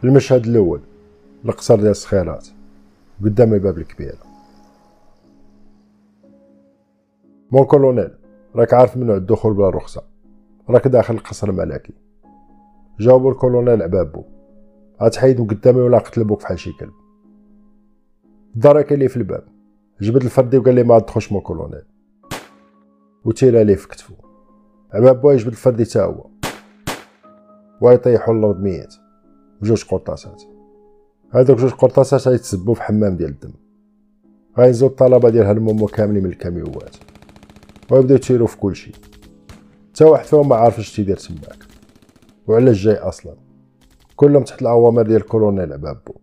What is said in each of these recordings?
المشهد الاول، القصر ديال الصخيرات قدام الباب الكبير. مون كولونيل، راك عارف ممنوع الدخول بلا رخصه، راك داخل القصر الملكي. جاوبو الكولونيل عبابو، غتحيد من قدامي ولا نقتل بوك فحال شي كلب. الدار كاين لي في الباب، جبد الفردي وقال لي ما تدخلش مون كولونيل، وتيلا ليه في كتفو. عبابو يجبد الفردي تا هو ويطيحو الارض ميت بجوج قرطاسات. هادوك جوج قرطاسات غيتسبو في حمام ديال الدم. غينزلو الطلبه ديال هالمومو كاملين من الكاميوات ويبداو يتيرو في كلشي، تا واحد فيهم ما عارفش تيدير تماك وعلاش جاي اصلا. كلهم تحت الاوامر ديال الكولونيل عبابو.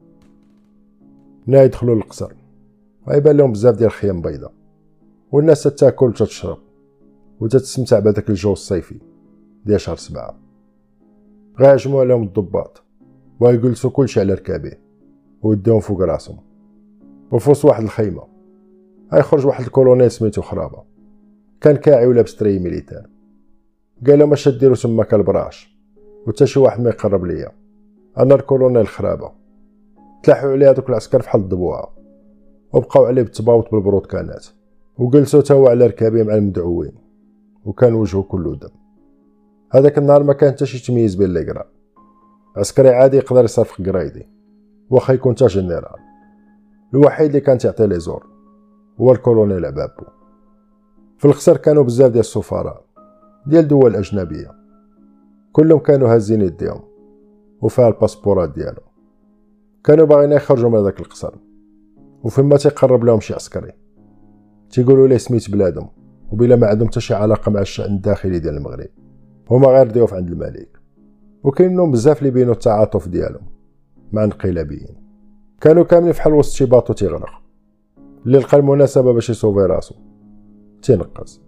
ملي يدخلوا للقصر غيبان لهم بزاف ديال الخيام بيضاء، والناس تاكل وتشرب وتستمتع بهذاك الجو الصيفي ديال شهر 7. غيهجموا عليهم الضباط ويجلسوا كلشي على ركابيه ويديهم فوق راسهم. وفوسط واحد الخيمه غيخرج واحد الكولونيل سميتو خرابه، كان كاعي ولابس تري ميليتير. قال لهم اش ديروا تما كالبراش وتا شي واحد ما يقرب ليا، انا الكولونيل خرابه. تلاحوا عليه هذوك العسكر فحال الضبوعه وبقاو عليه بالتباوط بالبروتكانات وجلسوا تا هو على ركابيه مع المدعوين، وكان وجهه كله دم. هذاك النهار ما كان حتى شي تمييز بين لي قرا. عسكري عادي يقدر يصرفق قرايدي واخا يكون تا جنرال. الوحيد اللي كان تيعطي لي زور هو الكولونيل عبابو. في القصر كانوا بزاف ديال السفراء ديال دول اجنبيه، كلهم كانوا هازين يديهم وفيها الباسبورات ديالهم. كانوا باغيين يخرجوا من هذاك القصر، وفيما تيقرب لهم شي عسكري تيقولوا ليه سميت بلادهم وبلا ما عندهم حتى شي علاقه مع الشأن الداخلي ديال المغرب، هما غير ضيوف عند الملك. وكاين منهم بزاف اللي بينوا التعاطف ديالهم مع الانقلابيين. كانوا كاملين فحال وسط شي باطو تيغرق، اللي لقى المناسبه باش يصوفي راسو تينقص.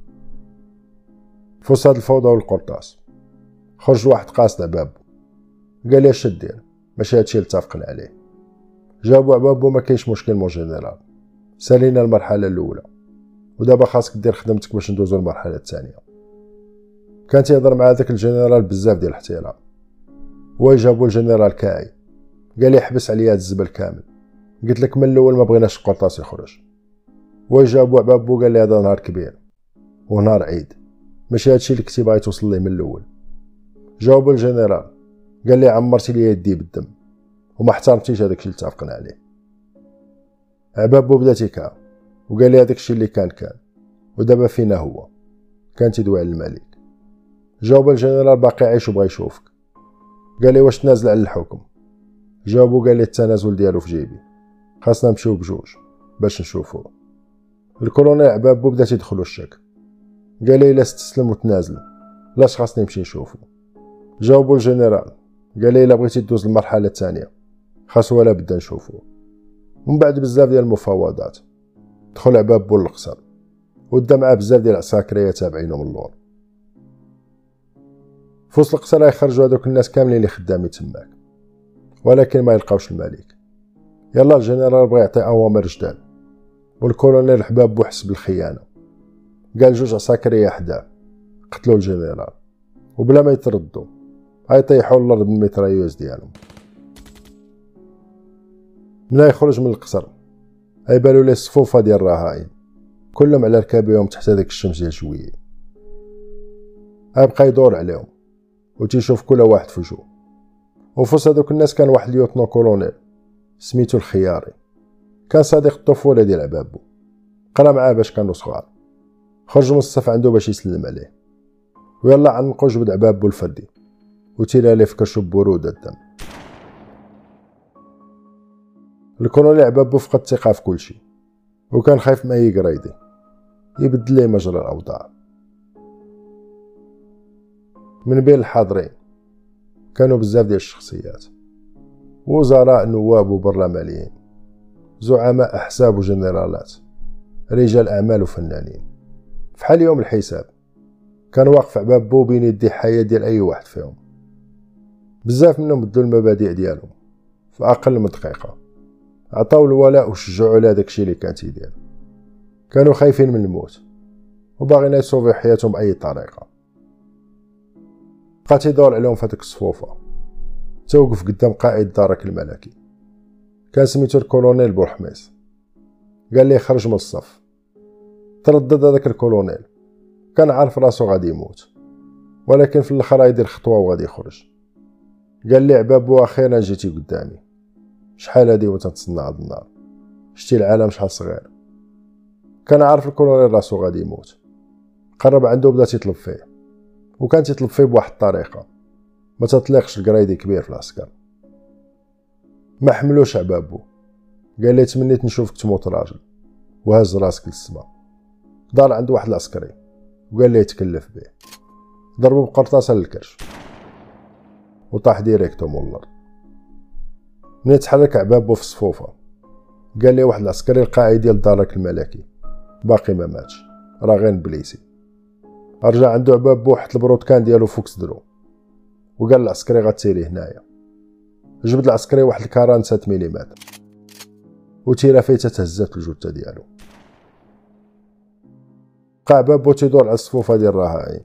في وسط هاد الفوضى والقرطاس خرج واحد قاصد عبابو، قال لي اش دير، ماشي هادشي اللي اتفقنا عليه. جاوبو عبابو ما كاينش مشكل مون جينيرال، سالينا المرحله الاولى ودابا خاصك دير خدمتك باش ندوزو للمرحله الثانيه. كان تيهضر مع هذاك الجنرال بزاف ديال الاحترام. هو جابو الجنرال كاعي، قال لي حبس عليا هاد الزبل كامل، قلت لك من الاول ما بغيناش القرطاس يخرج. وجابو عبابو قال لي هذا نهار كبير ونهار عيد، ماشي هادشي اللي كنتي باغي توصل ليه من الاول. جاوبو الجنرال قال لي عمرتي لي يدي بالدم وما احترمتيش هذاك الشيء اللي اتفقنا عليه. عبابو بدا تيكا وقال لي هذاك الشيء اللي كان ودابا فينا هو، كان تيدوي على الملك. جاوب الجنرال باقي عايش وبغى يشوفك، قال لي واش تنازل على الحكم. جاوبو قال لي التنازل ديالو في جيبي، خاصنا نمشيو بجوج باش نشوفوه. الكولونيل عبابو بدا تيدخلو الشك، قال لي الا استسلم وتنازل لاش خاصني نمشي نشوفو. جاوبو الجنرال قال لي الا بغيتي دوز المرحله الثانيه خاص ولا بدا نشوفوه. ومن بعد بزاف ديال المفاوضات دخل عبابو للقصر ودا معاه بزاف ديال العساكريه تابعينو من اللور. في وسط القصر يخرجوا هذوك الناس كاملين اللي خدامين تماك، ولكن ما يلقاوش الملك. يلا الجنرال بغى يعطي اوامر جداد، والكولونيل عبابو حس بالخيانه. قال جوج عساكريه حداه قتلوا الجنرال وبلا ما يتردوا غيطيحوا الارض بالميترايوز ديالهم. ملي يخرج من القصر غيبانوا ليه الصفوفه ديال الرهائن كلهم على ركابيهم تحت هذيك الشمس ديال شويه. غيبقى يدور عليهم وتيشوف كل واحد في وجهه. وفي وسط هذوك الناس كان واحد ليوتنو كولونيل سميتو الخياري، كان صديق الطفوله ديال عبابو، قرا معاه باش كانوا صغار. خرج من الصف عنده باش يسلم عليه، ويلا عنقو جبد عبابو الفردي وتيلا ليه في كرشو ببروده الدم. الكولونيل عبابو فقد الثقه في كلشي، وكان خايف ما يقرايدي يبدل ليه مجرى الاوضاع. من بين الحاضرين كانوا بزاف ديال الشخصيات، وزراء، نواب وبرلمانيين، زعماء احزاب وجنرالات، رجال اعمال وفنانين. فحال يوم الحساب كان واقف عبابو بين يدي الحياه ديال اي واحد فيهم. بزاف منهم بدلوا المبادئ ديالهم في اقل من دقيقه، عطاو الولاء وشجعوا على داكشي اللي كان تيدير. كانوا خايفين من الموت وباغيين يصوفيو حياتهم باي طريقه. بقى تيدور عليهم في هذيك الصفوفه توقف قدام قائد الدرك الملكي، كان سميتو الكولونيل بوحميص. قال لي خرج من الصف. تردد هذاك الكولونيل، كان عارف راسو غادي يموت، ولكن في الاخر غيدير خطوه وغادي يخرج. قال لي عبابو اخيرا جيتي قدامي، شحال هادي وانت تتصنع هاد النار، شتي العالم شحال صغير. كان عارف الكولونيل راسو غادي يموت. قرب عنده بدا تيطلب فيه، وكان تيطلب فيه بواحد الطريقه ما تطلقش القرايدي كبير في العسكر. ما حملوش عبابو، قال لي تمنيت نشوفك تموت راجل، وهز راسك للسما. دار عند واحد العسكري وقال لي يتكلف به، ضربو بقرطاسه للكرش وطاح ديريكتو مول الارض. ملي تحرك عبابو في الصفوفه قال لي واحد العسكري القائد ديال الدرك الملكي باقي ما ماتش، راه غير بليسي. رجع عنده عبابو حط البروتكان ديالو فوق صدرو وقال العسكري غتسيري هنايا. جبد العسكري واحد الكاران 7 ملم وتيرا فيه تتهزات الجثه ديالو. بقى عبابو تيدور على الصفوفه ديال الرهائن.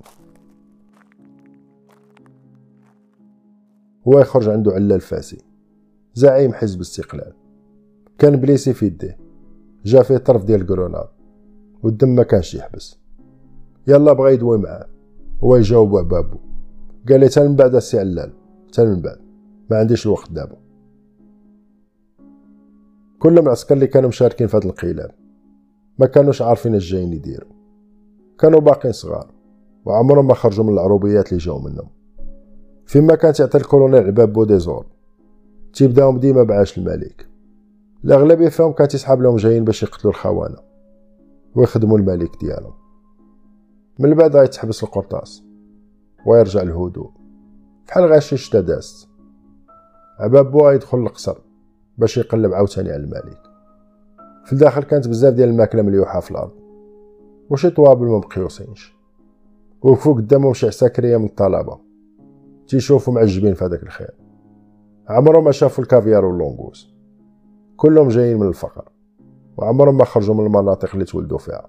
هو يخرج عنده علال فاسي زعيم حزب الاستقلال، كان بليسي في يديه، جا فيه طرف ديال الكروناد والدم ما كانش يحبس. يلا بغا يدوي معاه، هو يجاوب عبابو قال لي تا من بعد السي علال، تا من بعد، ما عنديش الوقت دابا. كل العسكر اللي كانوا مشاركين في هذا الانقلاب ما كانوش عارفين اش جايين يديروا، كانوا باقين صغار وعمرهم ما خرجوا من العروبيات اللي جاو منهم. فيما كان تعطي الكولونيل عبابو ديزور تيبداهم ديما بعاش الملك. الاغلبيه فيهم كان تيسحاب لهم جايين باش يقتلوا الخونه ويخدموا الملك ديالهم. من بعد غيتحبس القرطاس ويرجع الهدوء بحال غاشي شتا دازت. عبابو غيدخل القصر باش يقلب عاوتاني على الملك. في الداخل كانت بزاف ديال الماكله مليوحه في الارض وشي طوابل ما مقيوسينش. وقفوا قدامهم شي عساكريه من الطلبه تيشوفوا معجبين في هذاك الخير، عمرهم ما شافوا الكافيار واللونغوس. كلهم جايين من الفقر وعمرهم ما خرجوا من المناطق اللي تولدوا فيها.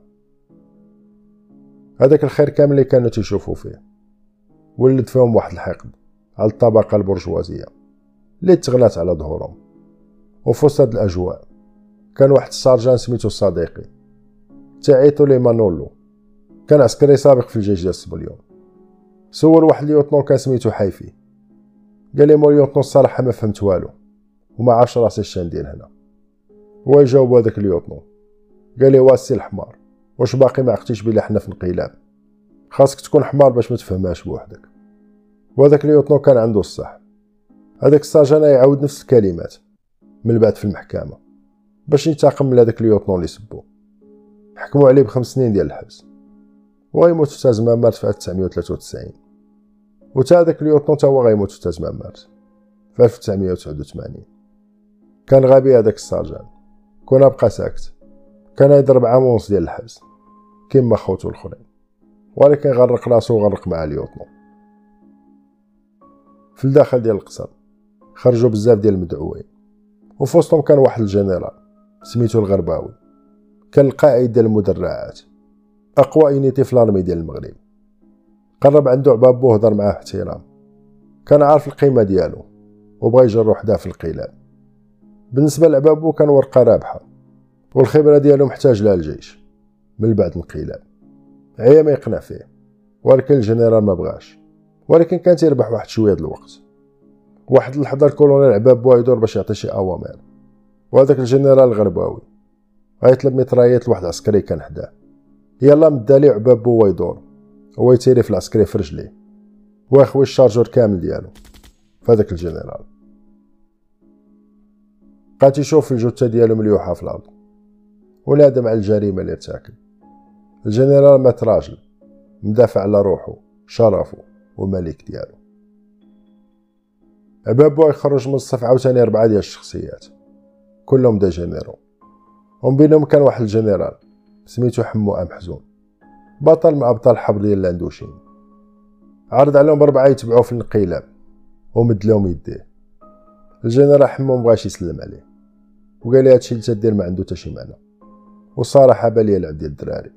هذاك الخير كامل اللي كانوا تيشوفوا فيه ولد فيهم واحد الحقد على الطبقه البرجوازيه اللي تغلات على ظهورهم. وفي وسط هاد الاجواء كان واحد السارجان سميتو صديقي تعيطو لي مانولو، كان عسكري سابق في الجيش ديال السبليون. سول واحد ليوتنون كان سميتو حيفي، قال لي مول ليوتنون الصراحه ما فهمت والو وما عرفش راسي اش ندير هنا. هو يجاوب هذاك ليوتنون قال لي واسي الحمار، واش باقي ما عقتيش بلي حنا في انقلاب؟ خاصك تكون حمار باش ما تفهمهاش بوحدك. وهذاك ليوتنون كان عنده الصح. هذاك السارجان يعاود نفس الكلمات من بعد في المحكمه باش ينتقم من هذاك ليوتنون اللي سبوه. حكموا عليه ب5 سنين ديال الحبس وغيموت في 8 مارس في 1993. وتا هذاك ليوتنون تا هو غيموت في 8 مارس في 1989. كان غبي هذاك السارجان، كون بقى ساكت كان يضرب عام ونص ديال الحبس كيما خوتو الاخرين، ولكن غرق راسو وغرق مع ليوتنون. في الداخل ديال القصر خرجوا بزاف ديال المدعوين، وفي وسطهم كان واحد الجنرال سميتو الغرباوي، كان القائد ديال المدرعات، اقوى اينيتي في الارمي ديال المغرب. قرب عنده عبابو هضر معاه باحترام، كان عارف القيمه ديالو وبغى يجر وحده في الانقلاب. بالنسبه لعبابو كان ورقه رابحه والخبره ديالو محتاج لها الجيش من بعد الانقلاب. عيا ما يقنع فيه، ولكن الجنرال ما بغاش، ولكن كان تيربح واحد شويه د الوقت. واحد اللحظه الكولونيل عبابو يدور باش يعطي شي اوامر، وهذاك الجنرال الغرباوي غيطلب ميترايات لواحد العسكري كان حداه. يلا مدالي عبابو ويدور هو يتيري في العسكري في رجليه ويخوي الشارجور كامل ديالو فهذاك الجنرال. بقى تيشوف الجثه ديالو مليوحه في الارض ونادم على الجريمه اللي ارتكب. الجنرال مات راجل مدافع على روحه شرفه وملك ديالو. عبابو يخرج من الصف عاوتاني 4 ديال الشخصيات كلهم دا جينيرو، ومن بينهم كان واحد الجنرال سميتو حمو ام حزون، بطل من ابطال الحرب ديال الاندوشين. عرض عليهم 4 يتبعوه في الانقلاب ومد لهم يديه. الجنرال حمو مبغاش يسلم عليه وقال لي هادشي اللي تدير ما عنده حتى شي معنى، والصراحه بالي يلعب ديال الدراري.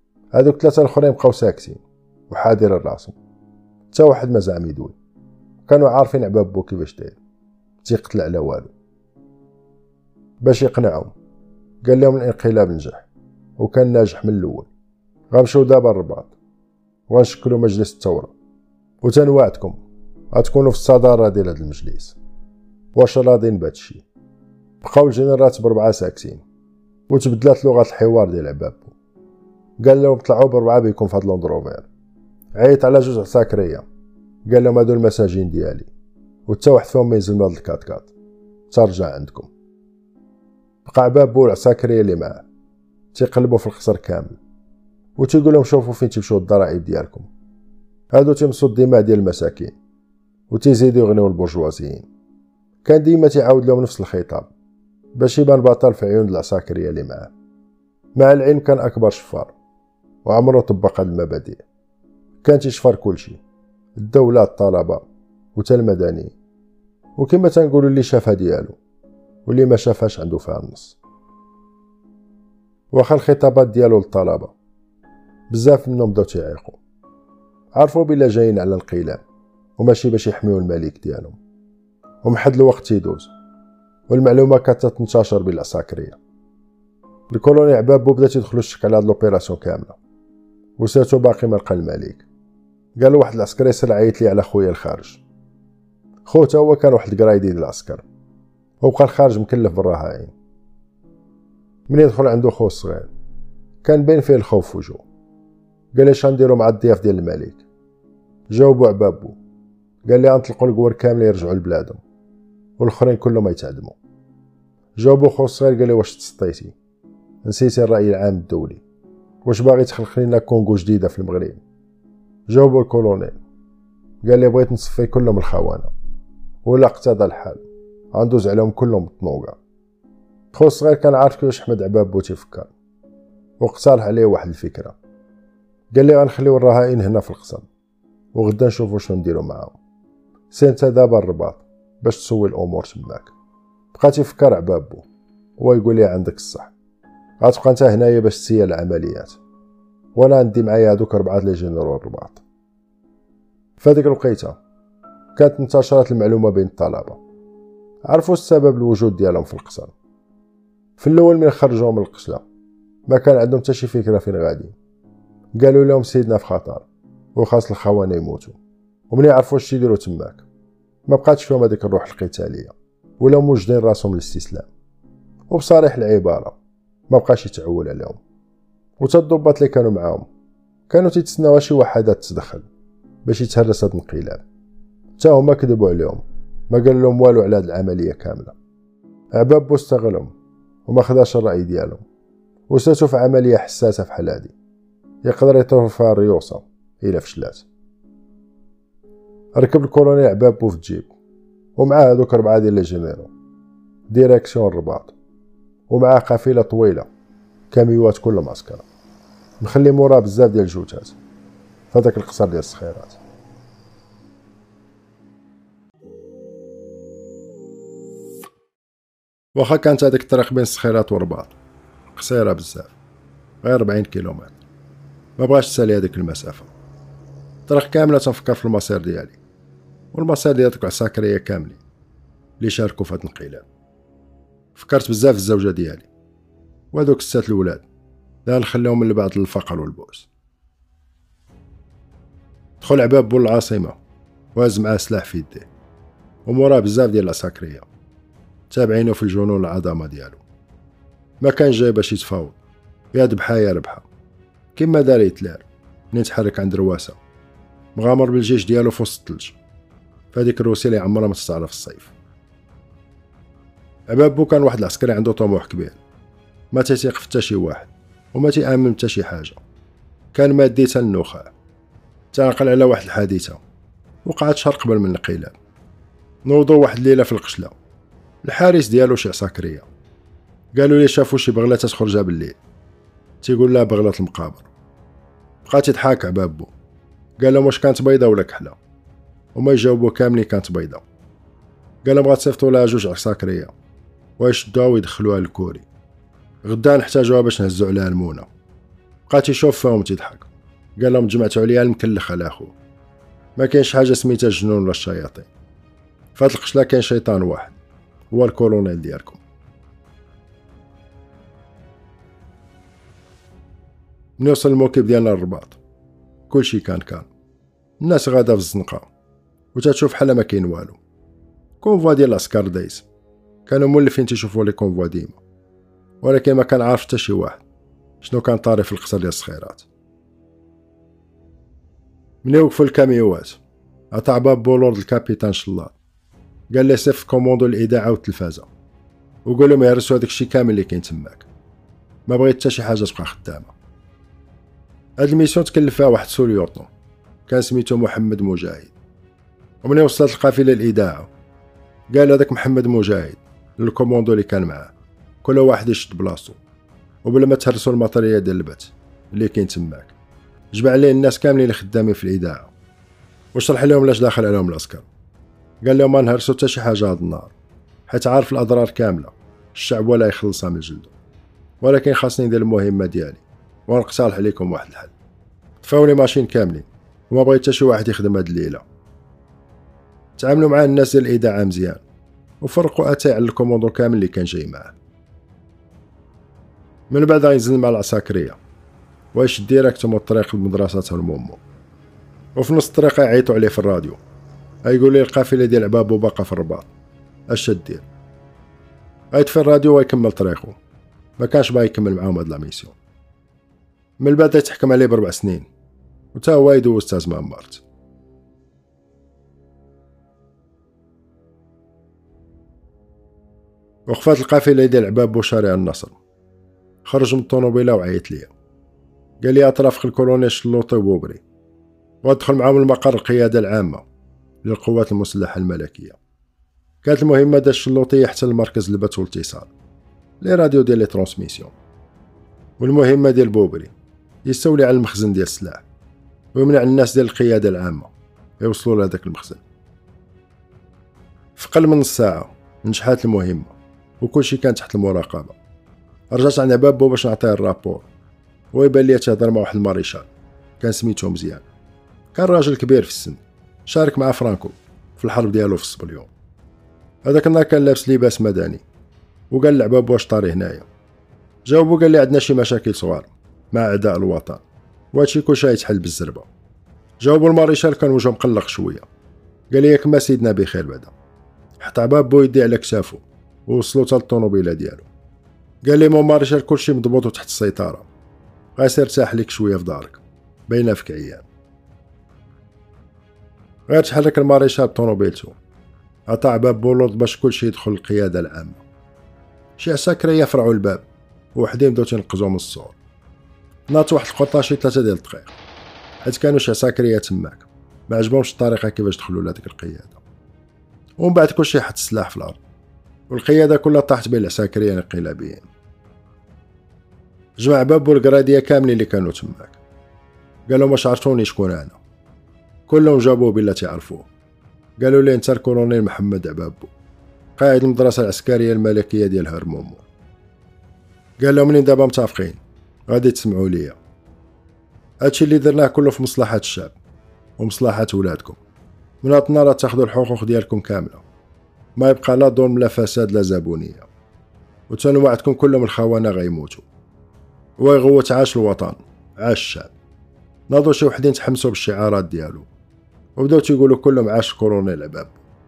هادوك 3 الاخرين بقاو ساكتين وحاضرين راسهم، حتى واحد ما زعم يدوي. كانوا عارفين عباب بو كيفاش داير، تيقتل على والو. باش يقنعهم قال لهم الانقلاب نجح وكان ناجح من الاول. غنمشيو دابا الرباط وغنشكلوا مجلس الثوره، وتنوعدكم غتكونوا في الصداره ديال هذا المجلس. واش راضين بهادشي؟ بقاو الجنرالات بربعه ساكتين، وتبدلات لغه الحوار ديال عبابو. قال لهم طلعوا بربعه بكم في هاد لوندروفير. عيط على جوج عساكريه قال لهم هادو المساجين ديالي، وتا واحد فيهم ما ينزل من هاد الكاتكات ترجع عندكم. بقى عبابو والعساكريه اللي معاه تيقلبوا في القصر كامل وتيقول لهم شوفوا فين تمشيو الضرائب ديالكم، هادو تيمصوا الدماء ديال المساكين وتيزيدوا يغنيو البرجوازيين. كان ديما تيعاود لهم نفس الخطاب باش يبان بطل في عيون العساكريه اللي معاه. مع العلم كان اكبر شفار وعمره طبق هاد المبادئ، كان تيشفر كلشي، الدوله، الطلبه وتا المدنيين. وكما تنقولوا اللي شافها ديالو واللي ما شافهاش عنده فيها النص. واخا الخطابات ديالو للطلبه بزاف منهم بداو تيعيقوا، عرفوا بلا جايين على الانقلاب وماشي باش يحميو الملك ديالهم. ومحد الوقت تيدوز والمعلومه كتنتشر بين العساكريه. الكولوني عبابو بدا تيدخلوا الشك على هاد لوبيراسيون كامله، وساتو باقي ما لقى الملك. قال واحد العسكري سير عيط لي على خويا الخارج. خو تا هو كان واحد القرايدي ديال العسكر، وبقى الخارج مكلف بالرهائن. منين دخل عنده خو الصغير كان باين فيه الخوف في وجهو. قال لي شنديرو مع الضياف ديال الملك؟ جاوبو عبابو قال لي غنطلقوا القوار كامل يرجعوا لبلادهم والاخرين كلهم يتعدموا. جاوبو خو الصغير قال لي واش تسطيتي؟ نسيتي الراي العام الدولي؟ واش باغي تخلق لنا كونغو جديده في المغرب؟ جاوبو الكولونيل قال لي بغيت نصفي كلهم الخونه، ولا اقتضى الحال غندوز عليهم كلهم بالطنوقه. خو الصغير كان عارف كيفاش احمد عبابو تيفكر، واقترح عليه واحد الفكره. قال لي غنخليو الرهائن هنا في القصر وغدا نشوفو شنو نديرو معاهم. سير انت دابا الرباط باش تسوي الامور تماك. بقى تيفكر عبابو هو يقول لي عندك الصح، غتبقى انت هنايا باش تسير العمليات، وانا عندي معايا هادوك 4 لي جينيرال الرباط. فهاديك الوقيته كانت انتشرت المعلومه بين الطلبه، عرفوا السبب الوجود ديالهم في القصر. في الاول من خرجوا من القشله ما كان عندهم حتى شي فكره فين غادي. قالوا لهم سيدنا في خطر وخاص الخونه يموتوا، ومن يعرفوا اش يديروا تماك ما بقاتش فيهم هذيك الروح القتاليه ولا موجدين راسهم للاستسلام. وبصريح العباره ما بقاش يتعول عليهم. وتا الضباط اللي كانوا معاهم كانوا تيتسناو شي وحدات تدخل باش يتهرس هذا الانقلاب، حتى هما كذبوا عليهم، ما قال لهم والو على هذه العمليه كامله. عبابو استغلهم وما خداش الراي ديالهم، وساتو في عمليه حساسه بحال هادي يقدر يطير فيها الريوسه الا فشلات. ركب الكولونيل عبابو في الجيب ومعاه هذوك 4 ديال لي جينيرو ديريكسيون الرباط، ومعاه قافله طويله كاميوات كل معسكره، مخلي موراه بزاف ديال الجوتات فهداك القصر ديال الصخيرات. واخا كانت هذيك الطريق بين الصخيرات والرباط قصيره بزاف، غير 40 كيلومتر، ما بغاش تسالي هذيك المسافه. الطريق كامله تنفكر في المصير ديالي والمصير ديال دوك العساكريه كاملين اللي شاركوا في هذا الانقلاب. فكرت بزاف في الزوجه ديالي وهذوك السات الولاد لا نخليهم من بعد الفقر والبؤس. دخل عبابو للعاصمه وهز معاه سلاح في يديه، وموراه بزاف ديال العساكريه تابعينه في الجنون العظمه ديالو. ما كان جاي باش يتفاوض، يا ذبحه يا ربحه، كما دار هتلر منين تحرك عند رواسه، مغامر بالجيش ديالو في وسط الثلج فهاديك الروسيا اللي عمرها ما تستعرف الصيف. عبابو كان واحد العسكري عنده طموح كبير، ما تيثيق في حتى شي واحد وما تيامن حتى شي حاجه. كان مادي حتى النخاع. تعقل على واحد الحادثه وقعت شهر قبل من الانقلاب. نوضوا واحد الليله في القشله، الحارس ديالو شي عساكريه قالوا لي شافوا شي بغله تخرجها بالليل، تيقول لها بغله المقابر. بقى تضحك عبابو، قال لهم واش كانت بيضه ولا كحله، وما يجاوبوا كاملين كانت بيضه. قال لهم غتصيفطوا لها 2 عساكريه ويشدوها ويدخلوها للكوري، غدا نحتاجوها باش نهزوا عليها المونه. بقى تيشوف فيهم تيضحك، قال لهم تجمعتوا عليها المكلخ على اخوه، ما كاينش حاجه سميتها الجنون ولا الشياطين، فهاد القشله كاين شيطان واحد، هو الكولونيل ديالكم. من يوصل الموكب ديالنا للرباط كلشي كان الناس غادا في الزنقه وتتشوف بحال ما كاين والو. كونفوا ديال العسكر دايز كانوا مولفين تيشوفوا لي كونفوا ديما، ولكن ما كان عارف حتى شي واحد شنو كان طاري في القصر ديال الصخيرات. ملي وقفوا الكاميوات عطا باب بولورد الكابيتان شلاط، قال لي صيفط كوموندو الاذاعه والتلفازه وقول لهم يهرسوا هذاك الشيء كامل اللي كاين تماك، ما بغيت حتى شي حاجه تبقى خدامه. هاد الميسيون تكلف فيها واحد سوليوطنو كان سميتو محمد مجاهد. ومني وصلت القافله الاذاعه قال هذاك محمد مجاهد للكوموندو اللي كان معاه كل واحد يشد بلاصتو، وبلا ما تهرسوا الماتريال ديال البث اللي كاين تماك جمع عليه الناس كاملين اللي خدامين في الاذاعه وشرح لهم لاش داخل عليهم العسكر. قال لهم ما نهرسوا حتى شي حاجه هاد النهار حيت عارف الاضرار كامله الشعب ولا يخلصها من جلده، ولكن خاصني ندير المهمه ديالي ونقترح عليكم واحد الحل. طفاولي ماشين كاملين وما بغيت حتى شي واحد يخدم هاد الليله. تعاملوا مع الناس ديال الاذاعه مزيان وفرقوا اتاي على الكوموندو كامل اللي كان جاي معاه. من بعد غينزل مع العساكريه ويشد ديريكتوم الطريق لمدرسه المومو، وفي نص الطريق يعيطوا عليه في الراديو غيقول لي القافله ديال عبابو باقا في الرباط اش دير. غيطفي الراديو ويكمل طريقه، ما كانش باغي يكمل معاهم هاد لا ميسيون. من بعد يتحكم عليه ب4 سنين وتا هو يدوز تاز مارت. وقفات القافله ديال عبابو شارع النصر، خرج من الطونوبيله وعيط ليا قال لي اترافق الكولونيل شلوطي وبوبري وادخل معاهم المقر القياده العامه للقوات المسلحه الملكيه. كانت المهمه ديال الشلوطي حتى المركز البث والاتصال لي راديو ديال لي ترانسميسيون، والمهمه ديال بوبري يستولي على المخزن ديال السلاح ويمنع الناس ديال القياده العامه يوصلوا لهداك المخزن. في قل من نص ساعه نجحت المهمه وكلشي كان تحت المراقبه. رجعت عند عبابو باش نعطيه الرابور ويبان لي تهضر مع واحد الماريشال كان سميتو مزيان، كان راجل كبير في السن شارك مع فرانكو في الحرب ديالو في الصبليون. هذاك النهار كان لابس لباس مدني وقال لعبابو واش طاري هنايا. جاوبو قال لي عندنا شي مشاكل صغار مع اعداء الوطن وهادشي كلشي يتحل بالزربه. جاوبو الماريشال كان وجهه مقلق شويه، قال لي ياك ما سيدنا بخير بعدا. حط عبابو يدي على كتافو ووصلو حتى للطونوبيله ديالو. قال لي مو ماريشال كلشي مضبوط وتحت السيطره، غير ارتاح ليك شويه في دارك باينه فيك عيان. غير تحرك الماريشال بطونوبيلتو عطا عبابو لورد باش كلشي يدخل القياده العامه. شي عساكريه يفرعوا الباب وحدين بداو تينقزوا من السور. ناط واحد القطه شي 3 ديال الدقائق حيت كانوا شي عساكريه تماك ما عجبهمش الطريقه كيفاش دخلوا لهاديك القياده. ومن بعد كلشي حط السلاح في الارض والقياده كلها طاحت بين العساكريه الانقلابيين. جمع بابو القراديه كاملين اللي كانوا تماك، قال لهم واش عرفتوني شكون انا؟ كلهم جابوه بلا تعرفوه. قالوا لي انت الكولونيل محمد عبابو قائد المدرسه العسكريه الملكيه ديال هرمومو. قال لهم منين دابا متفقين غادي تسمعوا ليا، هادشي اللي درناه كله في مصلحه الشعب ومصلحه ولادكم. من هاد النهار تاخذوا الحقوق ديالكم كامله، ما يبقى لا ظلم لا فساد لا زبونيه، وتنوعدكم كلهم الخونه غيموتوا ويغوت عاش الوطن عاش الشعب. ناضوا شي وحدين تحمسوا بالشعارات ديالو وبداو تيقولوا كلهم عاش الكولونيل عبابو.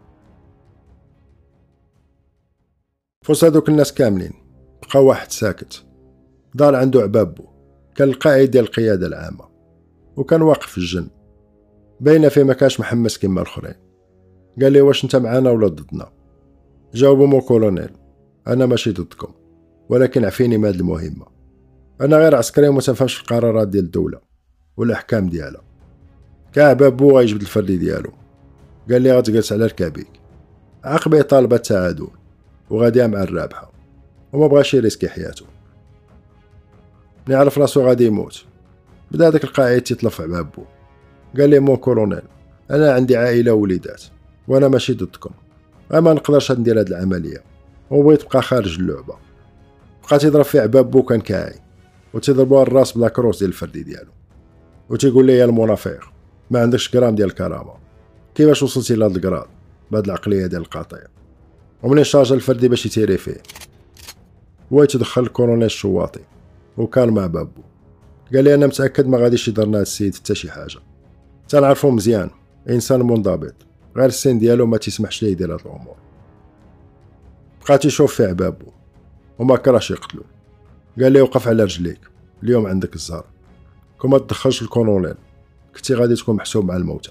فوسط هادوك الناس كاملين بقى واحد ساكت دار عنده عبابو، كان القائد ديال القياده العامه وكان واقف في الجن باينه فيه ما كانش محمس كيما الاخرين. قال لي واش انت معانا ولا ضدنا؟ جاوبوا مو كولونيل انا ماشي ضدكم، ولكن عفيني من هاد المهمه، انا غير عسكري وما تنفهمش في القرارات ديال الدوله والاحكام ديالها. كاع عبابو غيجبد الفردي ديالو، قال لي غتجلس على ركابيك. عقبه طالبه التعادل وغاديه مع الرابحه وما بغاش يريسكي حياته. ملي عرف راسو غادي يموت بدا داك القائد تيطلف عبابو، قال لي مو كولونيل انا عندي عائله ووليدات وانا ماشي ضدكم، ما نقدرش ندير هاد العمليه وبغيت تبقى خارج اللعبه. بقى تيضرب في عبابو كان كاعي وتيضربوها الراس بلا كروس ديال الفردي ديالو وتيقول لي يا المنافق ما عندكش غرام ديال الكرامه، كيفاش وصلتي لهاد الكراد بهاد العقليه ديال القطيع. ومنين شارجا الفردي باش يتيري فيه هو يتدخل الكولونيل الشواطي وكان مع بابو. قال لي انا متاكد ما غاديش يضرنا هاد السيد حتى شي حاجه، تنعرفو مزيان، انسان منضبط، غير السن ديالو ما تسمحش ليه يدير هاد الامور. بقى تيشوف فيه بابو وما كرهش يقتلو. قال لي وقف على رجليك، اليوم عندك الزهر، كون ما تدخلش الكولونيل كنتي غادي تكون محسوب مع الموتى.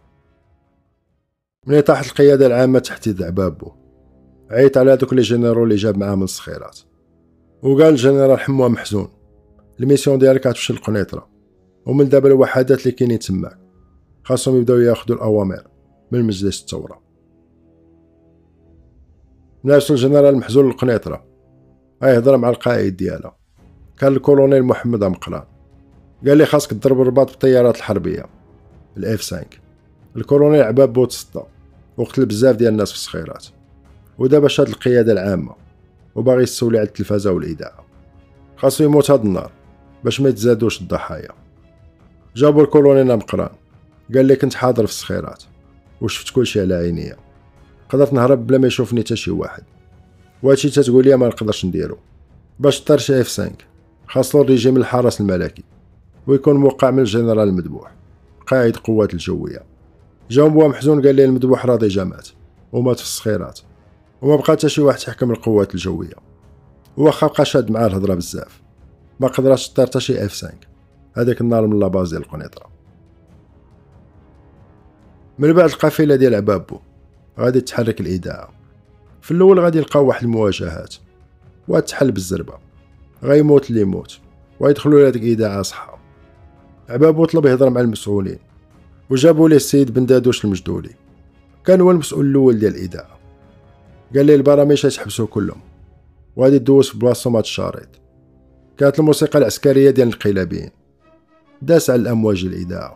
ملي طاحت القياده العامه تحت يد عبابو عيط على دوك لي جينيرو اللي جاب معاه من الصخيرات وقال الجنرال حموه محزون، الميسيون ديالك غتمشي للقنيطره، ومن دابا الوحدات اللي كاينين تماك خاصهم يبداو ياخذوا الاوامر من مجلس الثوره. نفس الجنرال محزون للقنيطره غيهضر مع القائد ديالها، كان الكولونيل محمد مقران. قال لي خاصك تضرب الرباط بالطيارات الحربيه الاف 5. الكولونيل عبابو تصدى وقتل بزاف ديال الناس في الصخيرات، ودابا شاد القياده العامه وباغي يستولي على التلفازه والاذاعه. خاصو يموت هاد النهار باش ما يتزادوش الضحايا. جابوا الكولونيل مقران، قال لي كنت حاضر في الصخيرات وشفت كلشي على عينيا، قدرت نهرب بلا ما يشوفني حتى شي واحد، وهادشي تتقول لي ما نقدرش نديرو. باش طير شي اف 5 خاصو الرجيم الحرس الملكي ويكون موقع من الجنرال المذبوح قائد قوات الجويه. جاوب محزون قال لي المذبوح راضي جا مات ومات في الصخيرات وما بقى حتى شي واحد يحكم القوات الجويه، واخا بقى شاد معاه الهضره بزاف ما قدرش طير حتى شي اف 5 هذاك النهار من لاباز ديال القنيطره. من بعد القافله ديال عبابو غادي تحرك الاذاعه. في الاول غادي يلقاو واحد المواجهات وتحل بالزربه، غيموت اللي يموت ويدخلوا لهاديك الاذاعه صحه. عبابو طلب يهضر مع المسؤولين وجابوا ليه السيد بن دادوش المجدولي، كان هو المسؤول الاول ديال الاذاعه. قال لي البراميش تحبسوا كلهم وغادي تدوز في بلاصتو مات الشريط. كانت الموسيقى العسكريه ديال الانقلابيين داس على الامواج الاذاعه.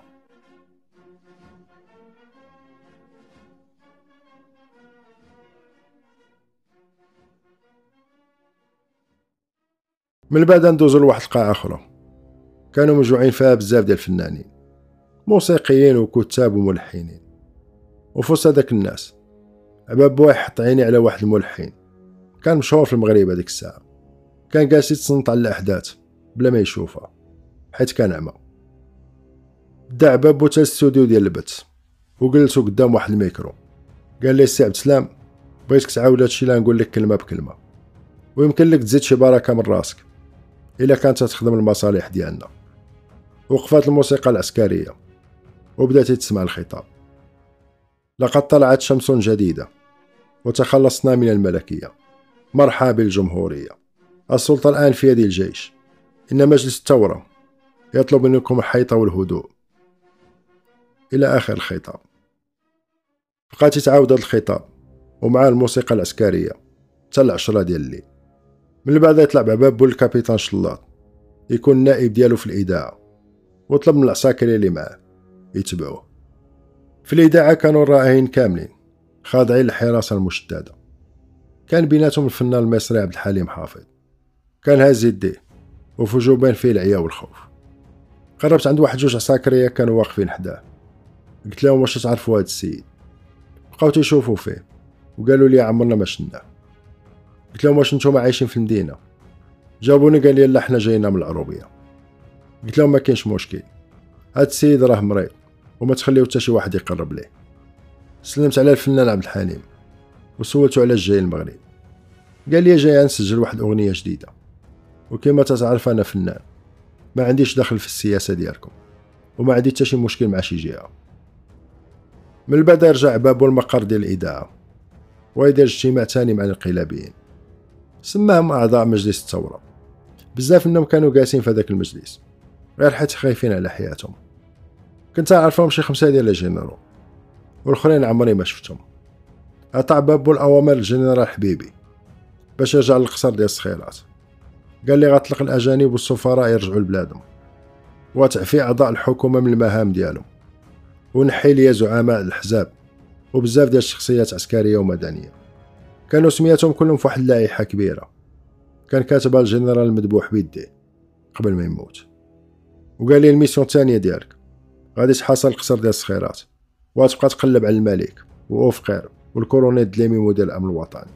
من بعد ندوزو لواحد القاعه اخرى كانوا مجموعين فيها بزاف ديال الفنانين موسيقيين وكتاب وملحنين. وفي وسط هذاك الناس عبابو حط عيني على واحد الملحن كان مشهور في المغرب هذيك الساعه، كان جالس يتصنت على الاحداث بلا ما يشوفها حيت كان اعمى. بدا عبابو تا الاستوديو ديال البث وجلسو قدام واحد الميكرو. قال لي السي عبد السلام بغيتك تعاود هادشي اللي نقول لك كلمه بكلمه، ويمكن لك تزيد شي بركه من راسك الا كانت تخدم المصالح ديالنا. وقفات الموسيقى العسكريه وبدات تسمع الخطاب. لقد طلعت شمس جديده وتخلصنا من الملكيه، مرحبا بالجمهوريه، السلطه الان في يد الجيش، ان مجلس الثوره يطلب منكم الحيطه والهدوء، الى اخر الخطاب. بقات تعاود هذا الخطاب ومع الموسيقى العسكريه حتى 10 ديال الليل. من بعد يطلع عبابو الكابيتان شلاط يكون النائب ديالو في الاذاعه وطلب من العساكر اللي معاه يتبعوه. في الاذاعه كانوا الرائعين كاملين خاضعين للحراسه المشدده. كان بيناتهم الفنان المصري عبد الحليم حافظ، كان هاز يديه وفي جوبان فيه العيا والخوف. قربت عند واحد 2 عساكريه كانوا واقفين حداه، قلت لهم واش تعرفوا هذا السيد؟ بقاو تيشوفوا فيه وقالوا لي عمرنا ما شناه. قلت لهم واش نتوما عايشين في المدينه؟ جاوبوني قال لي لا حنا جايين من العروبيه. قلت لهم ما كاينش مشكل، هاد السيد راه مريض وما تخليو حتى شي واحد يقرب ليه. سلمت على الفنان عبد الحليم وسولته على جاي المغرب. قال لي جاي نسجل واحد اغنيه جديده، وكما تعرف انا فنان ما عنديش دخل في السياسه ديالكم وما عندي حتى شي مشكل مع شي جهه. من بعد رجع بابو المقر ديال الاذاعه ويدير اجتماع ثاني مع الانقلابيين، سماهم اعضاء مجلس الثوره. بزاف منهم كانوا جالسين في هذاك المجلس غير حيت خايفين على حياتهم. كنت عارفهم شي 5 ديال الجنرال والاخرين عمري ما شفتهم. عطى بابو الاوامر للجنرال حبيبي باش يرجع للقصر ديال الصخيرات. قال لي غطلق الاجانب والسفراء يرجعوا لبلادهم وتعفي اعضاء الحكومه من المهام ديالهم ونحي لي زعماء الاحزاب وبزاف ديال الشخصيات عسكريه ومدنيه كانوا سمياتهم كلهم في واحد اللائحه كبيره كان كاتبها الجنرال المذبوح بيديه قبل ما يموت. وقال لي الميسيون الثانيه ديالك غادي تحاصر القصر ديال الصخيرات وتبقى تقلب على الملك وأوفقير والكولونيل دليمي مدير الامن الوطني.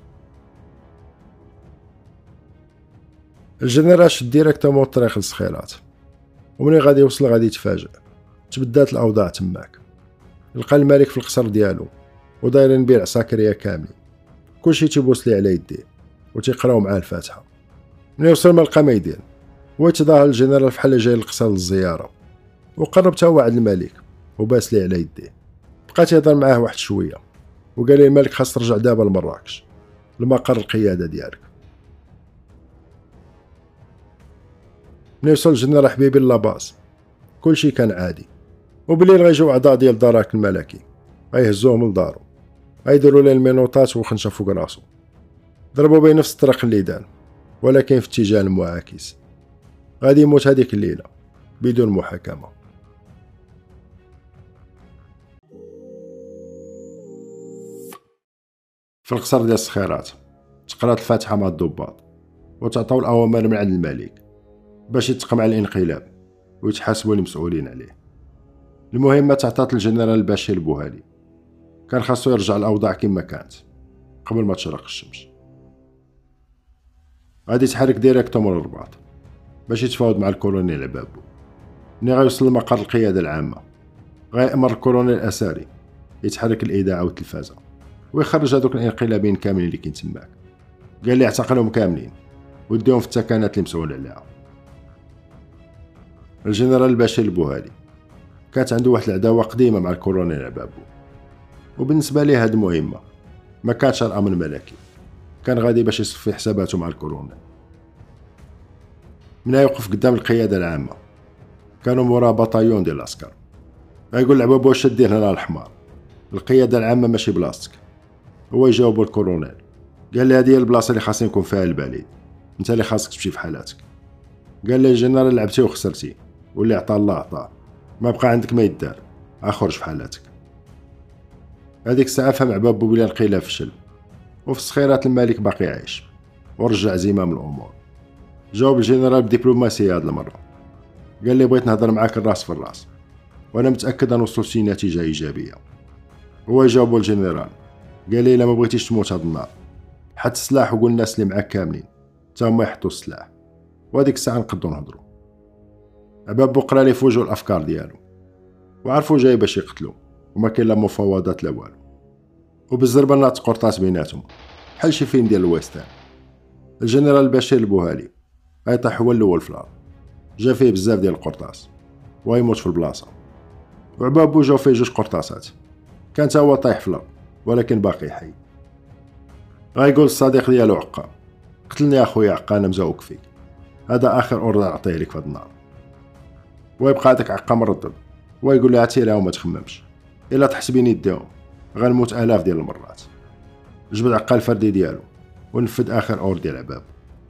الجنرال شد ديريكتومون الطريق للسخيرات، ومني غادي يوصل غادي يتفاجئ. تبدلت الاوضاع تماك. لقى الملك في القصر ديالو ودايرين بيه العساكريه كاملين، كلشي تيبوس ليه على يديه وتيقراو معاه الفاتحه. ملي وصل ما لقى ما يدير، هو تظاهر الجنرال فحال جاي للقصر للزياره، وقرب تا هو عند الملك وباس ليه على يديه. بقى تيهضر معاه واحد شويه وقال لي الملك خاص ترجع دابا لمراكش لمقر القياده ديالك. ملي وصل الجنرال حبيبي لاباس كلشي كان عادي، وبالليل غيجيو اعضاء ديال الدرك الملكي غيهزوهم لدارو، غيديروا ليه المينوطات وخنشه فوق راسو. ضربوا بيه نفس الطريق اللي دار ولكن في اتجاه المعاكس. غادي يموت هذيك الليله بدون محاكمه. في القصر ديال السخيرات تقرات الفاتحه مع الضباط وتعطاو الاوامر من عند الملك باش يتقمع الانقلاب ويتحاسبوا المسؤولين عليه. المهمه تعطات الجنرال الباشير البوهالي، كان خاصو يرجع الاوضاع كما كانت قبل ما تشرق الشمس. غادي يتحرك ديريكتومون للرباط باش يتفاوض مع الكولونيل عبابو. ملي غيوصل لمقر القياده العامه غيأمر الكولونيل الاساري يتحرك الاذاعه والتلفازه ويخرج هذوك الانقلابيين كاملين اللي كاين تماك. قال لي اعتقلهم كاملين وديهم في التكانات اللي مسؤول عليها. الجنرال الباشير البوهالي كانت عنده واحد العداوه قديمه مع الكولونيل عبابو، وبالنسبه ليه هاد المهمه ما كانتش الامر ملكي، كان غادي باش يصفي حساباته مع الكولونيل. من يوقف قدام القياده العامه كانوا مورا بطايون ديال العسكر. غيقول لعبابو واش دير هنا الحمار، القياده العامه ماشي بلاصتك. هو يجاوبو الكولونيل قال لي هذه هي البلاصه اللي خاصني نكون فيها البليد، انت اللي خاصك تمشي في حالاتك. قال لي الجنرال لعبتي وخسرتي واللي عطا الله عطاه، ما بقى عندك ما يدار، اخرج في حالاتك. هذيك الساعه فهم عبابو بلي الانقلاب فشل وفي السخيرات الملك باقي عايش ورجع زمام الامور. جاوب الجنرال بدبلوماسيه هاد المره، قال لي بغيت نهضر معاك الراس في الراس وانا متاكد نوصل شي نتيجه ايجابيه. هو يجاوبو الجنرال قال لي الا ما بغيتيش تموت هاد النهار حط السلاح وقول الناس اللي معاك كاملين حتى هما يحطوا السلاح، وهاديك الساعه نقدروا نهضروا. عبابو قرا لي في وجهو الافكار ديالو وعرفوا جاي باش يقتلو وما كاين لا مفاوضات لا والو، وبالزربه ناط قرطاس بيناتهم بحال شي فيلم ديال الويسترن. الجنرال الباشير البوهالي غيطيح هو الاول في الارض، جا فيه بزاف ديال القرطاس ويموت في البلاصه. وعبابو جاو فيه جوج قرطاسات، كان تا هو طايح في الارض ولكن باقي حي. غايقول الصديق ديالو عقا قتلني اخويا عقا انا مزوق فيك، هذا اخر اوردر نعطيه لك في هذا النهار. ويبقى هذاك عقا مردد ويقول لها تيرها وما تخممش، الا تحسبيني يديهم غنموت الاف ديال المرات. جبد عقا الفردي ديالو ونفذ اخر اور ديال عبابو.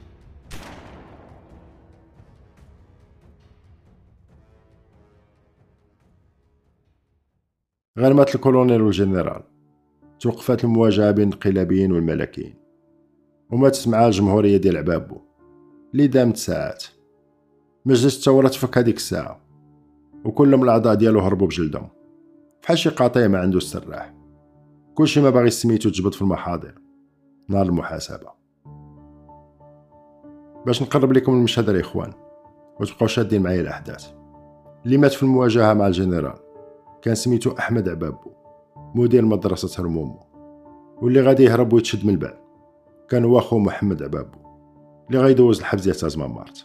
غير مات الكولونيل والجنرال، توقفات المواجهه بين الانقلابيين والملكيين وماتت مع الجمهوريه ديال عبابو اللي دامت ساعات. مجلس الثوره تفك هذيك الساعه وكل من الاعضاء ديالو هربوا بجلدهم بحال شي قاطع ما عنده السراح. كلشي ما باغي سميتو تجبد في المحاضر نهار المحاسبه. باش نقرب لكم المشهد الاخوان وتبقاو شادين معايا الاحداث. اللي مات في المواجهه مع الجنرال كان سميتو احمد عبابو مدير مدرسه هرمومو، واللي غادي يهرب ويتشد من بعد كان هو خو محمد عبابو اللي غيدوز الحبس ديال تازمان مارت.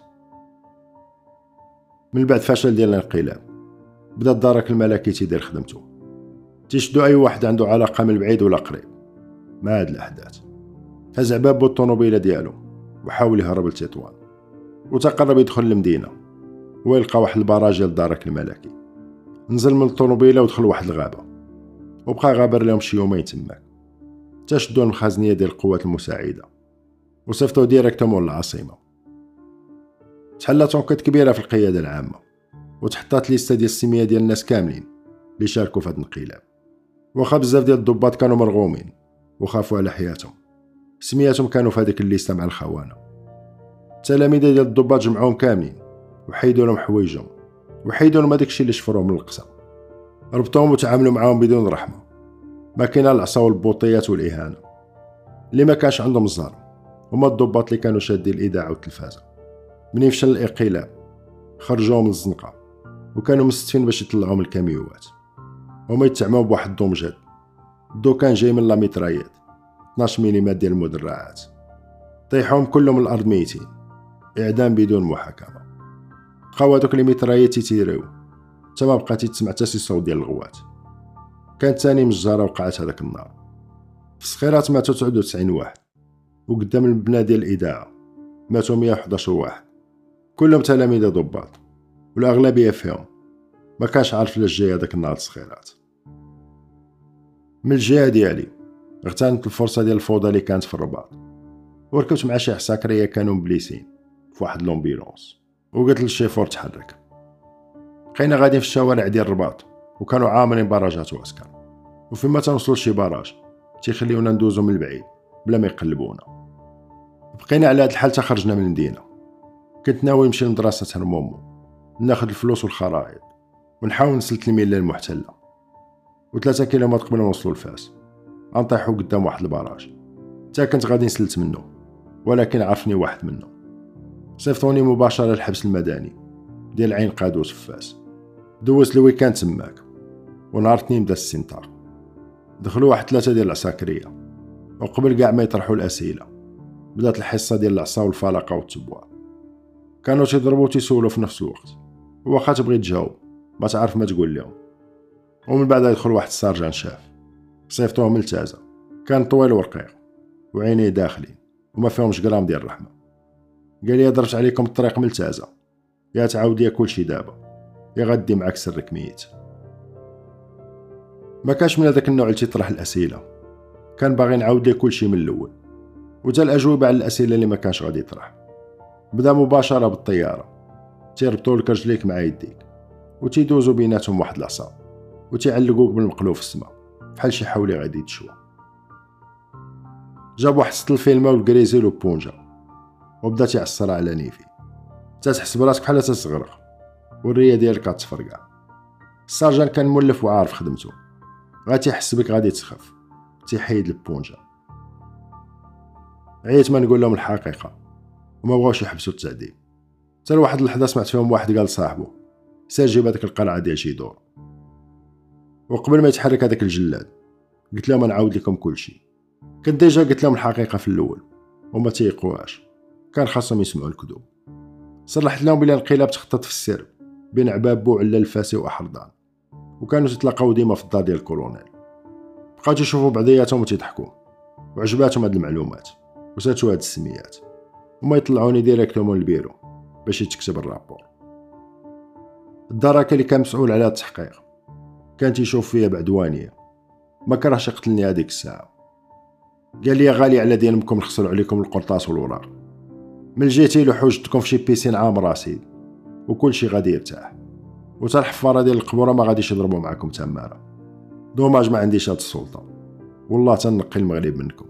من بعد فشل ديال الانقلاب بدا الدرك الملكي تيدير خدمته، تيشدو اي واحد عنده علاقه من بعيد ولا قريب مع هاد الاحداث. هز عبابو الطوموبيله ديالو وحاول يهرب لتطوان وتقرب يدخل للمدينه ويلقى واحد البراج ديال الدرك الملكي. نزل من الطوموبيله ودخل واحد الغابه وبقى غابر لهم شي يومين تماك، تشدوا المخازنيه ديال القوات المساعده وصيفطوا ديريكتومون للعاصمه. تحلات انكت كبيره في القياده العامه وتحطات ليسته ديال السميه ديال الناس كاملين اللي شاركوا في هذا الانقلاب. واخا بزاف ديال الضباط كانوا مرغومين وخافوا على حياتهم، سمياتهم كانوا في هذيك الليسته مع الخونه. التلاميذ ديال الضباط جمعوهم كاملين وحيدوا لهم حوايجهم وحيدوا لهم هذاك الشيء اللي شفروه من القصه، ربطوهم وتعاملوا معاهم بدون رحمه ما كاين العصا والبوطيات والاهانه. اللي ما كانش عندهم الزهر هما الضباط اللي كانوا شادين الاذاعه والتلفازه. منين فشل الانقلاب خرجوهم من الزنقه وكانوا مستفين باش يطلعوهم الكاميوات. هما يتعموا بواحد الضو مجهد. الضو كان جاي من لا ميترايات 12 ملم ديال المدرعات. طيحوهم كلهم الارض ميتين، اعدام بدون محاكمه. بقاو هادوك لي ميترايات يتيريو حتى ما بقات تسمع حتى شي صوت ديال الغوات. كانت ثاني مجزره وقعت هذاك النهار. في صخيرات ماتوا 99 واحد، وقدام المبنى ديال الاذاعه ماتوا 111 واحد، كلهم تلاميذ ضباط، والاغلبيه فيهم ما كانش عارف لاش جاي هذاك النهار صخيرات. من الجهه ديالي اغتنمت الفرصه ديال الفوضى اللي كانت في الرباط، وركبت مع شي عساكريه كانوا مبليسين في واحد لومبيلونس، وقلت للشيفور تحرك. بقينا غاديين في الشوارع ديال الرباط وكانوا عامرين براجات وعسكر، وفيما تنوصلوا لشي براج تيخليونا ندوزو من البعيد بلا ما يقلبونا. بقينا على هاد الحال تا خرجنا من المدينه. كنت ناوي نمشي لمدرسه هرمومو ناخذ الفلوس والخرائط ونحاول نسلك الميله المحتله، و3 كيلومتر قبل ما نوصلوا لفاس غنطيحوا قدام واحد البراج. تا كنت غادي نسلت منه، ولكن عرفني واحد منه، صيفطوني مباشره للحبس المدني ديال عين قادوس في فاس. دوزت الويكاند تماك، ونهار اثنين بدا السنتار. دخلوا واحد 3 ديال العساكريه، وقبل كاع ما يطرحوا الاسئله بدات الحصه ديال العصا والفلقه والتبوع. كانوا تيضربوا وتيسولوا في نفس الوقت، واخا تبغي تجاوب ما تعرف ما تقول لهم. ومن بعد يدخل واحد السارجان شاف، صيفطوه ملتازه، كان طويل ورقيق وعينيه داخلين وما فيهمش غرام ديال الرحمه. قال لي درت عليكم الطريق ملتازه، يا تعاود ليا كلشي دابا يا غدي معاك سرك ميت. ما كاش من هذاك النوع اللي تيطرح الاسئله، كان باغي نعاود ليه كلشي من الاول، وتا الاجوبه على الاسئله اللي ما كانش غادي يطرح. بدا مباشره بالطياره، تيربطوا لك رجليك مع يديك وتيدوزوا بيناتهم واحد العصا وتيعلقوك بالمقلوب في السما بحال شي حولي غادي تشوى. جاب واحد سط الفيلم والكريزيل وبونجا وبدا تيعصر على نيفي، تتحس براسك بحال تتغرق والريه ديالك غتفرقع. السارجان كان مولف وعارف خدمته، غادي يحس بك غادي تسخف، تيحيد البونجا. عييت ما نقول لهم الحقيقه وما بغاوش يحبسوا التعذيب. حتى لواحد اللحظه سمعت فيهم واحد قال صاحبه سير جيب هذيك القلعه ديال شي دور. وقبل ما يتحرك هذاك الجلاد قلت لهم نعاود لكم كلشي. كنت ديجا قلت لهم الحقيقه في الاول وما تيقواش، كان خاصهم يسمعوا الكذوب. صلحت لهم بلي الانقلاب تخطط في السر بين عبابو وعلال الفاسي واحرضان، وكانوا تتلاقاو ديما في الدار ديال الكولونيل. بقاو تيشوفوا بعضياتهم وتيضحكوا، وعجباتهم هاد المعلومات وساتوا هاد السميات، وما يطلعوني ديريكتومون للبيرو باش يتكتب الرابور. الدركه اللي كان مسؤول على التحقيق كان تيشوف فيا بعدوانيه، ما كرهش يقتلني هذيك الساعه. قال لي غالي على ديالكم نخسروا عليكم القرطاس والوراق، من جيتي له حوجتكم في شي بيسين عام راسيد وكل شيء غادي يرتاح، وتا الحفاره ديال القبوره ما غاديش يضربوا معكم تماره. دوماج ما عنديش هاد السلطه، والله تنقي المغرب منكم.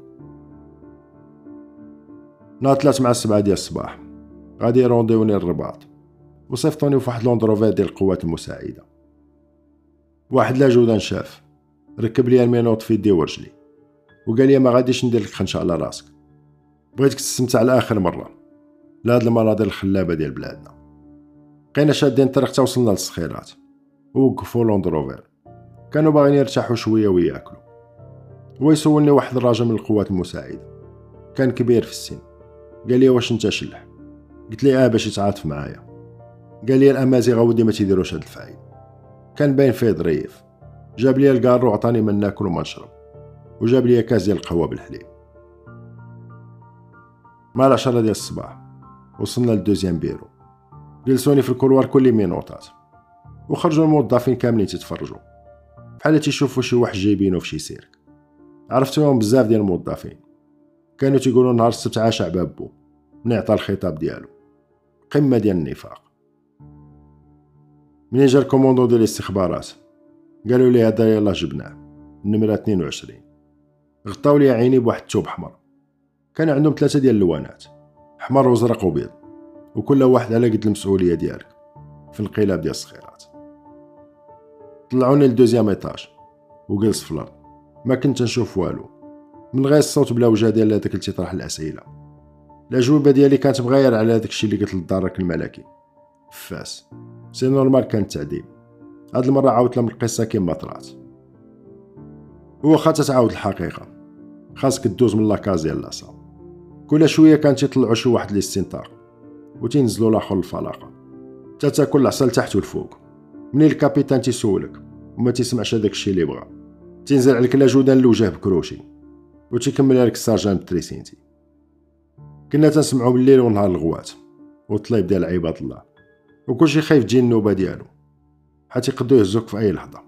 نهار 3 مع 7 ديال الصباح غادي يرونديوني الرباط، وصيفطوني في واحد لوندروفير ديال القوات المساعده. واحد لا جودان شاف ركب لي المينوط في يدي ورجلي وقال لي ما غاديش ندير لك خنشه على راسك، بغيتك تستمتع على اخر مره لهاد المناظر الخلابه ديال بلادنا. بقينا شادين الطريق تا وصلنا للصخيرات ووقفوا لوندروفير، كانوا باغيين يرتاحوا شويه وياكلوا. هو يسولني واحد الراجل من القوات المساعده، كان كبير في السن، قال لي واش انت شلح؟ قلت لي باش يتعاطف معايا. قال لي الامازيغ ودي ما تيديروش هاد الفايد. كان باين فيه ظريف، جاب لي الكارو وعطاني من ناكل وما نشرب، وجاب لي كاس ديال القهوه بالحليب. مع 10 ديال الصباح وصلنا للدوزيام بيرو، جلسوني في الكولوار كل مينوطات، وخرجوا الموظفين كاملين تتفرجوا بحال تيشوفوا شي واحد جايبينه في شي سيرك. عرفتهم بزاف ديال الموظفين، كانوا تيقولوا نهار السبت عاش عبابو من يعطى الخطاب ديالو، قمه ديال النفاق. منين جا الكوموندو ديال الاستخبارات قالوا لي هذا يلاه جبناه النمره 22. غطاو لي عيني بواحد الثوب احمر، كان عندهم 3 ديال اللوانات، احمر وازرق وبيض، وكل واحد على قد المسؤوليه ديالك في الانقلاب ديال الصخيرات. طلعوني للدوزيام ايطاج وجلس في الارض ما كنت نشوف والو من غير الصوت بلا وجه ديال هذاك اللي تيطرح الاسئله. الاجوبه ديالي كانت مغايره على هذاك الشيء اللي قلت للدارك الملكي فاس. سي نورمال كان التعذيب. هاد المره عاودت لهم القصه كما طرات. هو خاطر تعاود الحقيقه خاصك دوز من لاكازيا لاصا. كل شويه كان تيطلعوا شي واحد الاستنطاق وتنزلوا الاخر الفلاقه حتى تاكل العصا لتحت والفوق. منين الكابيتان تيسولك وما تسمعش هذاك الشيء اللي بغا تنزل عليك لا جودان لوجه بكروشي وتيكمل لك السارجان بتريسينتي. كنا تنسمعوا بالليل ونهار الغوات والطليب ديال عباد الله وكلشي خايف تجي النوبه ديالو حتى يقدروا يهزوك في اي لحظه.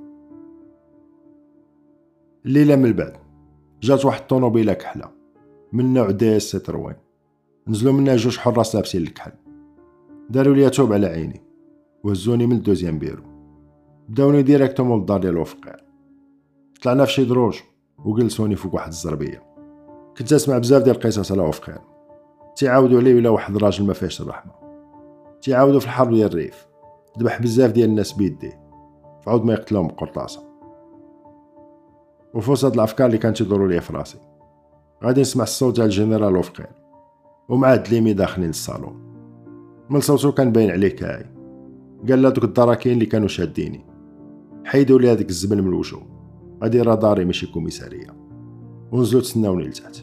الليله من بعد جات واحد الطوموبيله كحله من نوع دي اس ستروين. نزلوا منها جوج حراس لابسين الكحل داروا لي توب على عيني وهزوني من الدوزيام بيرو. بداوني ديريكتومون للدار ديال الوفقير. طلعنا في شي دروج وجلسوني فوق واحد الزربيه. كنت اسمع بزاف ديال القصص على وفقير تيعاودوا عليه ولا واحد الراجل ما فيهش الرحمه. تيعاودوا في الحرب ديال الريف ذبح بزاف ديال الناس بيديه فعود ما يقتلهم بقرطاسه. وفوسط هاد الافكار اللي كانت تدوروا لي في راسي غادي نسمع الصوت ديال الجنرال وفقير ومع دليمي داخلين للصالون. من صوتو كان باين عليه كاعي. قال لا دوك الدراكين اللي كانوا شاديني حيدوا لي هذيك الزبل من الوجه غادي راه داري ماشي كوميساريه. ونزلوا تسناوني لتحت.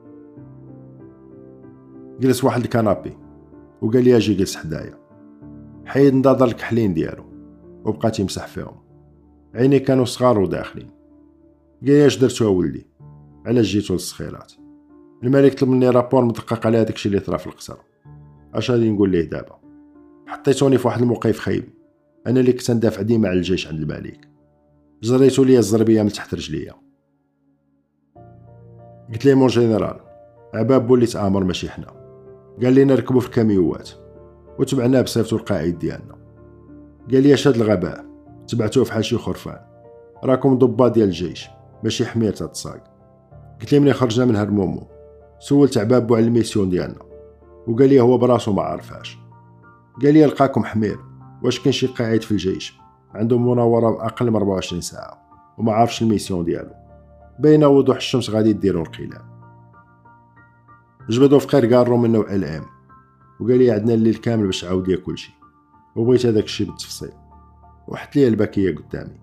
جلس واحد الكنابي وقال لي اجي جلس حدايا. حيد نضاضر الكحلين ديالو وبقى تيمسح فيهم. عيني كانوا صغار وداخلين. قال لي اش درتو ولدي علاش جيتو للصخيرات؟ الملك طلب مني رابور مدقق على هذاك الشيء اللي طرا في القصر. اش غادي نقول ليه دابا؟ حطيتوني في واحد الموقف خايب. انا اللي كنت ندافع ديما على الجيش عند الملك جريتو ليا الزربيه من تحت رجليا. قلت ليه مون جينيرال عباب بولي تامر ماشي حنا. قال لي نركبوا في الكاميوات وتبعناه بصيفطو القائد ديالنا. قال لي اش هاد الغباء تبعتوه بحال شي خرفان راكم ضباط ديال الجيش ماشي حمير تتصاق. قلت لي ملي خرجنا من هرمومو سولت عبابو على الميسيون ديالنا وقال لي هو براسو ما عارفاش. قال لي لقاكم حمير واش كاين شي قائد في الجيش عنده مناوره باقل من 24 ساعه وما عارفش الميسيون ديالو باينه وضوح الشمس غادي ديروا انقلاب. جبدو فقير قارو من نوع الام وقال لي عندنا الليل كامل باش عاود ليا كلشي وبغيت هذاك الشيء بالتفصيل وحط لي الباكيه قدامي.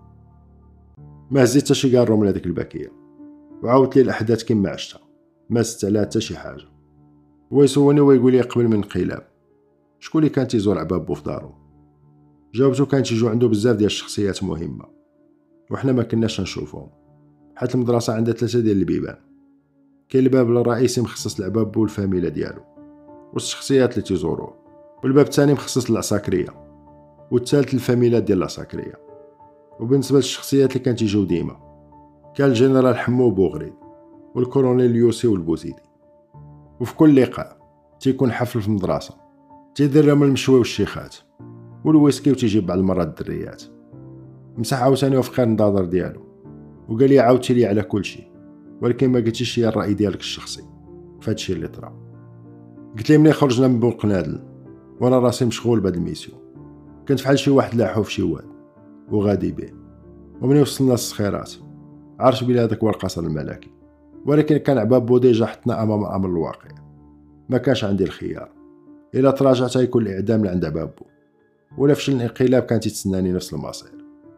ما هزيت حتى شي قارو من هذيك الباكيه وعاودت لي الاحداث كما عشتها ما زدت عليها حتى شي حاجه. هو يسولني ويقول لي قبل من الانقلاب شكون اللي كان تيزور عبابو في دارو؟ جاوبتو كان تيجوا عنده بزاف ديال الشخصيات مهمه وحنا ما كناش نشوفهم حيت المدرسه عندها 3 ديال البيبان. كاين الباب الرئيسي مخصص لعبابو والفاميله ديالو والشخصيات اللي تيزوروه والباب الثاني مخصص للعساكريه والثالث للفاميلات ديال العساكريه. وبالنسبه للشخصيات اللي كان تيجيو ديما كان الجنرال حمو بوغريد والكولونيل يوسي والبوزيدي. وفي كل لقاء تيكون حفل في المدرسه تيدير لهم المشوي والشيخات والويسكي وتيجيب بعض المرات الدريات. مسح عاوتاني وفقير النظر ديالو وقال لي عاودتي لي على كل شيء ولكن ما قلتيش لي الراي ديالك الشخصي في هادشي اللي طرا. قلت لي ملي خرجنا من بوقنادل وانا راسي مشغول بهاد الميسيون كنت فحال شي واحد لاحو في شي واد وغادي به. ومني وصلنا للصخيرات عرفت بلي هذاك هو القصر الملكي ولكن كان عبابو ديجا حطنا امام امر الواقع. ما كانش عندي الخيار الا تراجعت يكون الاعدام لعند عبابو ولا فشل الانقلاب كانت تتسناني نفس المصير.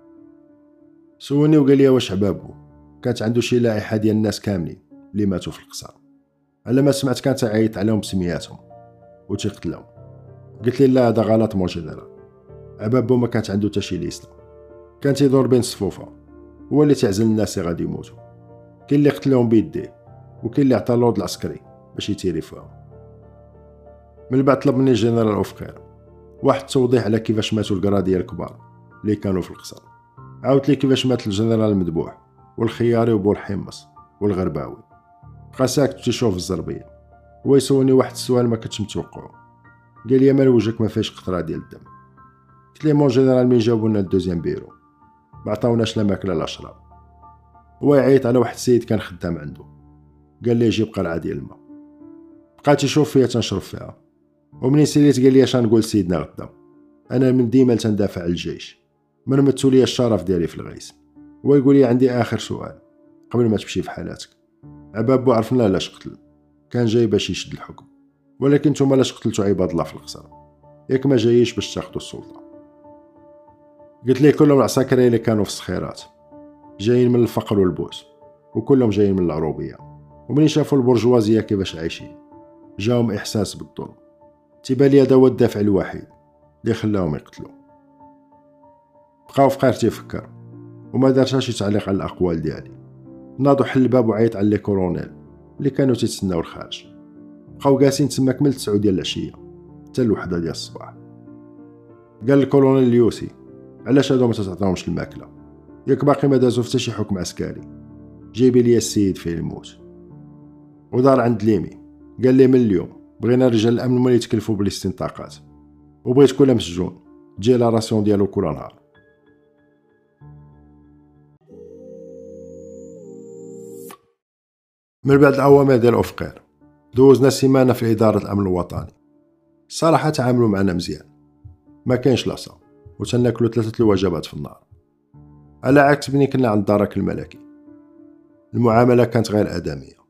سولني وقال لي واش عبابو كانت عنده شي لائحه ديال الناس كاملين اللي ماتوا في القصر. على ما سمعت كان تعيط عليهم بسمياتهم وتيقتلهم. قلت لي لا هذا غلط مون جينيرال. عبابو ما كانت عنده حتى شي ليسته كان تيدور بين الصفوفه هو اللي تعزل الناس اللي غادي يموتوا. كاين اللي قتلهم بيديه وكاين اللي عطى لورد العسكري باش يتيري فيهم. من بعد طلب مني الجنرال وفقير واحد التوضيح على كيفاش ماتوا القراديه الكبار اللي كانوا في القصر. عاودت لي كيفاش مات الجنرال المذبوح والخياري وبورحمص والغرباوي. بقى ساكت تيشوف الزربيه. هو يسولني واحد السؤال ما كنتش متوقعه. قال لي مال وجهك ما فيهش قطره ديال الدم؟ قلت لي مون جينيرال ملي جاوبوا لنا الدوزيام بيرو ما عطاوناش لا ماكله لا شراب. هو يعيط على واحد السيد كان خدام عنده قال لي جيب قرعه ديال الماء. بقى تيشوف فيها تنشرب فيها ومنين سيريت قال لي اش نقول سيدنا غدا انا من ديما تندافع على الجيش ما نمثل لي الشرف ديالي في الغيس. هو يقول لي عندي اخر سؤال قبل ما تمشي في حالاتك. عبابو عرفنا علاش قتل، كان جاي باش يشد الحكم، ولكن نتوما علاش قتلتوا عباد الله في القصر؟ ياك ما جاييش باش تاخذوا السلطه؟ قلت ليه كلهم العساكر اللي كانوا في الصخيرات جايين من الفقر والبؤس، وكلهم جايين من العروبيه، ومنين شافوا البرجوازيه كيفاش عايشين جاهم احساس بالظلم. تيبان لي هذا هو الدافع الوحيد اللي خلاهم يقتلوا. بقاو في قارتي يفكر وما دارش شي تعليق على الاقوال ديالي. ناضو حل الباب وعيط على لي كورونيل اللي كانوا تيتسناو الخارج. بقاو جالسين تما كمل 9 ديال العشيه حتى الوحده ديال الصباح. قال الكولونيل اليوسي علاش هادو ما تعطيهمش الماكله؟ ياك باقي ما دازو حتى شي حكم عسكري؟ جايبي لي السيد فيه الموت. ودار عند ليمي قال لي من اليوم بغينا رجال الامن هما اللي يتكلفوا بالاستنطاقات، وبغيت كل مسجون تجي لا راسيون ديالو كل نهار. من بعد الاوامر ديال اوفقير دوزنا سيمانه في اداره الامن الوطني. الصراحه تعاملوا معنا مزيان، ما كاينش لاصا وتناكلوا 3 الوجبات في النهار، على عكس بني كنا عند دارك الملكي المعامله كانت غير ادميه.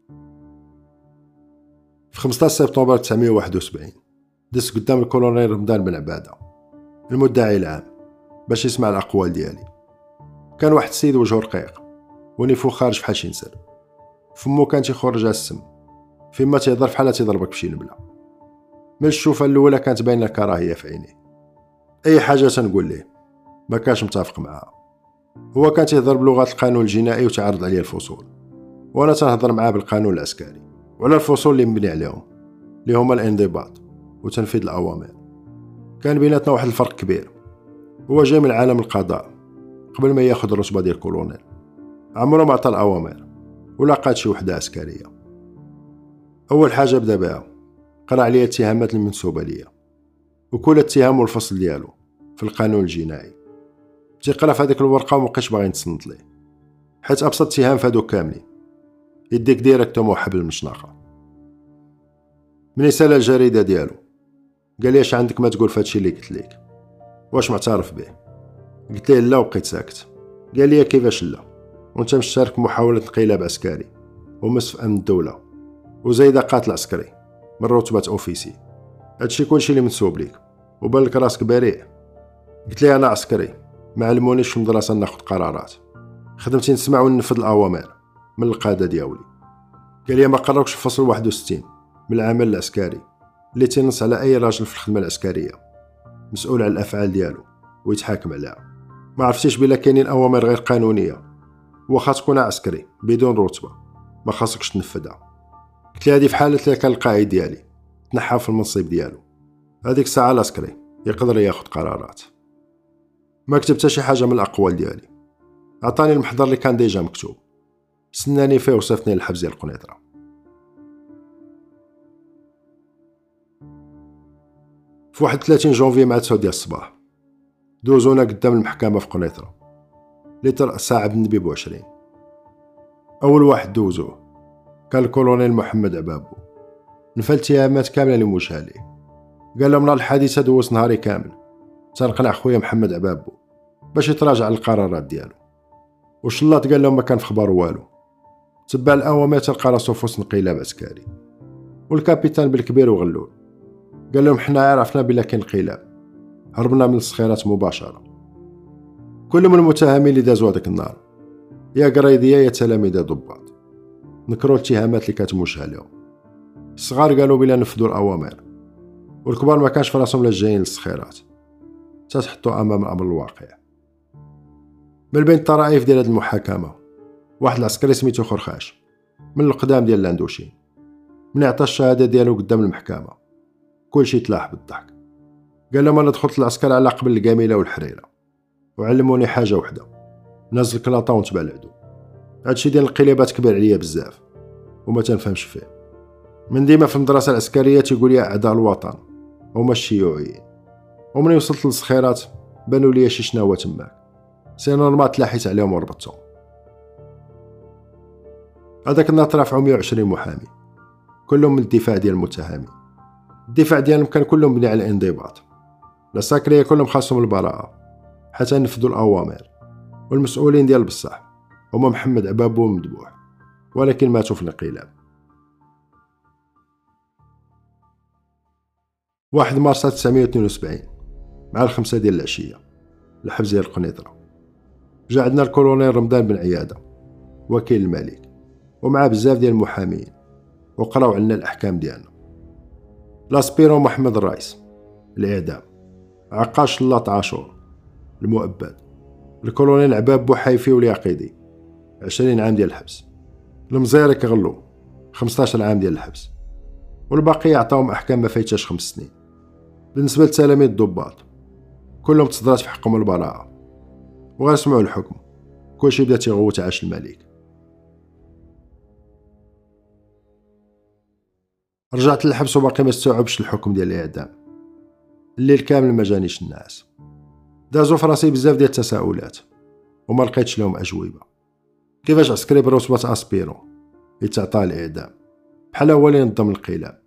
في 15 سبتمبر 1971 دزت قدام الكولونيل رمضان بن عباده المدعي العام باش يسمع الاقوال ديالي. كان واحد السيد وجهه رقيق ونيفو خارج بحال شي نسر، فمو كان تيخرج على السم، فيما تيهضر بحال تيضربك بشي نبله. من الشوفه الاولى كانت باينه الكراهيه في عينيه. اي حاجه تنقول ليه ما كانش متفق معها. هو كان تيهضر بلغه القانون الجنائي وتعرض عليه الفصول، وانا تنهضر معاه بالقانون العسكري وعلى الفصول اللي مبني عليهم اللي هما الانضباط وتنفيذ الاوامر. كان بيناتنا واحد الفرق كبير. هو جاي من عالم القضاء، قبل ما ياخذ الرتبه ديال الكولونيل عمره ما عطى الاوامر ولا قاد شي وحده عسكريه. اول حاجه بدا بها قرا عليا الاتهامات المنسوبه ليا وكل اتهام والفصل ديالو في القانون الجنائي. تيقرا في هذيك الورقه ومبقيتش باغي نتصنت ليه، حيت ابسط اتهام فهادو كاملين يديك ديريكتومون حبل المشناقه. من يسال الجريده ديالو قال لي اش عندك ما تقول فهادشي اللي قلت لك؟ واش معترف به؟ قلت ليه لا وبقيت ساكت. قال لي كيفاش لا وانت مشترك محاوله انقلاب عسكري ومس في امن الدوله وزايده قاتل عسكري من رتبه اوفيسي، هادشي كلشي اللي منسوب ليك وبان لك راسك بريء. قلت ليه انا عسكري ما علمونيش في المدرسه ناخذ قرارات، خدمتي نسمع وننفذ الاوامر من القاده ديالي. قال لي ما قرروكش في فصل 61 من العمل العسكري اللي تنص على اي راجل في الخدمه العسكريه مسؤول على الافعال ديالو ويتحاكم عليها. ما عرفتيش بلا كاينين اوامر غير قانونيه واخا تكون عسكري بدون رتبه ما خاصكش تنفذها. قلت لي هذه في حاله اللي كان القائد ديالي تنحى في المنصب ديالو، هذيك الساعه العسكري يقدر ياخذ قرارات. ما كتبت شي حاجه من الاقوال ديالي، عطاني المحضر اللي كان ديجا مكتوب، سناني فيه وصيفطني للحبس ديال قنيطره. في 31 جونفي مع 9 ديال الصباح دوزونا قدام المحكمه في قنيطره اللي ترأسها عبد النبي بوعشرين. اول واحد دوزوه كان الكولونيل محمد عبابو، نفى الاتهامات كامله اللي موجهه ليه. قال لهم راه الحادثه دوز نهاري كامل تنقنع خويا محمد عبابو باش يتراجع على القرارات ديالو. وشلاط قال لهم ما كان في خبارو والو، تبع الاوامر تلقى راسو في وسط انقلاب عسكري. والكابيتان بالكبير وغلول قال لهم حنا عرفنا بلا كاين انقلاب، هربنا من الصخيرات مباشره. كل من المتهمين اللي دازوا هذاك النهار يا قرايديه يا تلاميذ ضباط نكروا الاتهامات اللي كانت موجهه لهم. الصغار قالوا بلا نفذوا الاوامر، والكبار ما كانش في راسهم لا جايين للصخيرات تتحطوا امام الامر الواقع. من بين الطرائف ديال هذه المحاكمه واحد العسكري سميتو خرخاش من القدام ديال الاندوشين، من عطى الشهاده ديالو قدام المحكمه كلشي تلاح بالضحك. قال لهم انا دخلت العسكر على قبل القامله والحريره وعلموني حاجه وحده، نزل الكلاطه ونتبع العدو. هادشي ديال الانقلابات كبير عليا بزاف وما تنفهمش فيه. من ديما في المدرسه العسكريه تيقول لي اعداء الوطن هما الشيوعيين، ومني وصلت للصخيرات بانوا لي شي شناوه تماك سي نورمال تلاحيت عليهم وربطتهم. هذاك النهار ترافعوا 120 محامي كلهم من الدفاع ديال المتهمين. الدفاع ديالهم كان كلهم مبني على الانضباط، العساكريه كلهم خاصهم البراءه حتى ينفذوا الاوامر، والمسؤولين ديال بصح هما محمد عبابو ومدبوح، ولكن ماتوا في الانقلاب. 1 مارس 1972 مع 5 ديال العشية الحبس ديال القنيطرة، جا عندنا الكولونيل رمضان بن عيادة وكيل الملك ومعاه بزاف ديال المحامين، وقراو عنا الأحكام ديالنا. لاسبيرون محمد الرئيس الإعدام، عقاش الله عاشور المؤبد، الكولونيل عباب بوحيفي واليقيدي 20 عام ديال الحبس، المزيري كغلو 15 عام ديال الحبس، والباقي عطاهم أحكام ما فايتاش 5 سنين. بالنسبة لتلاميذ الضباط كلهم تصدرات في حقهم البراءة، وغير سمعوا الحكم كلشي بدا تيغوت عاش الملك. رجعت للحبس وباقي ما استوعبش الحكم ديال الإعدام. الليل كامل ما جانيش النعاس، دازو فراسي بزاف ديال التساؤلات وما لقيتش لهم أجوبة. كيفاش عسكري برتبة أسبيرون يتعطى الإعدام بحال هو اللي نظم الانقلاب؟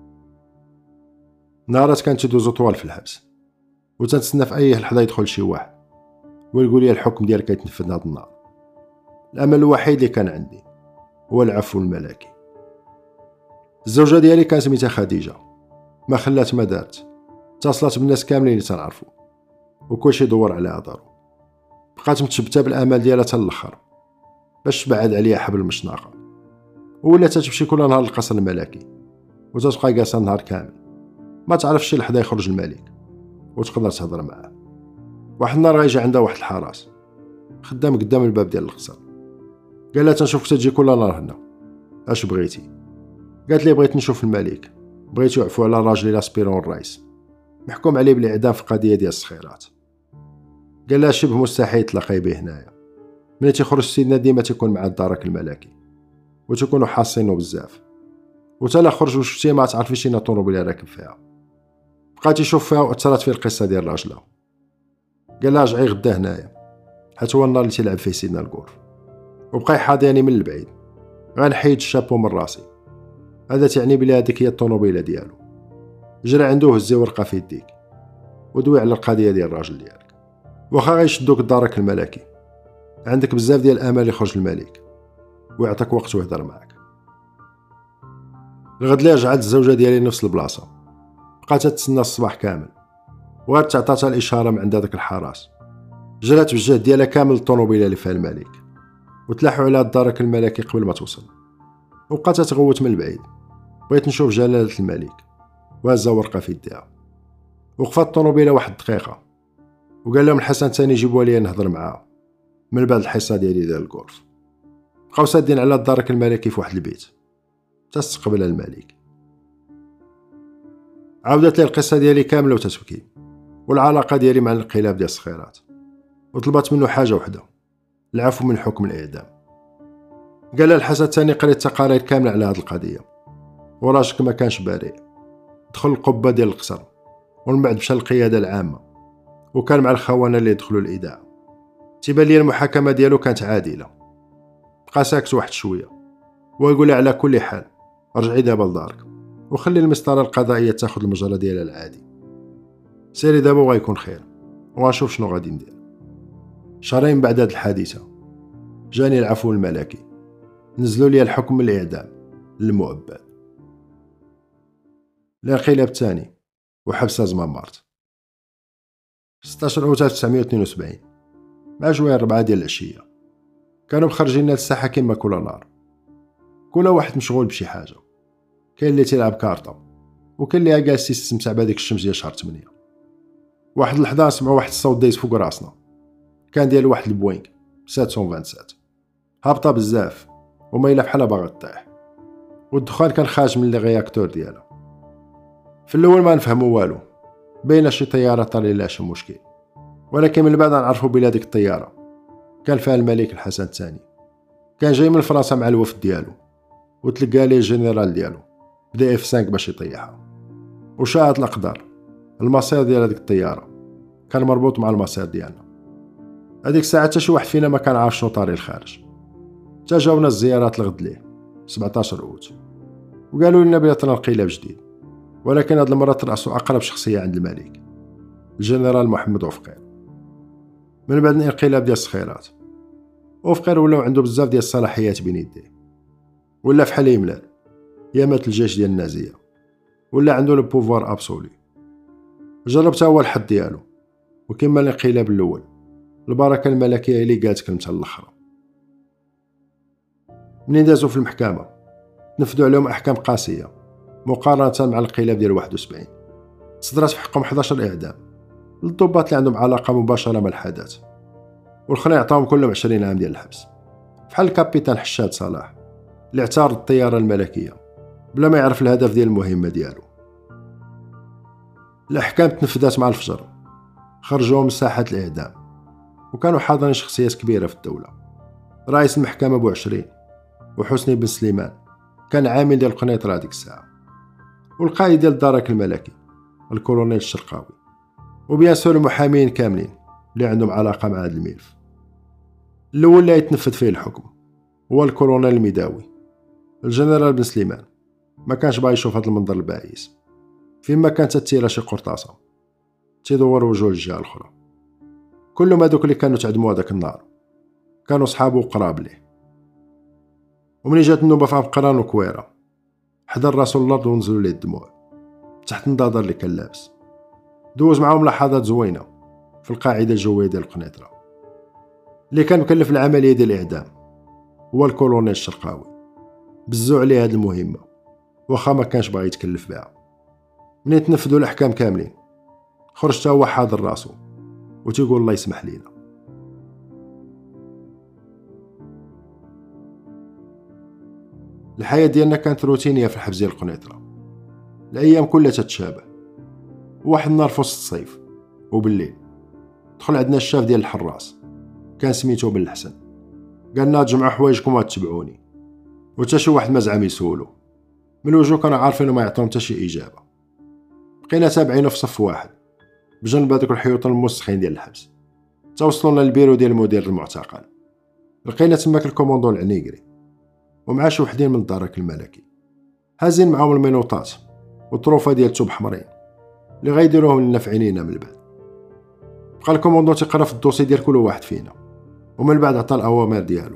نهارات كانت تدوزو طوال في الحبس، وتنتسنى في أي لحظة يدخل شي واحد ويقول لي الحكم ديالك كيتنفذ هاد النهار. الأمل الوحيد اللي كان عندي هو العفو الملكي. الزوجة ديالي كانت سميتها خديجة، ما خلات ما دارت، اتصلت بالناس كاملين اللي تنعرفو وكلشي دور عليها دارو. بقات متشبته بالامال ديالها حتى الاخر باش تبعد عليها حبل المشناقه، ولا تمشي كل نهار للقصر الملكي وتتبقى جالسه نهار كامل ما تعرفش شي لحظه يخرج الملك وتقدر تهضر معاه. واحد النهار غيجي عندها واحد الحراس خدام قدام الباب ديال القصر، قال لها تنشوفك تجي كل نهار هنا، اش بغيتي؟ قالت لي بغيت نشوف الملك، بغيت يعفو على الراجل لاسبيرون الرئيس محكوم عليه بالاعدام في قضيه ديال السخيرات. قال لها شبه مستحيل تلاقي به هنايا، ملي تيخرج سيدنا ديما تيكون مع الدرك الملكي وتيكونوا حاصينه بزاف، وتا لا خرج وشفتيه ما تعرفيش شي طوموبيله راكب فيها. بقى تيشوف فيها واثرت فيه القصه ديال راجلها. قال لها رجعي غدا هنايا حيت هو النهار اللي تيلعب فيه سيدنا الكورف، وبقى يحاضيني من البعيد. غنحيد الشابو من راسي، هذا تعني بلي هذيك هي الطوموبيله ديالو. جري عنده هزي ورقه في يديك ودوي على القضيه ديال الراجل ديالك. واخا غيشدوك الدرك الملكي عندك بزاف ديال الامال يخرج الملك ويعطيك وقت ويهضر معك. الغد لي رجعت الزوجه ديالي نفس البلاصه، بقات تتسنى الصباح كامل وغير تعطاتها الاشاره من عند هذاك الحراس. جرات بالجهد ديالها كامل الطوموبيله اللي فيها الملك وتلاحوا على الدرك الملكي قبل ما توصل، وبقات تغوت من البعيد. بغيت نشوف جلاله الملك وهزا ورقه في يديها. وقفت الطوموبيله واحد الدقيقه وقال لهم الحسن ثاني جيبوا لي نهضر معاه من بعد الحصه ديالي ديال الكورف. بقاو سادين على الدرك الملكي في واحد البيت تستقبل الملك. عاودت لي القصه ديالي كامله وتتبكي والعلاقه ديالي مع الانقلاب ديال الصخيرات، وطلبت منه حاجه وحده، العفو من حكم الاعدام. قال لها الحسن الثاني قريت تقارير كامله على هذه القضيه وراجلك ما كانش بريء. دخل القبه ديال القصر ومن بعد مشى للقياده العامه وكان مع الخونه اللي دخلوا الاذاعه. تيبان لي المحاكمه ديالو كانت عادله. بقى ساكت واحد شويه ويقول لي على كل حال رجعي دابا لدارك وخلي المسطره القضائيه تاخذ المجرى ديالها العادي. سيري دابا وغيكون خير وغنشوف شنو غادي ندير. شهرين بعد هاد الحادثه جاني العفو الملكي، نزلوا لي الحكم بالاعدام للمؤبد. الانقلاب الثاني وحبس زمان مارت 16 أوت 1972 مع جويه 4 ديال العشيه. كانوا مخرجين للساحه كما كل نهار، كل واحد مشغول بشي حاجه. كاين اللي تيلعب كارطه وكاين اللي جالس يستمتع بهذيك الشمس ديال شهر 8. واحد اللحظه سمعوا واحد الصوت دايز فوق راسنا، كان ديال واحد البوينغ 727 هابطه بزاف ومايله بحال باغا طيح، والدخان كان خارج من لي رياكتور ديالها. في الاول ما نفهموا والو، بين شي طياره طالي لها شي مشكل، ولكن من بعد نعرفوا بلي هذيك الطياره كان فيها الملك الحسن الثاني. كان جاي من فرنسا مع الوفد ديالو وتلقى ليه الجنرال ديالو بدا اف 5 باش يطيحها. وشاهد الاقدار المصير ديال هذيك الطياره كان مربوط مع المصير ديالنا. هذيك الساعه حتى شي واحد فينا ما كان عارف شنو طاري الخارج. حتى جاونا الزيارات الغد ليه 17 اوت وقالوا لنا بلي طلع انقلاب جديد، ولكن هاد المره تراسوا اقرب شخصيه عند الملك الجنرال محمد عفقير. من بعد الانقلاب ديال الصخيرات وفقير ولاو عنده بزاف ديال الصلاحيات بين يديه، ولا فحال يملال يا مات الجيش ديال النازيه، ولا عنده لو بوفوار ابسولي. جرب تا هو الحظ ديالو، وكما الانقلاب الاول البركه الملكيه اللي قالت كلمتها الاخرى. منين دازو في المحكمه تنفذوا عليهم احكام قاسيه مقارنه مع الانقلاب ديال 71. صدرات في حقهم 11 اعدام للضباط اللي عندهم علاقه مباشره مع الحدث، والاخرين عطاهم كلهم 20 عام ديال الحبس، بحال الكابيتان حشاد صلاح اللي اعترض الطياره الملكيه بلا ما يعرف الهدف ديال المهمه ديالو. الاحكام تنفذات مع الفجر، خرجوهم من ساحه الاعدام، وكانوا حاضرين شخصيات كبيره في الدوله. رئيس المحكمه بوعشرين وحسني بن سليمان كان عامل ديال القنيطره هذيك الساعه، والقائد ديال الدرك الملكي الكولونيل الشرقاوي، وبيان سور المحامين كاملين اللي عندهم علاقه مع هذا الملف. الاول اللي يتنفذ فيه الحكم هو الكولونيل المداوي. الجنرال بن سليمان ما كانش باغي يشوف هذا المنظر البائس، فيما كانت تتيرا شي قرطاسه تيدور وجوه الجهه الاخرى. كلهم هذوك اللي كانوا تعدموا هذاك النهار كانوا صحابو وقراب ليه. ومني جات النوبه في عبقران وكويره حضر راسو الارض ونزلوا ليه الدموع تحت النظر اللي كان لابس. دوز معاهم لحظات زوينه في القاعده الجويه ديال القنيطره. اللي كان مكلف العمليه ديال الاعدام هو الكولونيل الشرقاوي. بزو عليه هذه المهمه واخا ما كانش باغي يتكلف بها. منين تنفذوا الاحكام كاملين خرج حتى هو حاضر راسو وتيقول الله يسمح لينا. الحياه ديالنا كانت روتينيه في الحبس ديال القنيطره. الايام كلها تتشابه. واحد النهار في وسط الصيف وبالليل دخل عندنا الشاف ديال الحراس كان سميتو بن الحسن. قالنا تجمعوا حوايجكم وتتبعوني، وتا شي واحد ما زعم يسولو. من الوجوه كانوا عارفين ما يعطيهم حتى شي اجابه. بقينا تابعينه في صف واحد بجنب هذوك الحيوط المسخين ديال الحبس، توصلنا للبيرو ديال مدير المعتقل. لقينا تماك الكوموندو العنيقري ومعاه شي وحدين من الدرك الملكي هازين معاهم المينوطات والطروفه ديال التوب حمرين اللي غيديروهم لنا في عينينا من بعد. بقى الكوموندو تيقرا في الدوسي ديال كل واحد فينا، ومن بعد عطى الاوامر ديالو.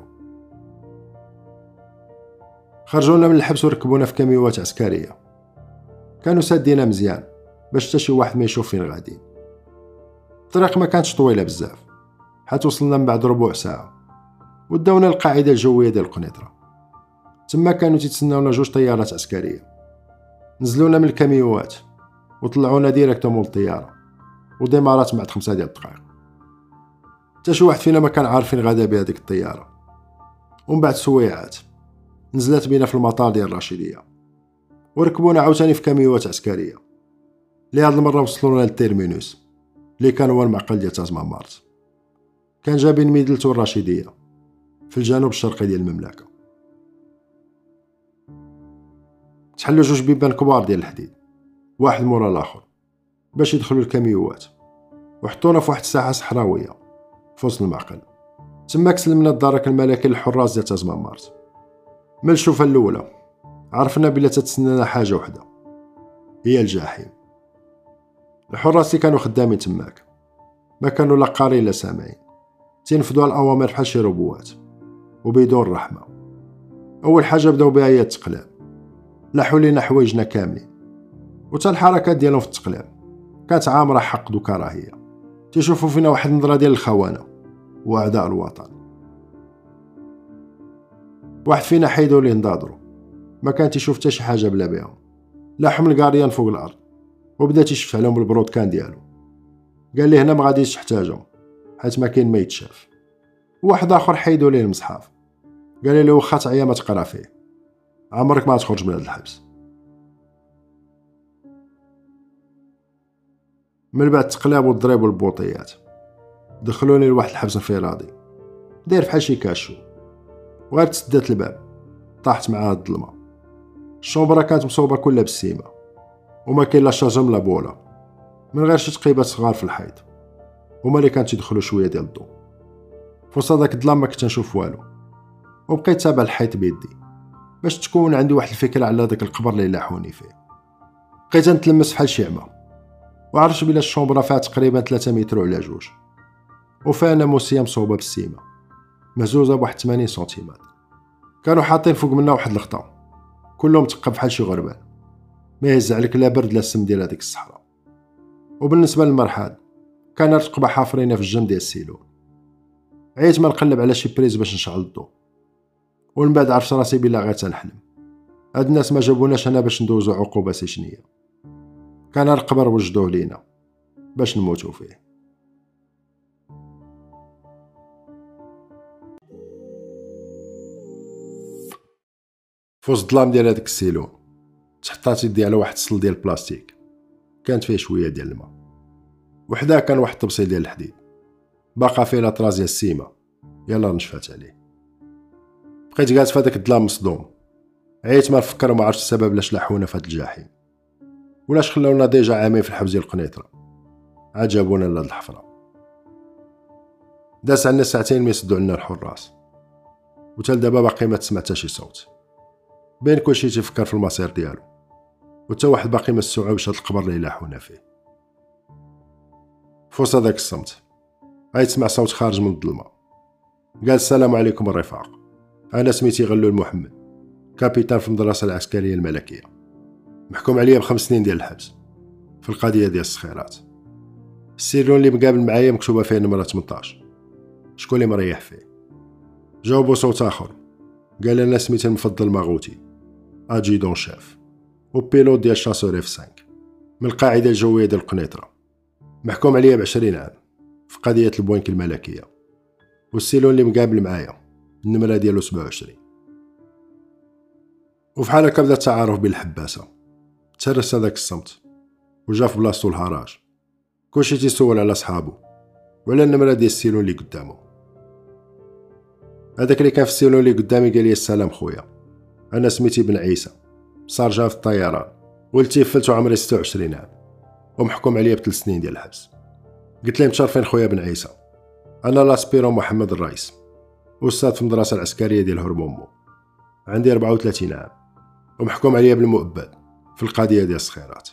خرجونا من الحبس وركبونا في كاميوات عسكريه كانوا سادينا مزيان باش حتى شي واحد ما يشوف فين غاديين. الطريق ما كانتش طويله بزاف حيت وصلنا من بعد ربع ساعه وداونا للقاعده الجويه ديال القنيطره. تما كانوا تيتسناونا جوج طيارات عسكريه. نزلونا من الكاميوات وطلعونا ديريكتومون للطياره وديمارات بعد 5 ديال الدقائق. حتى شي واحد فينا ما كان عارفين غادا بها ديك الطياره. ومن بعد سويعات نزلت بينا في المطار ديال الرشيديه وركبونا عاوتاني في كاميوات عسكريه اللي هاد المره وصلونا للتيرمينوس اللي كان هو المعقل ديال تازمان مارس. كان جابين ميدلتو الرشيديه في الجنوب الشرقي ديال المملكه. تحلوا جوج بيبان كبار ديال الحديد واحد مورا الاخر باش يدخلوا الكاميوات، وحطونا في واحد الساحه صحراويه في وسط المعقل. تماك سلمنا الدرك الملكي للحراس ديال تازمان مارس. من الشوفه الاولى عرفنا بلا تتسنانا حاجه وحده، هي الجحيم. الحراس اللي كانوا خدامين تماك ما كانوا لا قارين لا سامعين، تنفذوا الاوامر بحال شي روبوات وبدون رحمه. اول حاجه بداو بها هي التقلاب. لاحوا لينا حوايجنا كاملين، وتا الحركات ديالهم في التقلاب كانت عامره حقد وكراهيه. تيشوفوا فينا واحد النظره ديال الخونه واعداء الوطن. واحد فينا حيدوا ليه نضادرو ما كان تيشوف حتى شي حاجه بلا بهم. لاحهم الكاريان فوق الارض وبدا تيشف عليهم بالبرود كان ديالو. قال لي هنا ما غاديش تحتاجهم حيت ما كاين ما يتشاف. واحد اخر حيدوا ليه المصحف قال لي واخا تعيا ما تقرا فيه عمرك ما تخرج من هذا الحبس. من بعد التقلاب والضريب والبوطيات دخلوني لواحد الحبس انفرادي داير بحال شي كاشو، وغير تسدات الباب طاحت معاه الظلمه. الشومبره كانت مصوبه كلها بالسيمه وما كاين لا شاجم لا بوله، من غير شي تقيبات صغار في الحيط هما اللي كانت يدخلوا شويه ديال الضوء. في وسط داك الظلام ما كنت نشوف والو، وبقيت تابع الحيط بيدي باش تكون عندي واحد الفكره على داك القبر اللي لاحوني فيه. بقيت نتلمس بحال شي عمى، وعرفت بلا الشومبره فيها تقريبا 3 متر على 2 وفيها ناموسيه مصوبه بالسيمه مهزوزه بواحد 80 سنتيمتر. كانوا حاطين فوق منها واحد الغطا، كلهم تقب بحال شي غربان، ما يهز عليك لا برد لا السم ديال هذيك الصحراء. وبالنسبه للمرحاض كان رقبه حافرينه في الجنب ديال السيلون. عييت ما نقلب على شي بريز باش نشعل الضو، ومن بعد عرفت راسي بلا غير تنحلم. هاد الناس ما جابوناش هنا باش ندوزو عقوبه سجنيه، كان القبر وجدوه لينا باش نموتو فيه. في وسط الظلام ديال هذاك السيلون تحطات يدي على واحد الصل ديال البلاستيك كانت فيه شويه ديال الماء، وحداه كان واحد الطبسيل ديال الحديد باقا فيه لاطراز ديال السيما يلا نشفات عليه. بقيت جالس في هذاك الظلام مصدوم، عييت ما نفكر وما عرفتش السبب لاش لاحونا في هاد الجحيم، ولاش خلاونا ديجا عامين في الحبس ديال القنيطره عاد جابونا لهاد الحفره. داس عنا ساعتين ما يسدو عنا الحراس، وتال دابا باقي ما تسمع حتى شي صوت. بين كلشي تيفكر في المصير ديالو، وتا واحد باقي ما استوعبش هاد القبر اللي لاحونا فيه. فوسط هذاك الصمت غيتسمع صوت خارج من الظلمه قال: السلام عليكم الرفاق، انا سميتي غلول محمد، كابيتان في المدرسه العسكريه الملكيه، محكوم عليا ب5 سنين ديال الحبس في القضيه ديال السخيرات. السيرون اللي مقابل معايا مكتوبه فيه نمره 18. شكون اللي مريح فيه؟ جاوبو صوت اخر قال: انا سميتي المفضل ماغوتي، اجيدون شاف وبيلوت ديال شاسور اف 5 من القاعده الجويه ديال القنيطره، محكوم عليا ب20 عام في قضيه البوينك الملكيه. والسيلون اللي مقابل معايا النمره ديالو 27. وفحال هكا بدا التعارف بين الحباسه، تهرس هذاك الصمت وجا في بلاصتو الهراج. كلشي تيسول على صحابو وعلى النمره ديال السيلون اللي قدامو. هذاك اللي كان في السيلون اللي قدامي قال لي: السلام خويا، انا سميتي بن عيسى، سارجان في الطيران، ولدتي فلت وعمري 26 عام ومحكوم عليا ب3 سنين ديال الحبس. قلت لهم: متشرفين خويا بن عيسى، انا لاسبيرون محمد الرئيس، استاذ في المدرسه العسكريه ديال هرمومو، عندي 34 عام ومحكوم عليا بالمؤبد في القضيه ديال السخيرات.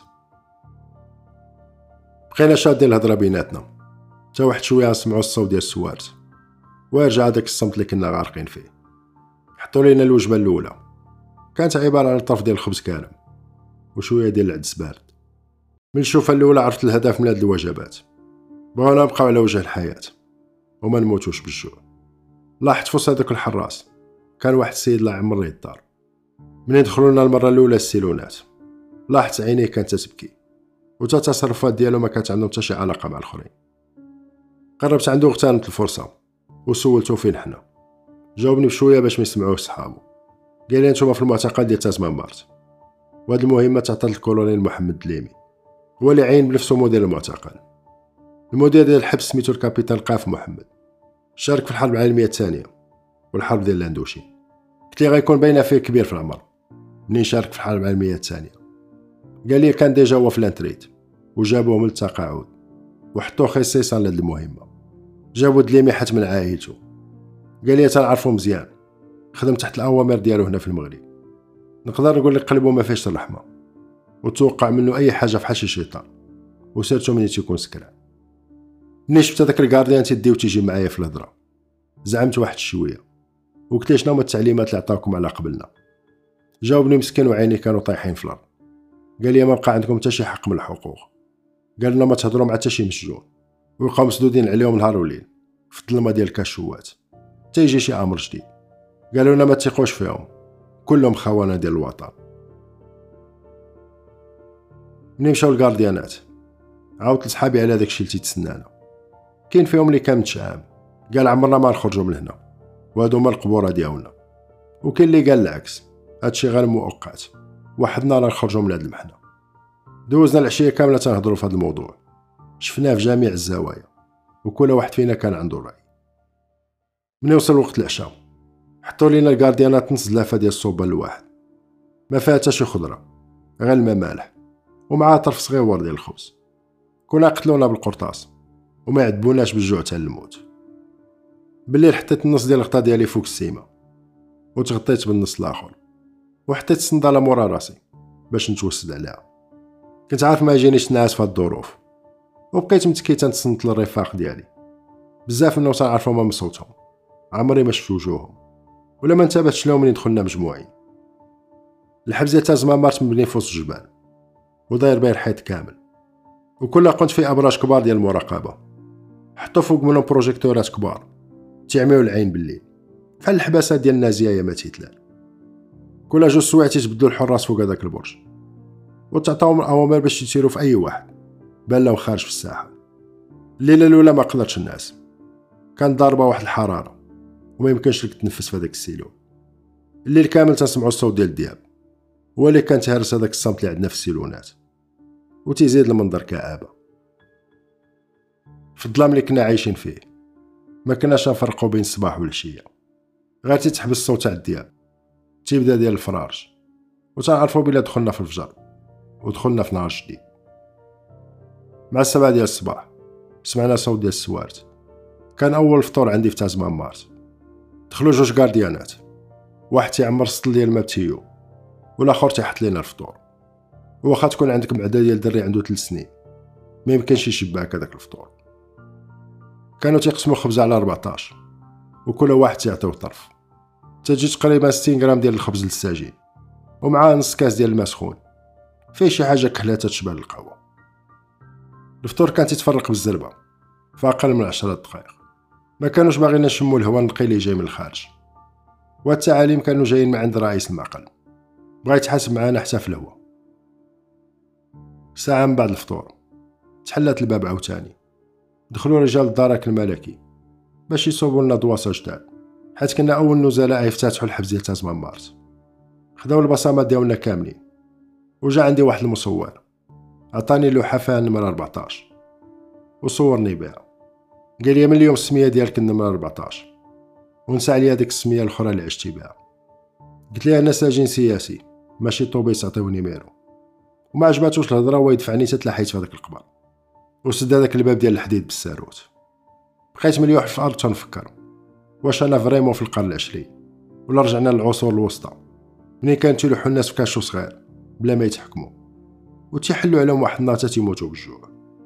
بقينا شادين الهضره بيناتنا حتى واحد شويه نسمعوا الصوت ديال السوارت، ويرجع داك الصمت اللي كنا غارقين فيه. حطوا لينا الوجبه الاولى، كانت عباره عن طرف ديال الخبز كارم وشويه ديال العدس بارد. من الشوفه الاولى عرفت الهدف من هاد الوجبات، بغاونا نبقاو على وجه الحياه وما نموتوش بالجوع. لاحظت فوسط هذاك الحراس كان واحد السيد لا عمر الدار. منين دخلونا المره الاولى السيلونات لاحظت عينيه كانت تبكي، وتا التصرفات ديالو ما كانت عندهم حتى شي علاقه مع الاخرين. قربت عنده اغتنمت الفرصه وسولته فين حنا. جاوبني بشويه باش ما يسمعوه صحابو. قال لي: نتوما في المعتقل ديال تازمان مارت، وهاد المهمه تعطات الكولونيل محمد دليمي، هو اللي عين بنفسه مدير المعتقل. المدير ديال الحبس سميتو الكابيتان قاف محمد، شارك في الحرب العالميه الثانيه والحرب ديال الاندوشين. قلت لي غيكون باينه فيه كبير في العمر منين شارك في الحرب العالميه الثانيه. قال لي كان ديجا هو في لانتريت وجابوه من التقاعد وحطوه خصيصا لهاد المهمه. جابو دليمي حت من عائلته، قال لي تنعرفو مزيان، خدم تحت الاوامر ديالو هنا في المغرب. نقدر نقول لك قلبو ما فيهش الرحمه، وتوقع منه اي حاجه فحال شي شيطان، وسيرتو ملي تيكون سكران. ملي شفت هذاك الكارديان تيدي وتيجي معايا في الهضره زعمت واحد شويه وقلت ليه: شنو هما التعليمات اللي عطاوكم على قبلنا؟ جاوبني مسكين وعيني كانوا طايحين في الارض. قال لي: ما بقى عندكم حتى شي حق من الحقوق. قال لنا ما تهضروا مع حتى شي مسجون ويبقاو مسدودين عليهم نهار وليل في الظلمه ديال الكاشوات حتى يجي شي امر جديد. قالوا لنا ما تثقوش فيهم، كلهم خونه ديال الوطن. ملي مشاو الكارديانات عاودت لصحابي على داكشي اللي تيتسنانا. كاين فيهم اللي كان متشائم قال: عمرنا ما نخرجوا من هنا وهادو هما القبوره ديالنا. وكاين اللي قال العكس، هادشي غير مؤقت، واحد نهار نخرجوا من هاد المحنه. دوزنا العشيه كامله تنهضروا في هاد الموضوع، شفناه في جميع الزوايا وكل واحد فينا كان عنده راي. ملي وصل وقت العشاء حطوا لينا الكارديانات نص زلافه ديال الصوبه الواحد، ما فيها حتى شي خضره غير الماء مالح ومعاه طرف صغيور ديال الخبز. كنا قتلونا بالقرطاس وما يعذبوناش بالجوع حتى الموت. بالليل حطيت النص ديال الغطا ديالي فوق السيمه وتغطيت بالنص الاخر وحطيت الصنداله مورا راسي باش نتوسد عليها. كنت عارف ما يجينيش نعاس في هاد الظروف، وبقيت متكي تنتصنت للرفاق ديالي. بزاف منهم تنعرفهم من صوتهم، عمري ما شفت وجوههم ولا ما انتبهتش لهم ملي دخلنا مجموعين. الحبس ديال تازمان مارت مبني في وسط الجبال وداير بين الحيط كامل، وكل قنت فيه ابراج كبار ديال المراقبه، حطوا فوق منهم بروجيكتورات كبار تعميو العين بالليل بحال الحباسات ديال النازيه يا ما تيتلال. كل جوج سوايع تيتبدلوا الحراس فوق هذاك البرج وتعطاهم الاوامر باش يسيروا في اي واحد بان لهم خارج في الساحه. الليله الاولى ما قدرتش الناس، كانت ضاربه واحد الحراره وما يمكنش لك تنفس في هذاك السيلو. الليل كامل تسمعوا الصوت ديال الدياب هو اللي كان تهرس هذاك الصمت اللي عندنا في السيلونات، وتزيد المنظر كآبه. في الظلام اللي كنا عايشين فيه ما كناش نفرقوا بين الصباح والعشيه، غير تتحبس الصوت تاع الدياب تيبدا ديال الفرارج، وتعرفوا بلا دخلنا في الفجر ودخلنا في نهار جديد. مع 7 ديال الصباح سمعنا صوت ديال السوارت. كان اول فطور عندي في تازمان مارت. دخلوا جوج غارديانات، واحد تيعمر السطل ديال الماء بتيو والاخر تيحط لينا الفطور. واخا تكون عندك معده ديال دري عنده 3 سنين ما يمكنش يشبعك هذاك الفطور. كانوا تيقسموا الخبز على 14، وكل واحد تيعطيو طرف، تجي تقريبا 60 غرام ديال الخبز للساجين ومعاه نص كاس ديال الماء سخون فيه شي حاجه كحلاته تشبه القهوه. الفطور كان تيتفرق بالزربه في اقل من 10 دقائق. ما كانوش باغيين نشموا الهواء النقي اللي جاي من الخارج، والتعاليم كانوا جايين من عند رئيس المعقل بغا يتحاسب معانا حتى في الهواء. ساعه من بعد الفطور تحلات الباب عاوتاني، دخلوا رجال الدرك الملكي باش يصوبوا لنا دواسه جداد، حيت كنا اول نزلاء يفتتحوا الحبس ديال تازمان مارت. خداو البصمات ديالنا كاملين، وجا عندي واحد المصور عطاني لوحه فيها النمره 14 وصورني بها. قال لي من اليوم السميه ديالك النمره 14 ونسى عليا ديك السميه الاخرى اللي عشتي بها. قلت ليه انا سجين سياسي ماشي طوبيس عطيوني ميرو، وما عجباتوش الهضره ويدفعني تتلاحيت في هذاك القبر وسد هذاك الباب ديال الحديد بالساروت. بقيت مليوح في الارض تنفكر واش انا فريمون في القرن العشرين ولا رجعنا للعصور الوسطى منين كانوا تيلوحوا الناس في كاشو صغير بلا ما يتحكموا وتيحلوا عليهم واحد النهار تيموتوا بالجوع.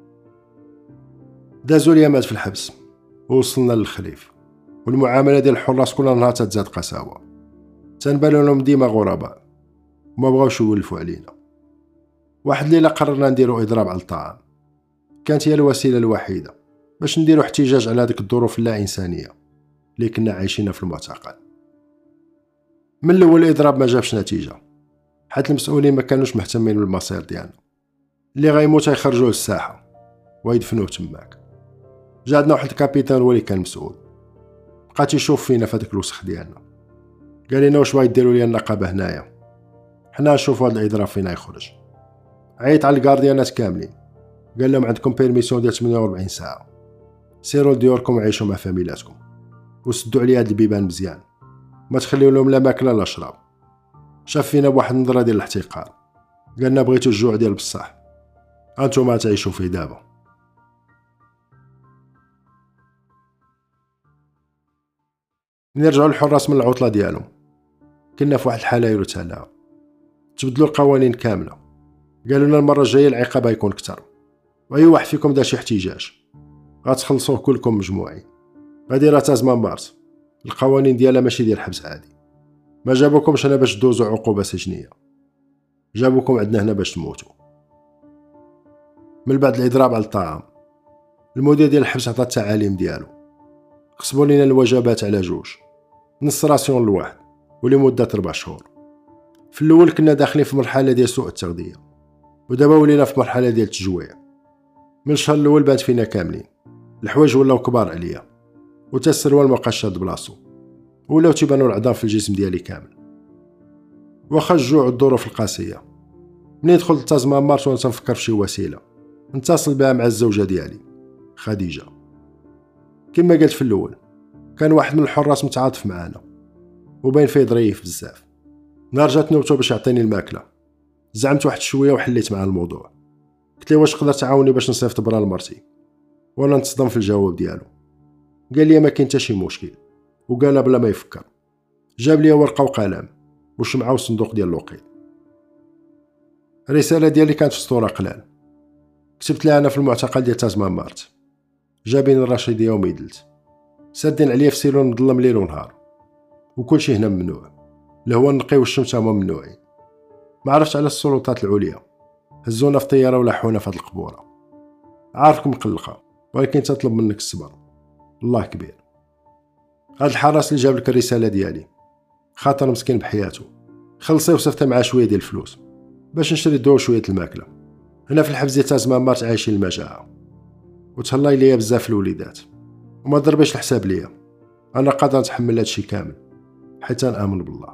دازوا اليامات في الحبس ووصلنا للخليف، والمعامله ديال الحراس كل نهار تزاد قساوه، تنبانوا لهم ديما غرباء وما بغاوش يولفوا علينا. واحد الليله قررنا نديروا اضراب على الطعام، كانت هي الوسيله الوحيده باش نديروا احتجاج على هذيك الظروف اللا انسانيه اللي كنا عايشينها في المعتقل. من الاول الاضراب ما جابش نتيجه، حيت المسؤولين ما كانوش مهتمين بالمصير ديالنا. اللي غيموت يخرجوه للساحه ويدفنوه تماك. جا عندنا واحد الكابيتان هو اللي كان مسؤول، بقى تيشوف فينا في هذاك الوسخ ديالنا. قال لنا واش باغي ديروا لي النقابه هنايا، حنا نشوفوا هذا الاضراب فينا يخرج. عيط على الكارديانات كاملين، قال لهم عندكم بيرميسيون ديال 48 ساعه، سيروا لديوركم وعيشوا مع فاميلاتكم وسدوا عليا هاد البيبان مزيان، ما تخليو لهم لا ماكله لا شراب. شاف فينا بواحد النظره ديال الاحتقار، قالنا بغيتو الجوع ديال بصح انتوما تعيشوا فيه دابا. نرجعوا للحراس من العطله ديالهم، كنا في واحد الحاله تاعنا تبدلوا القوانين كامله. قالوا لنا المره الجايه العقاب غيكون اكثر، واي واحد فيكم دار شي احتجاج غتخلصوه كلكم مجموعين. هادي راه تازمان مارت، القوانين ديالها ماشي ديال الحبس عادي. ما جابوكمش هنا باش دوزوا عقوبه سجنيه، جابوكم عندنا هنا باش تموتوا. من بعد الاضراب على الطعام، المدير ديال الحبس عطى التعاليم ديالو، قسموا لنا الوجبات على جوج، نص راسيون لواحد ولمده 4 شهور. في الاول كنا داخلين في مرحله ديال سوء التغذيه، ودابا ولينا في مرحله ديال التجويع. من الشهر الاول بانت فينا كاملين، الحوايج ولاو كبار عليا وتا السروال ما بقاش شاد بلاصو، ولاو تيبانوا العظام في الجسم ديالي كامل. واخا الجوع والظروف القاسيه، منين دخلت تازمان مارت وانا تنفكر في شي وسيله نتصل بها مع الزوجه ديالي خديجه. كما قلت في الاول، كان واحد من الحراس متعاطف معانا وباين فيه ظريف بزاف. نهار جات نوبته باش يعطيني الماكله، زعمت واحد شويه وحليت معاه الموضوع. قلت له واش تقدر تعاوني باش نصيفط برا لمرتي، وانا نتصدم في الجواب ديالو. قال لي ما كاين حتى شي مشكل، وقالها بلا ما يفكر. جاب لي ورقه وقلم وشمعه وصندوق ديال الوقيت. الرساله ديالي كانت في سطور قلال، كتبت لها انا في المعتقل ديال تازمان مارت، جابين الرشيديه وميدلت. سادين عليا في سيلون مظلم ليل ونهار، وكلشي هنا ممنوع. الهواء النقي والشمس هما ممنوعين. ما عرفتش على السلطات العليا، هزونا في طياره ولاحونا في هاد القبوره. عارفك مقلقه، ولكن تطلب منك الصبر، الله كبير. هاد الحراس اللي جاب لك الرساله ديالي خاطر مسكين بحياته، خلصي وصفتي معاه شويه ديال الفلوس باش نشري الدواء وشويه الماكله. هنا في الحبس ديال تازمامارت عايشين المجاعه، وتهلاي ليا بزاف الوليدات، وما ضربش الحساب ليا. انا قادر نتحمل هادشي كامل حتى نامن بالله.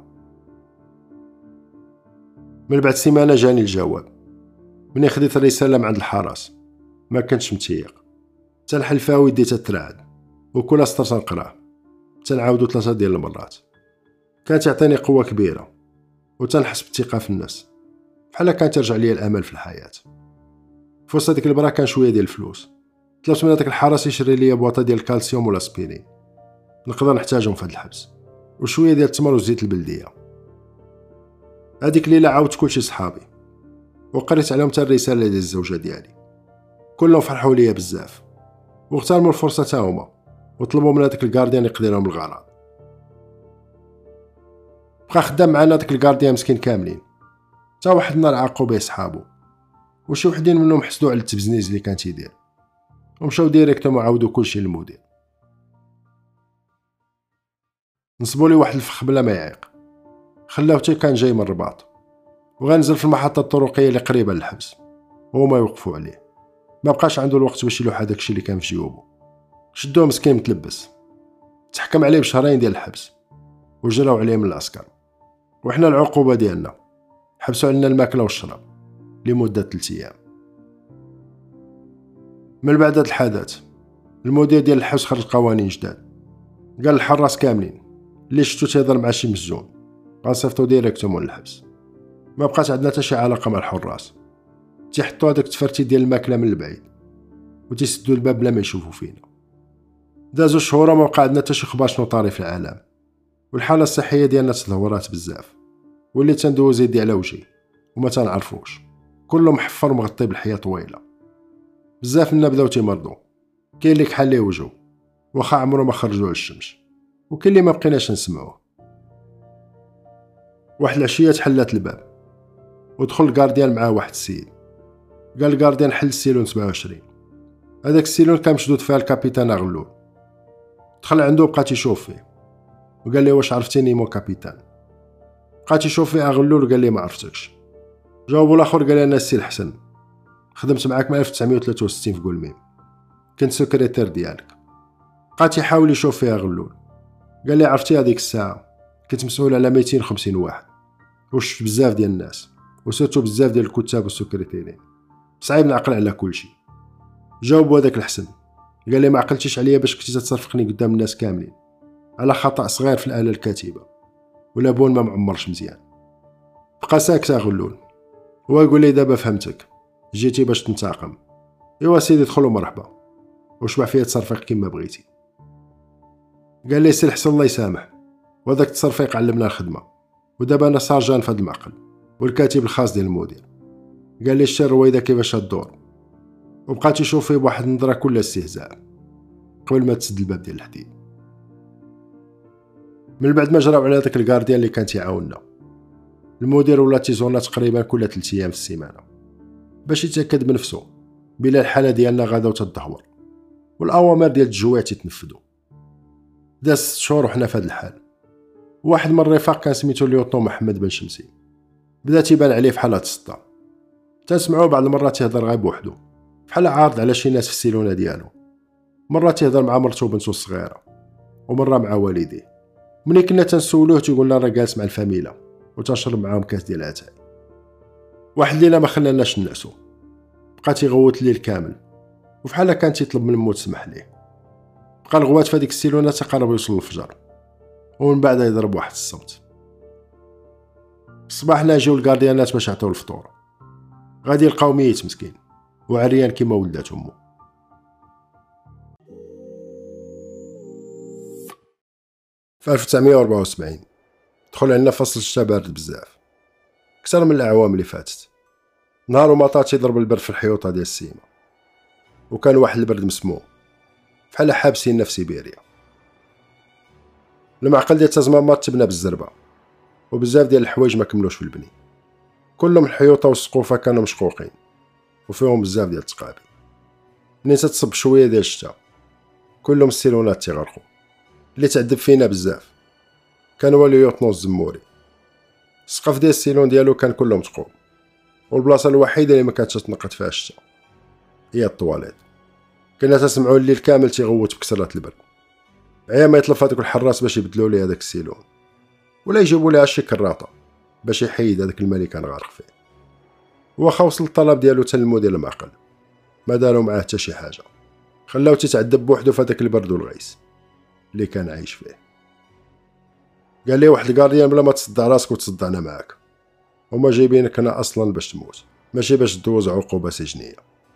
من بعد سيمانه جاني الجواب. مني خديت الرساله من عند الحراس ما كنتش متيق، تنحلفها يدي تترعد، وكل سطر تنقراه تنعاودو 3 ديال المرات. كانت يعطيني قوه كبيره، وتنحس بالثقه في الناس، بحال كان ترجع لي الامل في الحياه. في وسط ديك البرا كان شويه ديال الفلوس، طلبت من هذاك الحراس يشري لي بواطه ديال الكالسيوم ولا اسبيرين نقدر نحتاجهم في هذا الحبس، وشويه ديال التمر وزيت البلديه. هذيك الليله عاودت كلشي صحابي، وقريت عليهم حتى الرساله ديال الزوجه ديالي. كلهم فرحوا ليا بزاف، واغتنموا الفرصه تا هما، وطلبوا من هذاك الكارديان يقضي لهم الغرض. بقى خدام معنا داك الكارديان مسكين كاملين، تا واحد النهار عاقوا به صحابو، وشي وحدين منهم حسدوا على التبزنيز اللي كان تيدير، ومشاو ديريكتوم عاودوا كلشي للمدير. نصبوا لي واحد الفخ بلا ما يعيق، خلاو حتى كان جاي من الرباط، وغنزل في المحطه الطرقيه اللي قريبه للحبس، وهما يوقفوا عليه. ما بقاش عنده الوقت باش يلوح هذاك الشيء اللي كان في جيوبه. شدوه مسكين متلبس، تحكم عليه بشهرين ديال الحبس، وجراو عليه من العسكر. وحنا العقوبه ديالنا حبسوا علينا الماكله والشراب لمده 3 ايام. من بعد هذا الحدث المدير ديال الحبس خرج قوانين جداد، قال الحراس كاملين اللي شفتو تيهضر مع شي مسجون غنصيفطو ديريكتومون للحبس. ما بقات عندنا حتى شي علاقه مع الحراس، تيحطوا هذاك التفرتيت ديال الماكله من البعيد، وتيسدوا الباب بلا ما يشوفوا فينا. دازو شهور ما بقى عندنا حتى شي خبر شنو طاري في العالم، والحاله الصحيه ديالنا تدهورات بزاف، واللي تندوز يدي على وجهي وما تنعرفوش، كله محفر ومغطي بالحياه طويله. بزاف منا بداو تيمرضوا، كاين اللي كحل ليه وجهو واخا عمرو ما خرجوه للشمس، وكاين اللي ما بقيناش نسمعوه. واحد العشيه تحلات الباب، ودخل الكارديان معاه واحد السيد. قال الكارديان حل السيلون 27. هذاك السيلون كان مشدود فيها الكابيتان اغلول. دخل عنده وبقى تيشوف فيه، وقال لي واش عرفتيني مو كابيتان؟ بقى تيشوف فيه اغلول وقال لي ما عرفتكش. جاوبو الاخر قال لي انا السي الحسن، خدمت معاك من 1963 في قولميم، كنت سكرتير ديالك. بقى تيحاول يشوف فيها اغلول، قال لي عرفتي هذيك الساعه كنت مسؤول على 250 واحد، وشفت بزاف ديال الناس، وسيرتو بزاف ديال الكتاب والسكرتيرين، صعيب نعقل على كلشي. جاوبو هذاك الحسن قال لي ما عقلتيش عليا باش كنتي تتصرفقني قدام الناس كاملين على خطا صغير في الاله الكاتبه، ولا بون ما معمرش مزيان. بقى ساكت غلول، هو يقول لي دابا فهمتك، جيتي باش تنتقم. ايوا سيدي دخل ومرحبا، وشبع فيا تصرفيق كيما بغيتي. قال لي سي الحسن الله يسامح، وهذاك التصرفيق علمنا الخدمه، ودابا انا سارجان في هذا المعقل والكاتب الخاص ديال المدير. قال لي شتي الرويده كيفاش تدور، وبقى تيشوف فيه بواحد النظره كلها استهزاء قبل ما تسد الباب ديال الحديد. من بعد ما جراو على هذاك الكارديان اللي كان تيعاوننا، المدير ولا تيزورنا تقريبا كل 3 ايام في السيمانه باش يتاكد بنفسه بلا الحاله ديالنا غادا وتدهور، والاوامر ديال التجويع تتنفذوا. داز 6 شهور وحنا في هذا الحال. واحد من الرفاق كان سميتو ليوطون محمد بن شمسي، بدا تيبان عليه فحال هاد السطا، تنسمعوه بعض المرات يهضر غير بوحدو بحال عارض على شي ناس في السيلونه ديالو. مره تيهضر مع مرته وبنته الصغيره، ومره مع والديه. ملي كنا تنسولوه تيقول لنا راه جالس مع الفاميله وتنشرب معاهم كاس ديال اتاي. واحد الليله ما خلاناش نعسو، بقى تيغوت الليل كامل، وفحال كان تيطلب من مو تسمح ليه. بقى الغوات في هذيك السيلونه تقرب يوصل الفجر، ومن بعد يضرب واحد الصمت. الصباح جاو الكارديانات باش يعطيو الفطور، غادي يلقاو ميت مسكين وعريان كيما ولدات امه. في 1974 دخل عندنا فصل الشتا بارد بزاف اكثر من الاعوام اللي فاتت. نهار ومطار تيضرب البرد في الحيوطه ديال السيما، وكان واحد البرد مسموم بحال حابسيننا في سيبيريا. المعقل ديال تازمامات تبنى بالزربه، وبزاف ديال الحوايج ما كملوش في البني. كلهم الحيوطه والسقوفه كانوا مشقوقين وفيهم بزاف ديال التقابي. منين تتصب شويه ديال الشتا كلهم السيلونات تيغرقوا. اللي تعذب فينا بزاف كان هو ليوتنو الزموري. السقف ديال السيلون ديالو كان كله مثقوب، والبلاصه الوحيده اللي ما كانتش تنقط فيها الشتا هي الطواليت. كنا تسمعوا الليل كامل تيغوت بكسرات البرد. عيا ما يطلب هذاك الحراس باش يبدلوا ليه هذاك السيلون، ولا يجيبوا ليها شي كراطه باش يحيد هذاك الماء اللي كان غارق فيه. واخا وصل الطلب ديالو حتى للمدير المعقل، ما داروا معاه حتى شي حاجه، خلاو تيتعذب بوحدو في هذاك البرد والغيس اللي كان عايش فيه. قال لي واحد الكارديان بلا ما تصدع راسك وتصدعنا معاك، هما جايبينك هنا اصلا باش تموت، ماشي باش تدوز عقوبه سجنيه.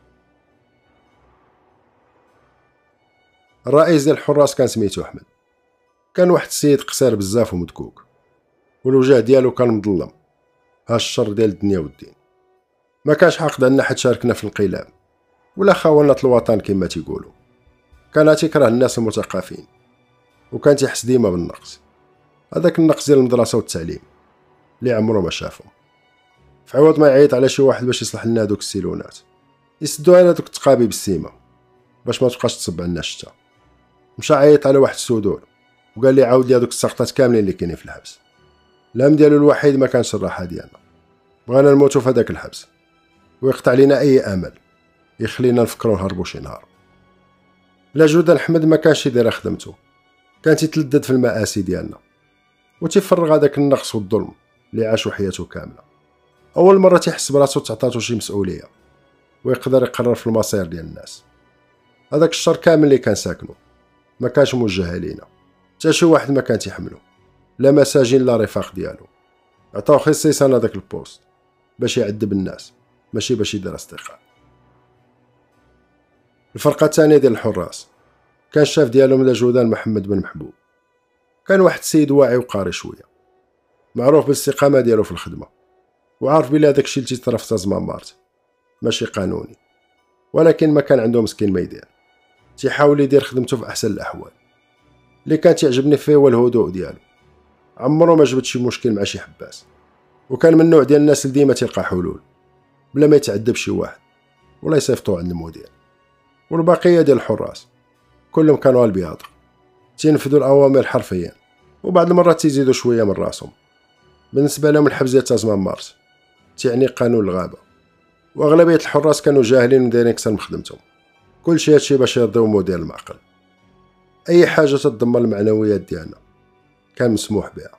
الرئيس ديال الحراس كان سميتو احمد. كان واحد السيد قصير بزاف ومدكوك، والوجه ديالو كان مظلم، ها الشر ديال الدنيا والدين. ما كانش حاقد عنا حد شاركنا في الانقلاب ولا خونة الوطن كما تيقولوا. كان تيكره الناس المثقفين، وكان تيحس ديما بالنقص، هذاك النقص ديال المدرسه والتعليم اللي عمره ما شافهم. في عوض ما يعيط على شي واحد باش يصلح لنا هذوك السيلونات، يسدوا على دوك التقابي بالسيمه باش ما تبقاش تصب عنا الشتا. مشى عيط على واحد السودور وقال لي عاود لي هذوك السقطات كاملين اللي كاينين في الحبس. الهم ديالو الوحيد ما كانش الراحه ديالنا، بغينا نموتوا في هذاك الحبس ويقطع لينا اي امل يخلينا نفكروا نهربوا شي نهار. لا جودان احمد ما كانش يدير خدمته، كان تيتلدد في المآسي ديالنا وتيفرغ هذاك النقص والظلم اللي عاشوا حياته كامله. اول مره تيحس براسو تعطاتو شي مسؤوليه ويقدر يقرر في المصير ديال الناس. هذاك الشر كامل اللي كان ساكنو ما كانش موجه لينا، حتى شي واحد ما كان تيحملو، لا مساجين لا رفاق ديالو. عطاو خصيصا هذاك البوست باش يعذب الناس، ماشي باش يدير اصدقاء. الفرقه الثانيه ديال الحراس كان الشاف ديالهم لا جودان محمد بن محبوب. كان واحد السيد واعي وقاري شويه، معروف بالاستقامه ديالو في الخدمه، وعارف بلي هذاك الشيء اللي تيطرا في تازمامارت ماشي قانوني، ولكن ما كان عنده مسكين ما يدير. تيحاول يدير خدمته في احسن الاحوال. اللي كان تعجبني فيه هو الهدوء ديالو، عمره ما جبت شي مشكل مع شي حباس، وكان من النوع ديال الناس اللي ديما تلقى حلول بلا ما يتعذب شي واحد ولا يصيفطوه عند المدير. والبقيه ديال الحراس كلهم كانوا البياض، تينفذوا الاوامر حرفيا، وبعض المرات تيزيدوا شويه من راسهم. بالنسبه لهم الحبس ديال تازمامارت تعني قانون الغابه، واغلبيه الحراس كانوا جاهلين ودايرين اكثر من خدمتهم. كل شيء هادشي باش يرضيو مدير المعقل. اي حاجه تدمر المعنويات ديالنا كان مسموح بها.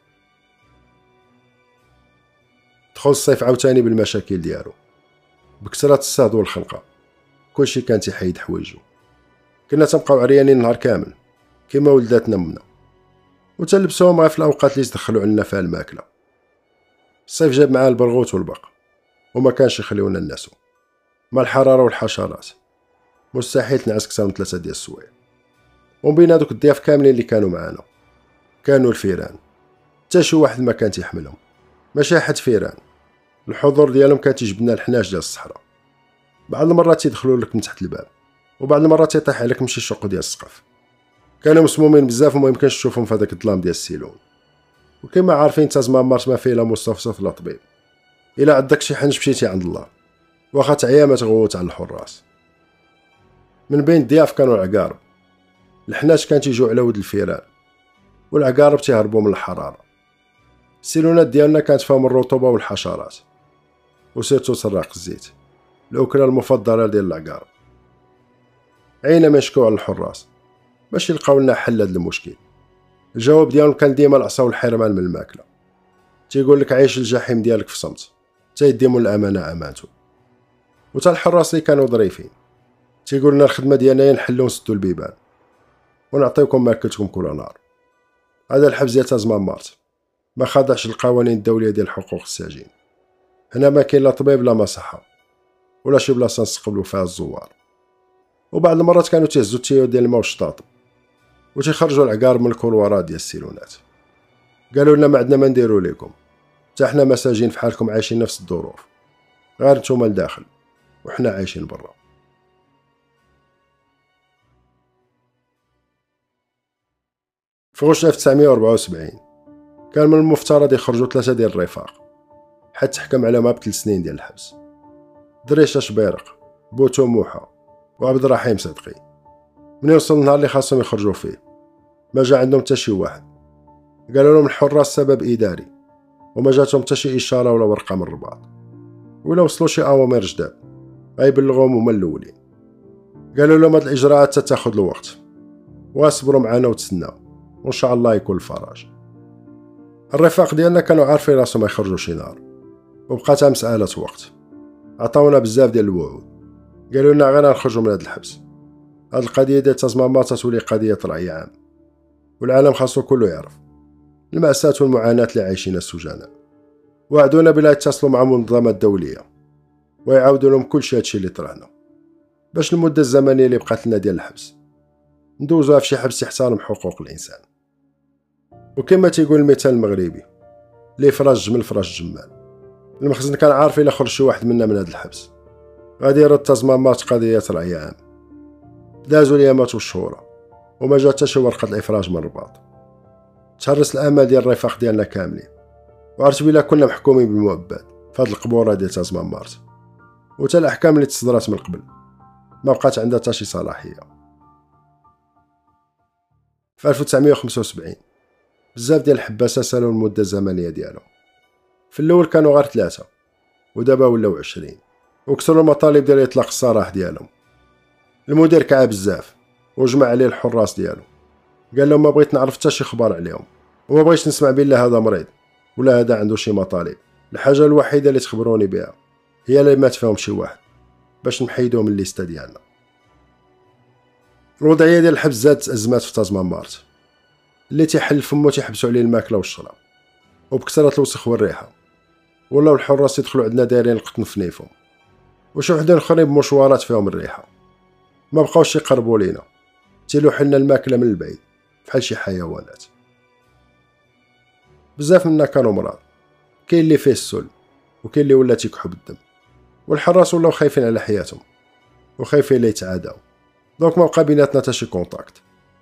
دخل الصيف عاوتاني بالمشاكل ديالو، بكثرة الصهد والخنقه، كلشي كان تيحيد حوايجو. كنا تنبقاو عريانين نهار كامل كيما ولداتنا منا، وتلبسوهم غير في الاوقات اللي تدخلوا علينا فيها الماكله. الصيف جاب معاه البرغوث والبق، وما كانش يخليونا ننعسو. مع الحراره والحشرات مستحيل تنعس اكثر من 3 ديال السوايع. ومن بين هذوك الضياف كاملين اللي كانوا معانا كانوا الفيران، حتى شي واحد ما كان تيحملهم، ماشي حد فيران. الحضور ديالهم كان تيجبدنا الحناش ديال الصحراء. بعض المرات تيدخلوا لك من تحت الباب، وبعض المرات تيطيح عليك من شي شق ديال السقف. كانوا مسمومين بزاف وما يمكنش تشوفهم في هذاك الظلام ديال السيلون. وكما عارفين تازمامارت ما فيه لا مستوصف لا طبيب. الا عندك شي حنج مشيتي عند الله، واخا تعيا ما تغوت على الحراس. من بين الضياف كانوا العقارب. الحناش كان تيجوا على ود الفيران، والعقارب تيهربوا من الحراره. السيلونات ديالنا كانت فيهم الرطوبه والحشرات، وسيرتو سراق الزيت، الاكله المفضله ديال العقارب. عينا ما يشكوا على الحراس باش يلقاو لنا حل هذا المشكل. الجواب ديالهم كان ديما العصا والحرمان من الماكله. تيقول لك عيش الجحيم ديالك في صمت تيديموا الامانه امانته. وتا الحراس اللي كانوا ظريفين تيقول لنا الخدمه ديالنا هي نحلوا نسدوا البيبان ونعطيكم ماكلتكم كل نهار. هذا الحبس ديال تازمامارت ما خاضعش القوانين الدوليه ديال حقوق السجين. هنا ما كاين لا طبيب لا مصحه ولا شي بلاصه نستقبلوا فيها الزوار. وبعض المرات كانوا تيهزوا التيو ديال الماء والشطاط وتيخرجوا العقارب من الكولوارات ديال السيلونات. قالوا لنا ما عندنا ما نديروا لكم، حتى حنا مساجين فحالكم عايشين نفس الظروف، غير نتوما لداخل وحنا عايشين برا. في غشت 1974 كان من المفترض يخرجوا 3 ديال الرفاق، حتى حكم عليهم ب3 سنين ديال الحبس. دريشة شبيرق، بوتو موحى، وعبد الرحيم صدقي. من وصل النهار اللي خاصهم يخرجوا فيه ما جا عندهم حتى شي واحد. قالوا لهم الحراس سبب إداري، وما جاتهم حتى شي إشارة ولا ورقة من الرباط. ولا وصلوا شي أوامر جداد غيبلغوهم هما الأولين. قالوا لهم هاد الإجراءات تاخد الوقت، واصبروا معنا وتسناو، وإن شاء الله يكون الفرج. الرفاق ديالنا كانوا عارفين راسهم ما يخرجوا شي نهار، وبقاتها مسألة وقت. عطاونا بزاف ديال الوعود، قالوا لنا غير نخرجوا من هاد الحبس. هاد القضية ديال تازمامات تولي قضية رأي عام، والعالم خاصو كله يعرف المأساة والمعاناة اللي عايشين السجناء. وعدونا بلا يتصلوا مع منظمات دولية ويعاودوا لهم كل شيء هادشي اللي طرحنا، باش المدة الزمنية اللي بقات لنا ديال الحبس ندوزوها في شي حبس يحترم حقوق الإنسان. وكما تيقول المثال المغربي، لي فراج جمل فراج جمال. المخزن كان عارف إلا خرج شي واحد منا من هاد الحبس غادي يرد تازمامات قضية رأي عام. دازوا اليامات والشهور وما جات حتى شي ورقة الإفراج من الرباط. تهرس الأمل ديال الرفاق ديالنا كاملين، وعرفت بلا كنا محكومين بالمؤبد فهاد القبورة ديال تازمامات، وتا الأحكام اللي تصدرات من قبل ما بقات عندها حتى شي صلاحية. في 1975 بزاف ديال الحباسة سالوا المدة الزمنية ديالهم. في الأول كانوا غير 3 ودابا ولاو 20، وكسروا المطالب ديال إطلاق السراح ديالهم. المدير كعا بزاف وجمع عليه الحراس ديالو، قال لهم ما بغيت نعرف حتى شي خبر عليهم، وما بغيتش نسمع بلا هذا مريض ولا هذا عنده شي مطالب. الحاجة الوحيدة اللي تخبروني بها هي اللي مات فيهم شي واحد باش نحيدوه من الليسته ديالنا. الوضعية ديال الحبس زادت أزمات في تازمامات. اللي تيحل فمو تيحبسوا عليه الماكلة والشراب، وبكثرة الوسخ والريحة ولاو الحراس يدخلوا عندنا دايرين القطن في نيفهم، وشي وحدين اخرين بمشوارات فيهم الريحة. ما بقاوش يقربوا لينا، تيلوح لنا الماكلة من البعيد بحال شي حيوانات. بزاف منا كانوا مرض، كاين اللي فيه السل وكاين اللي ولا تيكحوا بالدم، والحراس ولاو خايفين على حياتهم وخايفين لا يتعاداو، دونك ما بقى بيناتنا حتى شي كونتاكت.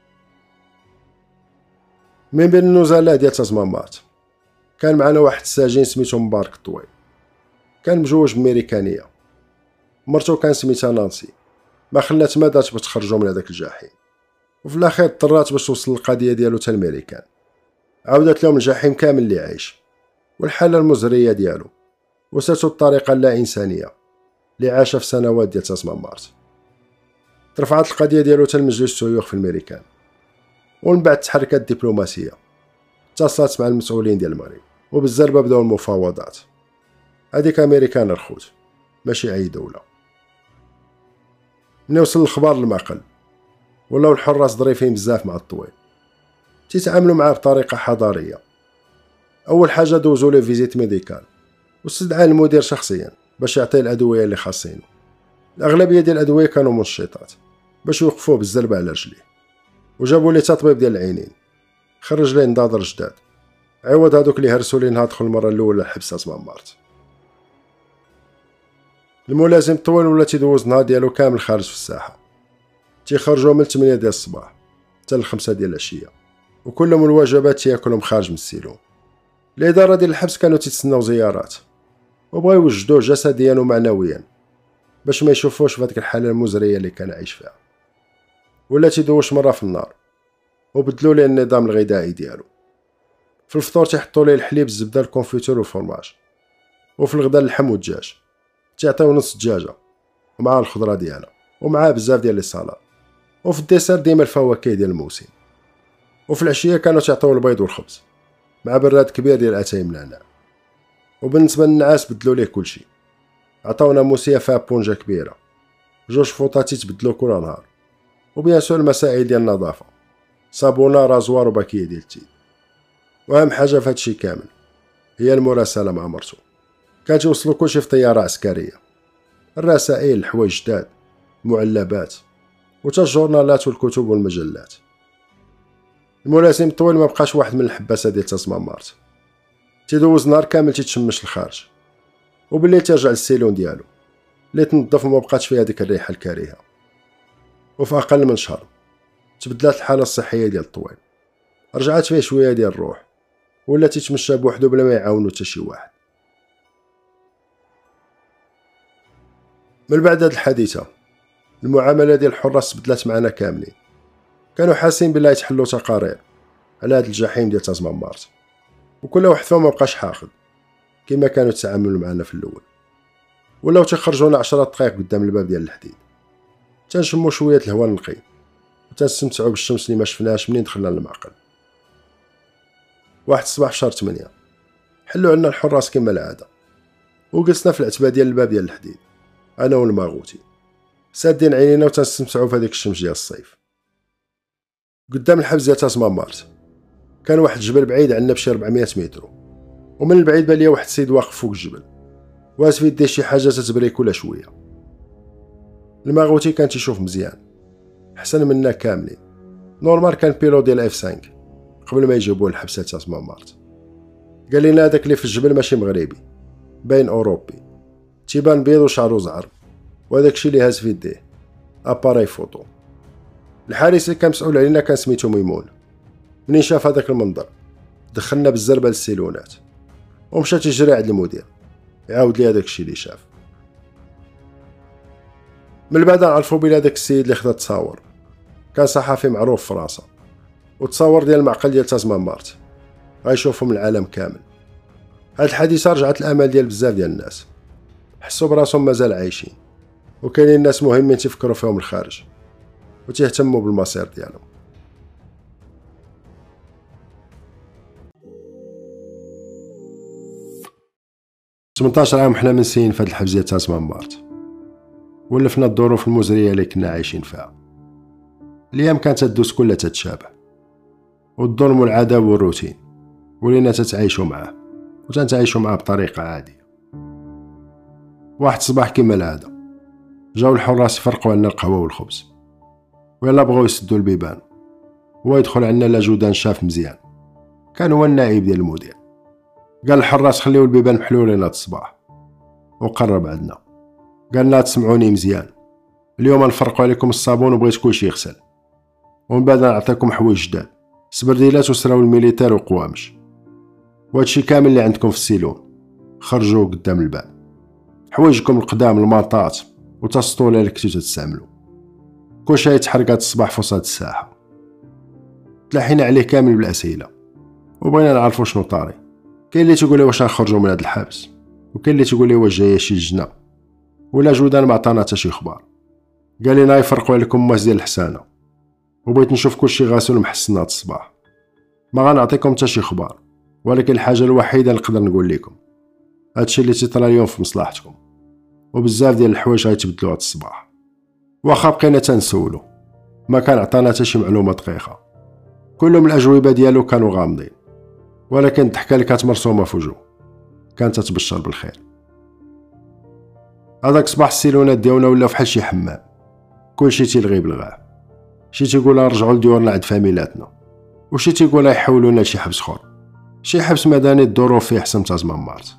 من بين النزلاء ديال تازمامات كان معنا واحد السجين سميتو مبارك الطويل، كان مجوج بميريكانيه، مرتو كان سميتها نانسي. ما خلات ما دات باش تخرجوا من هذاك الجحيم، وفي الاخير اضطرات باش توصل القضيه ديالو حتى الميريكان. عاودت لهم الجحيم كامل اللي عايش والحاله المزريه ديالو، وساتو الطريقه اللا انسانيه اللي عاشها في سنوات ديال تازمامات. ترفعت القضيه ديالو حتى لمجلس الشيوخ في الميريكان، ومن بعد تحركات دبلوماسيه اتصلت مع المسؤولين ديال المغرب، وبالزربه بداو المفاوضات. هذيك امريكان الخوت ماشي اي دوله. ملي وصل الخبر للمعقل ولاو الحراس ظريفين بزاف مع الطويل، تيتعاملوا معاه بطريقه حضاريه. اول حاجه دوزوا ليه فيزيت ميديكال، واستدعى المدير شخصيا باش يعطيه الادويه اللي خاصينه. الاغلبيه ديال الادويه كانوا منشطات باش يوقفوه بالزربه على رجليه، وجابوا ليه تطبيب ديال العينين، خرج ليه نضاضر جداد عوض هادوك اللي هرسوا ليه نهار دخل المره الاولى للحبس تازمامات. الملازم طويل ولا تيدوز نهار ديالو كامل خارج في الساحه، تيخرجوا من 8 ديال الصباح حتى 5 ديال العشيه، وكل من الوجبات تياكلهم خارج من السيلون. الاداره ديال الحبس كانوا تيتسناو زيارات، وبغاو يوجدوه جسديا ومعنويا باش ما يشوفوش في هذيك الحاله المزريه اللي كان عايش فيها. ولا تيدوش مره في النهار، وبدلوا ليه النظام الغذائي ديالو. في الفطور تيحطوا ليه الحليب، الزبده، الكونفيتور والفرماج، وفي الغداء اللحم والدجاج، تعطيو نص دجاجه ومع الخضره ديالها، ومعاه بزاف ديال لي سالاد، وفي الديسير ديما الفواكه ديال الموسم. وفي العشيه كانوا تعطيو البيض والخبز مع براد كبير ديال اتاي منعناع. وبالنسبه للنعاس بدلوا ليه كلشي، عطاونا موسيه فيها بونجه كبيره، 2 فوطات تبدلوا كل نهار، وبيان سور المسائل ديال النظافه، صابونه، رازوار، وباكيه ديال التيد. واهم حاجه في هادشي كامل هي المراسله مع مرتو. كانت يوصلوا كلشي في طياره عسكريه، الرسائل، الحوايج جداد، المعلبات، وتا الجورنالات والكتب والمجلات. الملازم الطويل ما بقاش واحد من الحباسه ديال تازمامات، تيدوز نهار كامل تيتشمش الخارج، وبالليل ترجع للسيلون ديالو اللي تنظف وما بقاتش فيها ديك الريحه الكريهه. وفي اقل من شهر تبدلات الحاله الصحيه ديال الطويل، رجعت فيه شويه ديال الروح، ولا تيتمشى بوحدو بلا ما يعاونو حتى شي واحد. من بعد هاد الحادثه المعامله ديال الحراس تبدلات معنا كاملين. كانوا حاسين بلا يتحلوا تقارير على هاد الجحيم ديال تازمان مارت، وكل واحد فيهم مبقاش حاقد كما كانوا يتعاملوا معنا في الاول. ولاو تيخرجونا 10 دقائق قدام الباب ديال الحديد، تنشموا شويه الهواء النقي وتنستمتعوا بالشمس اللي ما شفناهاش منين دخلنا للمعقل. واحد الصباح في شهر 8 حلوا عنا الحراس كما العاده، وجلسنا في العتبه ديال الباب ديال الحديد انا والماغوتي سادين عينينا وتنستمتعوا في الشمس ديال الصيف. قدام الحبس ديال تازمان مارت كان واحد الجبل بعيد عنا بشي 400 متر، ومن البعيد بان ليا واحد السيد واقف فوق الجبل واس في يديه شي حاجه تتبريك ولا شويه. الماغوتي كان تيشوف مزيان احسن منا كاملين، نورمال كان بيلو ديال اف 5 قبل ما يجيبوه للحبس ديال تازمان مارت. قال لنا هذاك اللي في الجبل ماشي مغربي، باين اوروبي، تيبان بيض وشعرو زعر، وهذاك الشيء اللي هاز في يديه اباري فوتو. الحارس اللي كان مسؤول علينا كان سميتو ميمون. منين شاف هذاك المنظر دخلنا بالزربه للسيلونات ومشى تيجري عند المدير يعاود لي هذاك الشيء اللي شاف. من بعد نعرفوا بلي هذاك السيد اللي خدا تصاور كان صحفي معروف في فرنسا، وتصاور ديال المعقل ديال تازمان مارت غيشوفوا من العالم كامل. هاد الحادثه رجعت الامل ديال بزاف ديال الناس، حسوا براسهم مازال عايشين، وكاينين ناس مهمين تفكروا فيهم الخارج وتهتموا بالمصير ديالهم. 18 عام حنا منسيين في هاد الحبس ديال تازمان مارت، ولفنا الظروف المزريه اللي كنا عايشين فيها. الايام كانت تدوز كلها تتشابه، والظلم والعذاب والروتين ولينا تتعايشوا معاه وتنتعايشوا معاه بطريقه عاديه. واحد الصباح كما العاده جاو الحراس يفرقوا عنا القهوه والخبز، ويلا بغاو يسدوا البيبان، هو يدخل عنا لاجودان شاف مزيان كان هو النائب ديال المدير. قال الحراس خليو البيبان محلولين هاد الصباح، وقرب عندنا قال لنا تسمعوني مزيان، اليوم نفرقوا عليكم الصابون وبغيت كلشي يغسل، ومن بعد نعطيكم حوايج جداد، سبرديلات وسراول الميليتير وقوامش، وهادشي كامل اللي عندكم في السيلون خرجوا قدام الباب. حوايجكم القدام الماطات وتسطوله اللي كنتو تستعملوا كلشي يتحرق هاد الصباح في وسط الساحه. تلاحينا عليه كامل بالاسئله وبغينا نعرفوا شنو طاري. كاين اللي تيقول لي واش نخرجوا من هاد الحبس، وكاين اللي تيقول لي واش جايه شي لجنه، ولا جودان ما عطانا حتى شي خبار. قال لنا يفرقوا عليكم ماس ديال الحسانه، وبغيت نشوف كلشي غاسل ومحسن هاد الصباح. ما غنعطيكم حتى شي خبار، ولكن الحاجه الوحيده اللي نقدر نقول لكم هادشي اللي تيطرا اليوم في مصلحتكم، وبزاف ديال الحوايج غيتبدلوا هاد الصباح. واخا بقينا تنسولو ما كان عطانا حتى شي معلومه دقيقه، كلهم الاجوبه ديالو كانوا غامضين، ولكن الضحكه اللي كانت مرسومه في وجهو كانت تتبشر بالخير. هذاك صباح السيلونات ديالنا ولا فحال شي حمام، كلشي تيلغي بالغاه، شي تيقول نرجعوا لديورنا عند فاميلاتنا، وشي تيقول يحولونا لشي حبس اخر، شي حبس مدني الظروف فيه احسن تازمان مارت.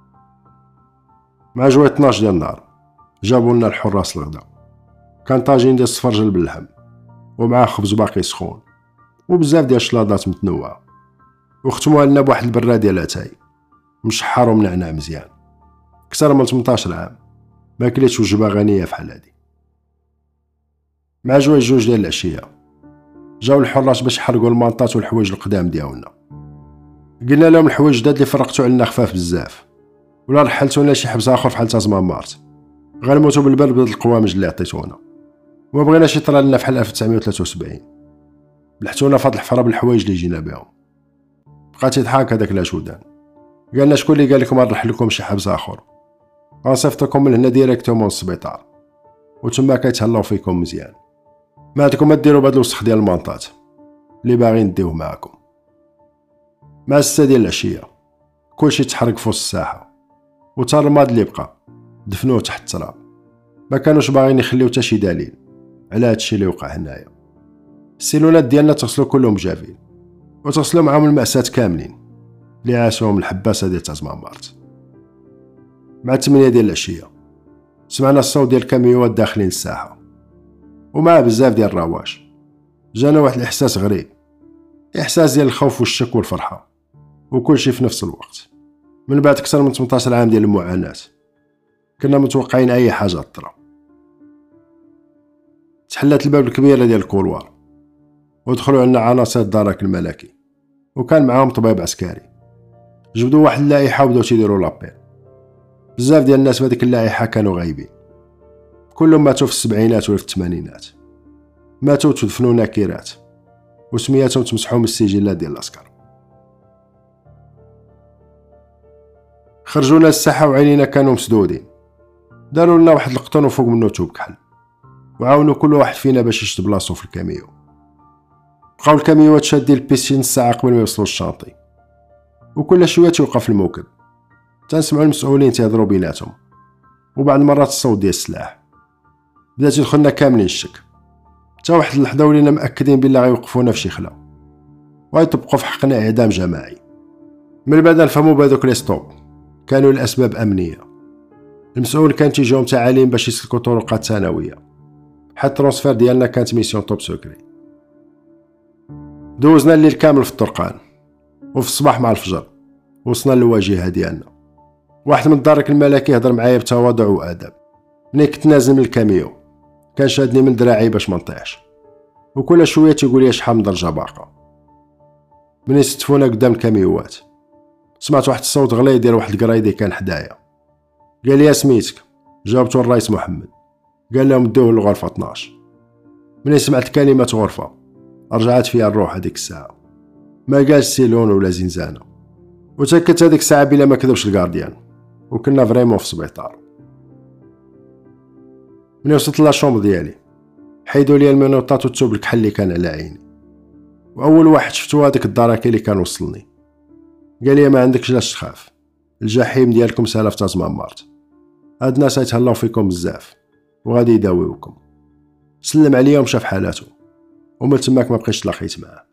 مع جويه 12 ديال النهار جابوا لنا الحراس الغدا، كان طاجين ديال السفرجل باللحم ومعاه خبز باقي سخون وبزاف ديال الشلاضات متنوعه، وختموها لنا بواحد البراد ديال اتاي مشحر ومنعناع مزيان. كثر من 18 عام ما كليتش وجبه غنيه فحال هادي. مع جوج ديال العشيه جاو الحراس باش يحرقوا المانطات والحوايج القدام ديالنا. قلنا لهم الحوايج الجداد اللي فرقتوا علينا خفاف بزاف، ولا رحلتونا لشي حبس اخر فحال تازمان مارت غنموتوا بالبرد بهاد القوامج اللي عطيتونا، وما بغيناش يطرى لنا فحال 1973 بلحتونا فهاد الحفره بالحوايج اللي جينا بهم. بقى تيضحك هذاك لاجودان، قالنا شكون اللي قال لكم نروح لكم شي حبس اخر، غنصيفطكم من هنا ديريكتومون للسبيطار وتما كيتهلاو فيكم مزيان. ما عندكم ما ديروا بهاد الوسخ ديال المانطات اللي باغيين نديوه معاكم. مع 6 ديال العشيه كلشي تحرق في وسط الساحه، وتا الرماد اللي بقى دفنوه تحت التراب. ما كانوش باغيين يخليو حتى شي دليل على هادشي اللي وقع هنايا. السيلونات ديالنا تغسلوا كلهم جافين، وتغسلوا معاهم المأساة كاملين اللي عاشوهم الحباسه ديال تازمان مارت. مع 8 ديال العشيه سمعنا الصوت ديال الكاميوات داخلين الساحه ومعاه بزاف ديال الرواش. جانا واحد الاحساس غريب، احساس ديال الخوف والشك والفرحه وكل شيء في نفس الوقت. من بعد اكثر من 18 عام ديال المعاناه كنا متوقعين اي حاجه طرا. تحلات الباب الكبيره ديال الكولوار ودخلوا عندنا عناصر الدرك الملكي وكان معاهم طبيب عسكري. جبدوا واحد اللائحه وبداو تيديروا لابيل. بزاف ديال الناس في هذيك اللائحه كانوا غايبين، كلهم ماتوا في السبعينات ولا في الثمانينات، ماتوا وتدفنوا ناكرات وسمياتهم تمسحوا من السجلات ديال العسكر. خرجونا للساحه وعينينا كانوا مسدودين. داروا لنا واحد القطن وفوق منه توب كحل وعاونوا كل واحد فينا باش يشد بلاصتو في الكاميو. بقاو الكاميوات شادين البيسين الساعه قبل ما يوصلوا للشاطئ وكل شويه توقف الموكب. تنسمعوا المسؤولين تيهضروا بيناتهم وبعض المرات الصوت ديال السلاح. بدات يدخلنا كاملين الشك، حتى واحد اللحظه ولينا مأكدين بالله غيوقفونا في شي خلا ويطبقوا في حقنا اعدام جماعي. من بعد نفهموا بهذوك لي ستوب كانوا لاسباب امنيه. المسؤول كان تيجيهم تعاليم باش يسلكوا طرقات ثانويه، حتى الترونسفير ديالنا كانت ميسيون توب سوكري. دوزنا الليل كامل في الطرقان وفي الصباح مع الفجر وصلنا للواجهه ديالنا. واحد من الدرك الملكي هضر معايا بتواضع وادب. ملي كنت نازل من الكاميو كان شادني من دراعي باش ما نطيحش وكل شويه تيقول لي شحال من درجه باقه. ملي ستفونا قدام الكاميوات سمعت واحد الصوت غليظ ديال واحد القرايدي كان حدايا. قال لي سميتك؟ جاوبته الرئيس محمد. قال لهم دوه للغرفه 12. ملي سمعت كلمه غرفه رجعت فيها الروح هذيك الساعه، ما قالش سيلون ولا زنزانه. وتاكدت هذيك الساعه بلا ما كذبش الغارديان وكنا فريمون في السبيطار. ملي وصلت لاشومبر ديالي حيدوا لي المينوطات والثوب الكحل اللي كان على عيني، واول واحد شفتو هذاك الدراكي اللي كان وصلني. قال لي ما عندكش لاش تخاف، الجحيم ديالكم سالا في تازمامارت، هاد الناس يتهلاو فيكم بزاف وغادي يداويوكم. سلم عليا ومشى في حالاتو ومن تماك ما بقيتش تلاقيت معاه.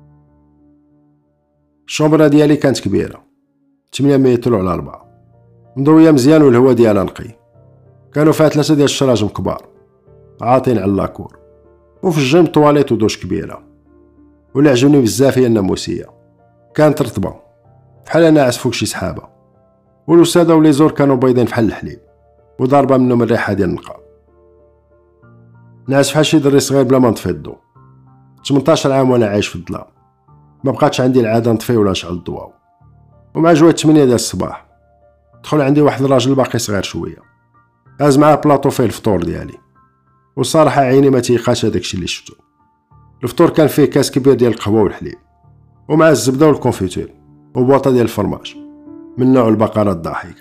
الشومبره ديالي كانت كبيره 8 متر على 4، مضويه مزيان والهواء ديالها نقي. كانوا فيها 3 ديال الشراجم كبار عاطين على لاكور، وفي الجيم طواليت ودوش كبيره. واللي عجبني بزاف هي الناموسيه، كانت رطبه بحال ناعس فوق شي سحابه، والوساده ولي زور كانوا بيضين بحال الحليب وضاربه منهم الريحه ديال النقا. ناعس بحال شي دري صغير بلا ما نطفي الضو. 18 عام وانا عايش في الظلام، ما بقاتش عندي العاده نطفي ولا نشعل الضواو. ومع جويه 8 ديال الصباح دخل عندي واحد الراجل باقي صغير شويه، هاز معاه بلاطو فيه الفطور ديالي. والصراحه عيني ما تيقاش هداكشي اللي شفتو. الفطور كان فيه كاس كبير ديال القهوه والحليب ومع الزبده والكونفيتور وبواطه ديال الفرماج من نوع البقره الضاحكه،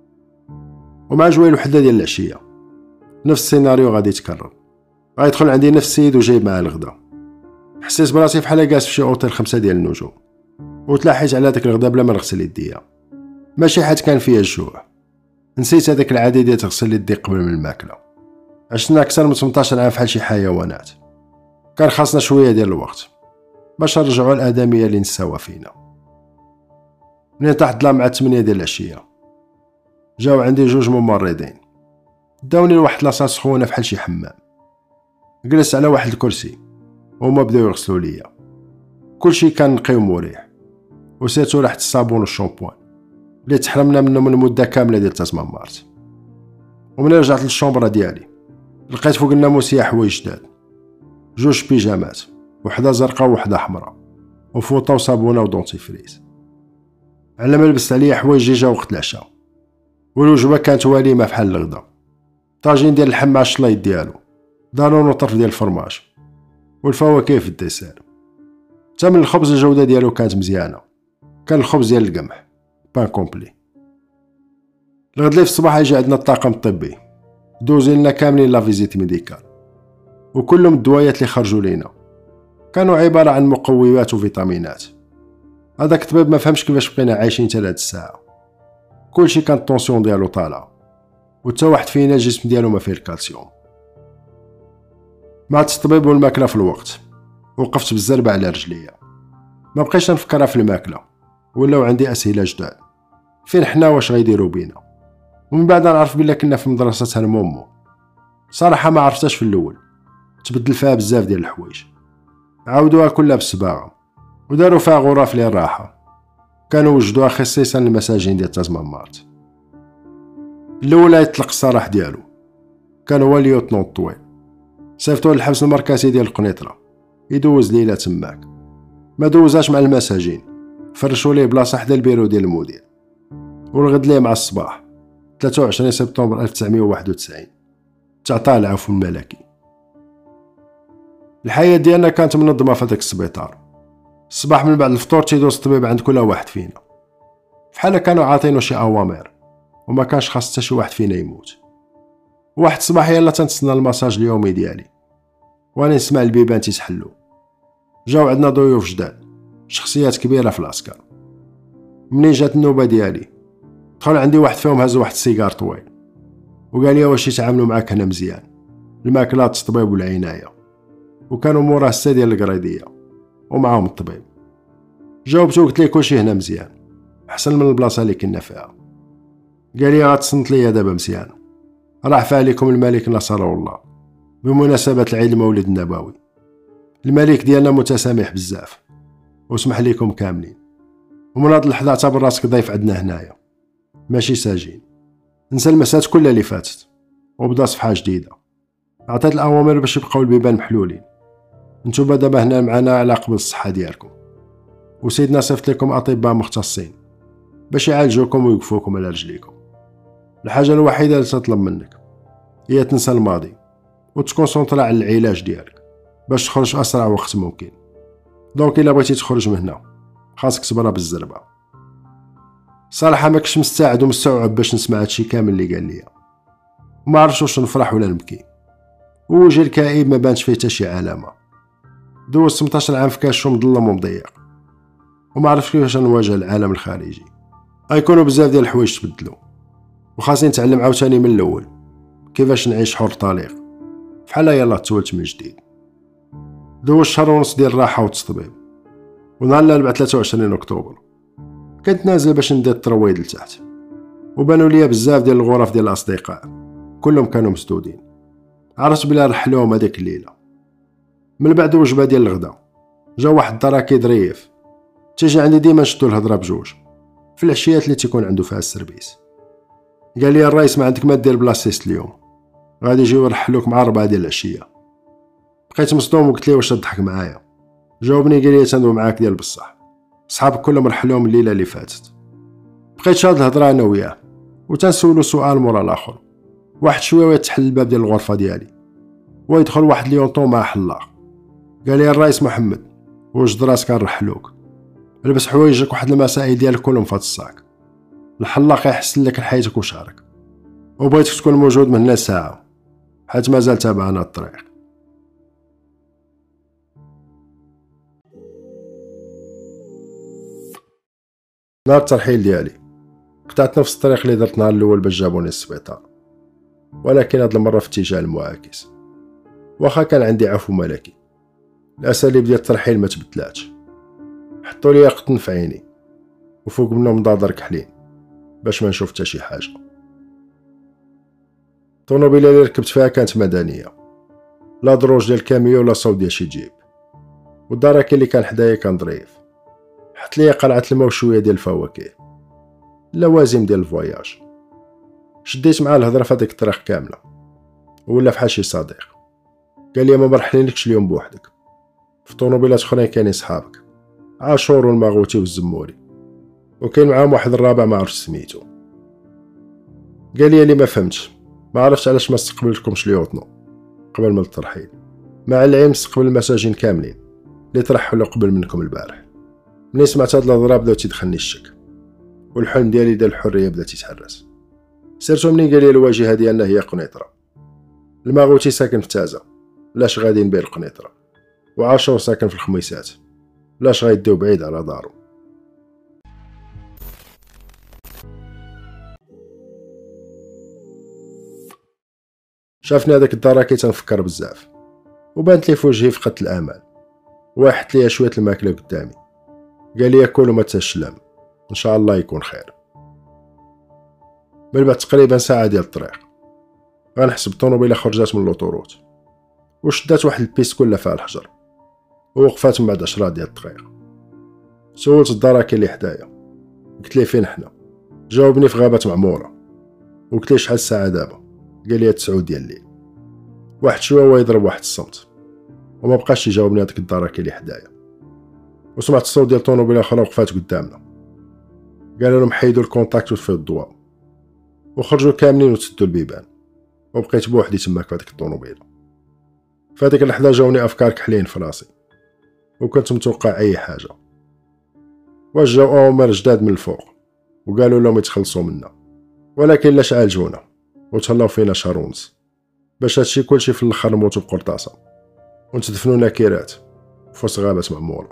ومع جويه وحده ديال العشيه. نفس السيناريو غادي يتكرر، غيدخل عندي نفس السيد وجايب معاه الغدا. حسيت براسي بحال جالس في شي اوتيل 5 ديال النجوم، وتلاحيت على داك الغدا بلا ما نغسل يديا. ماشي حيت كان فيا الجوع، نسيت هذاك العاده ديال تغسل يديك قبل من الماكله. عشنا اكثر من 18 عام بحال شي حيوانات، كان خاصنا شويه ديال الوقت باش نرجعوا الادميه اللي نساوها فينا. منين طاح الظلام مع 8 ديال العشيه جاو عندي 2 ممرضين، داوني لواحد لاصاص سخونه بحال شي حمام. جلست على واحد الكرسي وهما بداو يغسلوا ليا. كلشي كان نقي ومريح، وسيتو ريحه الصابون والشامبوان اللي تحرمنا منهم من المده كامله ديال تازمامارت. ومن رجعت للشومبره ديالي لقيت فوق الناموسيه حوايج جداد، 2 بيجامات، وحده زرقاء وحده حمراء، وفوطه وصابونه ودونتيفريز. على ما لبست عليا حوايج جا وقت العشاء، والوجبه كانت وليمه بحال الغدا. طاجين ديال اللحم مع الشلايط ديالو، دانون وطرف ديال الفرماج، والفواكه في الديسير. حتى من الخبز الجوده ديالو كانت مزيانه، كان الخبز ديال القمح بان كومبلي. الغد لي في الصباح يجي عندنا الطاقم الطبي، دوزي لنا كاملين لا فيزيت ميديكال، وكلهم الدوايات اللي خرجوا لينا كانوا عباره عن مقويات وفيتامينات. هذاك الطبيب ما فهمش كيفاش بقينا عايشين حتى لهاد الساعه. كلشي كان الطونسيون ديالو طالعه، وتا واحد فينا الجسم ديالو ما فيه الكالسيوم. مع الطبيب والماكله في الوقت وقفت بالزربه على رجليا، ما بقيتش نفكرها في الماكله، ولاو عندي اسئله جداد فين حنا واش غيديروا بينا. ومن بعد نعرف بلا كنا في مدرسه هرمومو. صراحه ما عرفتش في الاول، تبدل فيها بزاف ديال الحوايج، عاودوها كلها بالصباغه وداروا فيها غرف للراحة، كانوا وجدوها خصيصا للمساجين ديال التزمامات. الاولى يطلق السراح ديالو كان هو ليوتنون الطويل، صيفطوه للحبس المركزي ديال القنيطرة يدوز ليلة تماك. ما دوزاش مع المساجين، فرشوا ليه بلاصه حدا البيرو ديال المدير، ورغد ليه مع الصباح 23 سبتمبر 1991 تعطاه العفو الملكي. الحياة ديالنا كانت منظمة في هذاك السبيطار. الصباح من بعد الفطور تيدوز الطبيب عند كل واحد فينا، فحال كانوا عاطينو شي اوامر وما كانش خاص حتى شي واحد فينا يموت. واحد الصباح يلا تنتسنى المساج اليومي ديالي وانا نسمع البيبان تيتحلو. جاو عندنا ضيوف جداد، شخصيات كبيرة في العسكر. منين جات النوبة ديالي دخل عندي واحد فيهم هز واحد السيجار طويل وقال لي واش يتعاملوا معاك هنا مزيان، الماكلة التطبيب والعناية. وكانوا موراه 6 ديال القريدية ومعاهم الطبيب. جاوبتو قلت ليه كلشي هنا مزيان، احسن من البلاصة اللي كنا فيها. قال لي غتصنت ليا دابا مزيان، راح فعليكم الملك نصره الله بمناسبة العيد المولد النبوي. الملك ديالنا متسامح بزاف وسمح ليكم كاملين، ومن هاد اللحظة اعتبر راسك ضيف عندنا هنايا ماشي ساجين. نسى المسات كلها اللي فاتت وبدا صفحة جديدة. عطيت الأوامر باش يبقاو البيبان محلولين. نتوما دابا هنا معنا على قبل الصحة ديالكم، وسيدنا صيفط لكم أطباء مختصين باش يعالجوكم ويوقفوكم على رجليكم. الحاجة الوحيدة اللي تطلب منك هي تنسى الماضي وتكونسونطرا على العلاج ديالك باش تخرج في أسرع وقت ممكن. دونك إلا بغيتي تخرج من هنا خاصك تبرا بالزربة. صراحة ما كنتش مستعد ومستوعب باش نسمع هادشي كامل اللي قال ليا، وما عرفتش واش نفرح ولا نبكي. ووجهي الكئيب ما بانش فيه حتى شي علامة. دوزت 18 عام في كاشو مظلم ومضيق وما عرفتش كيفاش نواجه العالم الخارجي. غيكونوا بزاف ديال الحوايج تبدلوا وخاصني نتعلم عاوتاني من الاول كيفاش نعيش حر طليق فحال يلا تولت من جديد. دوزت شهر ونص ديال الراحة والتطبيب، ونهار الأربعاء 23 أكتوبر كنت نازل باش ندير الترويض لتحت، وبانوا ليا بزاف ديال الغرف ديال الأصدقاء كلهم كانوا مسدودين. عرفت بلا رحلوهم هذيك الليلة. من بعد وجبة ديال الغدا جا واحد الدراكي ظريف تيجي عندي ديما نشدو الهضرة بجوج في العشيات اللي تيكون عنده فيها السيرفيس. قال لي الرئيس ما عندك ما دير بلاصيست اليوم، غادي يجيو يرحلوك مع 4 ديال العشية. بقيت مصدوم وقلت ليه واش تضحك معايا. جاوبني قال لي تندوي معاك ديال بصح، صحابك كلهم رحلوهم الليلة اللي فاتت. بقيت شاد الهضرة انا وياه وتنسولو سؤال مورا الاخر. واحد شويه تحل الباب ديال الغرفة ديالي ويدخل واحد ليونطون مع حلاق. قال لي الرئيس محمد وجد راسك نرحلوك، لبس حوايجك واحد المسائل ديالك كلهم في هاد الصاك. الحلاق يحسن لك لحياتك وشعرك، وبغيتك تكون موجود من هنا ساعة حيت مازال تابعنا الطريق. نهار الترحيل ديالي قطعت نفس الطريق اللي درت نهار الاول باش جابوني للسبيطار، ولكن هاد المرة في اتجاه المعاكس. واخا كان عندي عفو ملكي، الاساليب ديال الترحيل ما تبدلاتش. حطوا لي قطن في عيني وفوق منهم ضادر كحلين باش ما نشوف حتى شي حاجه. الطوموبيله اللي ركبت فيها كانت مدنيه، لا دروج ديال الكاميو ولا صوت ديال شي جيب. والدراكي اللي كان حدايا كان ظريف، حط لي قلعه الماء وشويه ديال الفواكه، لوازم ديال الفواياج. شديت معاه الهضره في هذيك الطريق كامله ولا فحال شي صديق. قال لي ما مرحلينكش اليوم بوحدك، في طوموبيلات اخرين كاينين صحابك، عاشور والماغوتي والزموري، وكاين معاهم واحد الرابع ما عرفتش سميتو. قال لي ما فهمتش، ما عرفتش علاش ما استقبلتكمش ليوطنو قبل من الترحيل، مع العلم استقبل المساجين كاملين اللي ترحلوا قبل منكم البارح. ملي سمعت هاد الهضره بدا تيدخلني الشك، والحلم ديالي ديال الحريه بدا تيتهرس. سيرتو منين قال لي الواجهه ديالنا هي قنيطره، الماغوتي ساكن في تازه لاش غاديين بين القنيطره، وعاشور ساكن في الخميسات لاش غيديو بعيد على دارو. شافني هذاك الدراكي تنفكر بزاف، وبانت لي في وجهي فقدة الامل. واحد ليا شويه الماكله قدامي، قال لي كل ما تشلم ان شاء الله يكون خير. من بعد تقريبا ساعه ديال الطريق غنحسب الطوموبيله خرجات من لوطوروت وشدات واحد البيست كلها فيها الحجر، ووقفات من بعد 10 ديال الدقائق. سولت الدراكي اللي حدايا، قلت ليه فين حنا؟ جاوبني في غابة معمورة. وقلت ليه شحال الساعة دابا؟ قال لي 9 ديال الليل. واحد شويه هو يضرب واحد الصمت، وما بقاش يجاوبني هذاك الدراكي اللي حدايا. وسمعت الصوت ديال طونوبيله اخرى وقفات قدامنا. قالوا لهم حيدوا الكونتاكت وطفيو الضوء، وخرجوا كاملين وتسدوا البيبان، وبقيت بوحدي تماك في هذيك الطونوبيله. في هذيك اللحظه جاوني افكار كحلين في راسي، وكنت متوقع اي حاجه. واش جاو اوامر جداد من الفوق وقالوا لهم يتخلصوا منا، ولكن لاش عالجونا وتهلاو فينا شهر ونص باش هادشي كلشي في الاخر نموتو بقرطاسه ونتدفنوا نكيرات في وسط غابه معموره.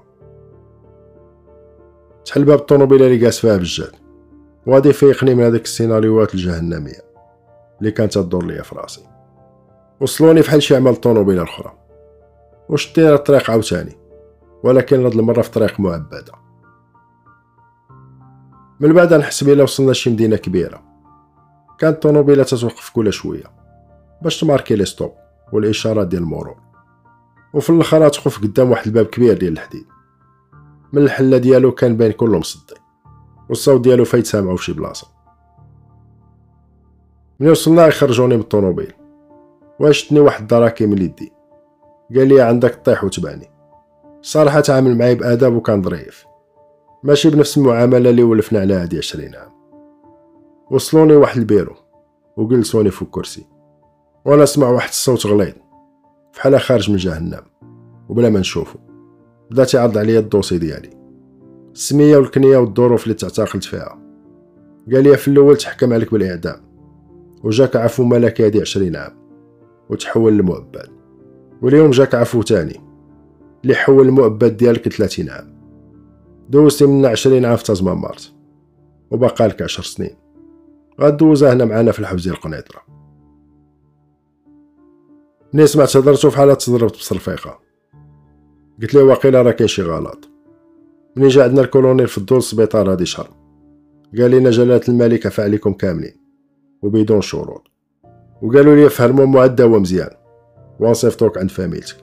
تحل باب الطونوبيله اللي جالس فيها بجاد، وغادي يفيقني من هذيك السيناريوهات الجهنميه اللي كانت تدور ليا في راسي. وصلوني فحال شي عمل الطونوبيله الاخرى، وشدينا الطريق عاوتاني، ولكن هاد المره في طريق معبده. من بعد نحس بلا وصلنا لشي مدينه كبيره. كانت الطونوبيله تتوقف كل شويه باش تماركي لي ستوب والاشارات ديال المرور، وفي الاخر تقف قدام واحد الباب كبير ديال الحديد. من الحله ديالو كان باين كله مصدي، والصوت ديالو فايت سامعو فشي بلاصه. ملي وصلنا يخرجوني من الطونوبيل، واشتني واحد الدراكي من يدي، قال لي عندك طيح وتبعني. صراحه تعامل معايا باداب وكان ظريف، ماشي بنفس المعامله اللي ولفنا عليها هادي 20 عام. وصلوني واحد البيرو وجلسوني فوق كرسي، وانا اسمع واحد الصوت غليظ فحال خارج من جهنم، وبلا ما نشوفو بدا تيعرض عليا الدوسي ديالي، السميه والكنيه والظروف اللي تعتقلت فيها. قال لي في الاول تحكم عليك بالاعدام، وجاك عفو ملكي هادي 20 عام وتحول للمؤبد، واليوم جاك عفو تاني اللي حول المؤبد ديالك 30 عام. دوزتي من 20 عام في تازمان مارت، وبقى لك 10 سنين غدوزها هنا معانا في الحبس ديال القنيطره. ملي سمعت هضرتو فحال تضربت بصرفيقه، قلت ليه واقيلا راه كاين شي غلط. ملي جا عندنا الكولونيل في الدور السبيطار هادي شهر، قال لنا جلاله الملك عفا عليكم كاملين وبدون شروط، وقالوا لي فهموا المعدة هو مزيان ونصيفطوك عند فاميلتك.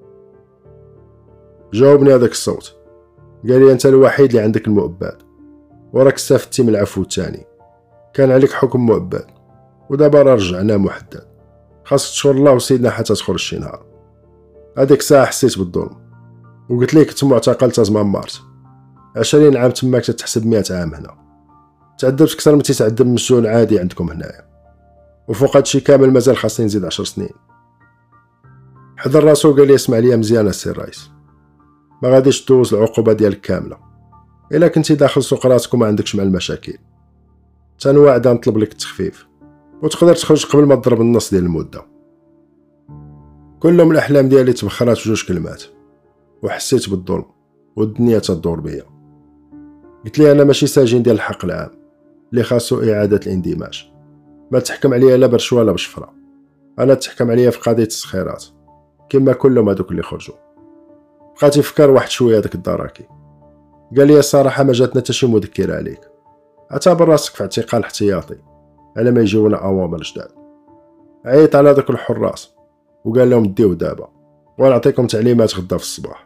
جاوبني هذاك الصوت، قال لي انت الوحيد اللي عندك المؤبد، وراك استفدتي من العفو الثاني. كان عليك حكم مؤبد ودابا راه رجعناه محدد، خاصك تشكر الله وسيدنا حتى تخرج شي نهار. هذيك الساعه حسيت بالظلم، وقلت ليه كنت معتقل تازمان مارت 20 عام تماك تتحسب 100 عام هنا. تعذبت اكثر من تيتعذب مسجون عادي عندكم هنايا، وفوق هادشي كامل مازال خاصني نزيد 10 سنين. حضر راسو قال لي اسمع ليا مزيان السي الرئيس، ما غاديش دوز العقوبه ديالك كامله الا كنتي داخل سوق راسك وما عندكش مع المشاكل. تنواعد نطلب لك التخفيف وتقدر تخرج قبل ما تضرب النص ديال المده. كلهم الاحلام ديالي تبخرات في 2 كلمات، وحسيت بالظلم والدنيا تدور بيا. قلت لي انا ماشي ساجين ديال الحق العام اللي خاصو اعاده الاندماج، ما تحكم عليا لا برشوه لا بشفره، انا تحكم عليا في قضيه التسخيرات كما كلهم هذوك اللي خرجوا. بقات يفكر واحد شويه هذاك الدراكي، قال لي الصراحه ما جاتنا حتى شي مذكره عليك، اعتبر راسك في اعتقال احتياطي على ما يجيونا اوامر جداد. عيط على هذوك الحراس وقال لهم ديو دابا ونعطيكم تعليمات غدا في الصباح.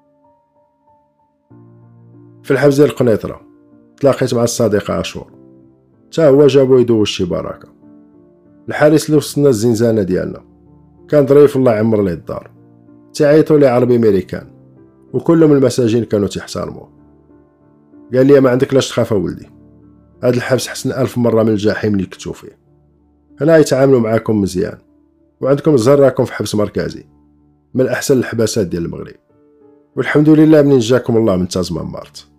في الحبس ديال القنيطره تلاقيت مع الصديق عاشور، تا هو جابو يدوز شي بركه. الحارس اللي وصلنا الزنزانه ديالنا كان ظريف الله يعمر ليه الدار، تعيطوا لي عربي امريكان، وكلهم المساجين كانوا تيحترموه. قال لي ما عندك لاش تخاف ولدي، هاد الحبس حسن 1000 مره من الجحيم اللي كنتو فيه. هنا يتعاملوا معاكم مزيان، وعندكم زهر راكم في حبس مركزي من احسن الحباسات ديال المغرب، والحمد لله منين جاكم الله من تازمان مارت.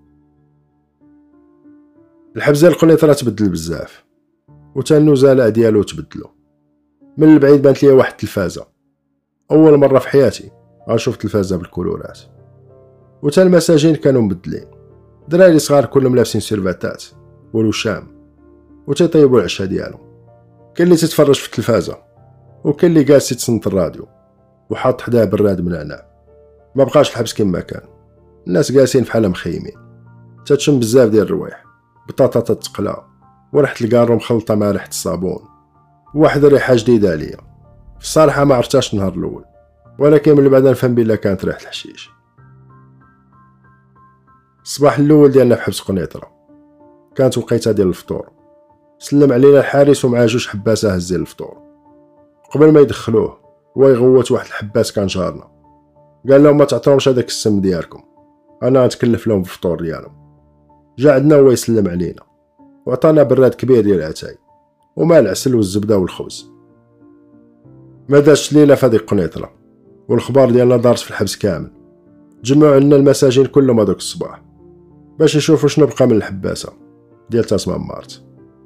الحبس ديال القنيطره تبدل بزاف، وتا النزلاء ديالو تبدلوا. من البعيد بانت ليا واحد التلفازه، اول مره في حياتي غنشوف تلفازه بالكولورات. وتا المساجين كانوا مبدلين، دراري صغار كلهم لابسين سيرفاتات والوشام وتيطيبوا العشاء ديالهم. كاين اللي تتفرج في التلفازه، وكاين اللي جالس يتصنت الراديو وحاط حداه براد من عناب. ما بقاش الحبس كما كان، الناس جالسين بحال مخيمين، تتشم بزاف ديال الروايح، بطاطا تتقلى وريحه الكارو مخلطه مع ريحه الصابون، واحد الريحه جديده عليا. في الصراحه ما عرفتهاش النهار الاول، ولكن من بعد نفهم بلا كانت ريحه الحشيش. الصباح الاول ديالنا في حبس قنيطره كانت وقيته ديال الفطور. سلم علينا الحارس ومعاه جوج حباسه هزين الفطور. قبل ما يدخلوه هو يغوت واحد الحباس كان جارنا، قال لهم ما تعطيهمش هذاك السم ديالكم، انا غنتكلف لهم بالفطور ديالهم. جا عندنا هو يسلم علينا وعطانا براد كبير ديال اتاي وماء العسل والزبده والخبز. ما دازش ليله في هذيك قنيطره والخبار ديالنا دارت في الحبس كامل. تجمعوا عندنا المساجين كلهم هذاك الصباح باش يشوفوا شنو بقى من الحباسه ديال تاسمان مارت.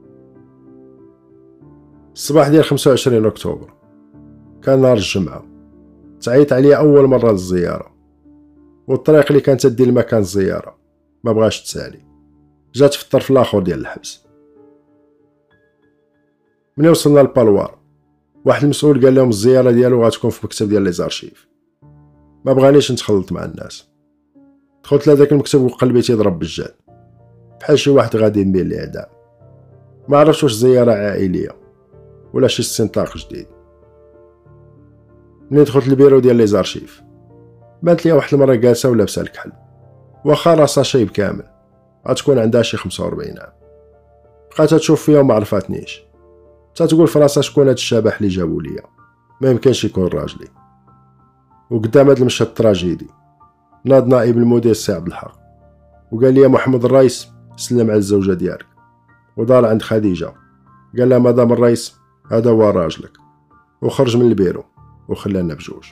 الصباح ديال 25 اكتوبر كان نهار الجمعه. تعيط عليا اول مره للزياره، والطريق اللي كانت تدي لمكان الزياره ما بغاش تسالي، جات في الطرف الاخر ديال الحبس. ملي وصلنا للبالوار واحد المسؤول قال لهم الزياره ديالو غتكون في مكتب ديال لي زارشيف. ما بغانيش نتخلط مع الناس، دخلت لهداك المكتب وقلبي تيضرب بالجهد بحال شي واحد غادي يميل للاعدام. ما عرفتش واش زياره عائليه ولا شي استنطاق جديد. ملي دخلت للبيرو ديال لي زارشيف بانت ليا واحد المرا جالسه ولابسه الكحل، واخا راسها شايب كامل غتكون عندها شي 45 عام. بقات تشوف فيا وما عرفاتنيش، تقول في راسها شكون هاد الشبح اللي جابو ليا، ما يمكنش يكون راجلي. وقدام هاد المشهد التراجيدي ناض نائب المدير السي عبد الحق وقال لي محمد الرئيس سلم على الزوجه ديالك، ودار عند خديجه قال لها مدام الرئيس هذا هو راجلك، وخرج من البيرو وخلانا بجوج.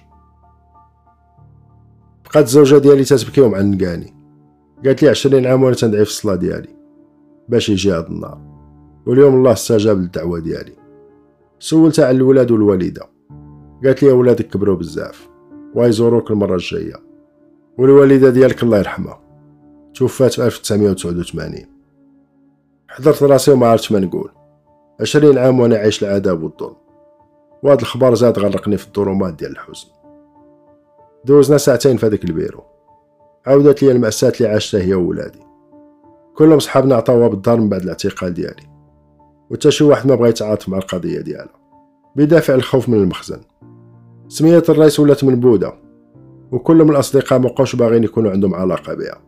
بقات الزوجه ديالي تتبكي ومعنقاني، قالت لي 20 عام وانا تندعي في الصلاه ديالي باش يجي هذا النهار، واليوم الله استجاب للدعوه ديالي. سولتها على الولاد والوالده، قالت لي ولادك كبروا بزاف ويزوروك المره الجايه، والوالده ديالك الله يرحمها توفات في 1989. حضرت راسي وما عرفت ما نقول. 20 عام وانا عايش العذاب والظلم، وهذا الخبر زاد غرقني في الظلمات ديال الحزن. دوزنا ساعتين في هذاك البيرو، عاودت لي المأساة اللي عاشتها هي وولادي. كلهم صحابنا عطاوها بالدار من بعد الاعتقال ديالي، وتا شي واحد ما بغى يتعاطف مع القضيه ديالها بدافع الخوف من المخزن. سمية الرئيس ولات منبوذه، وكلهم الاصدقاء مابقاوش باغيين يكونوا عندهم علاقه بها.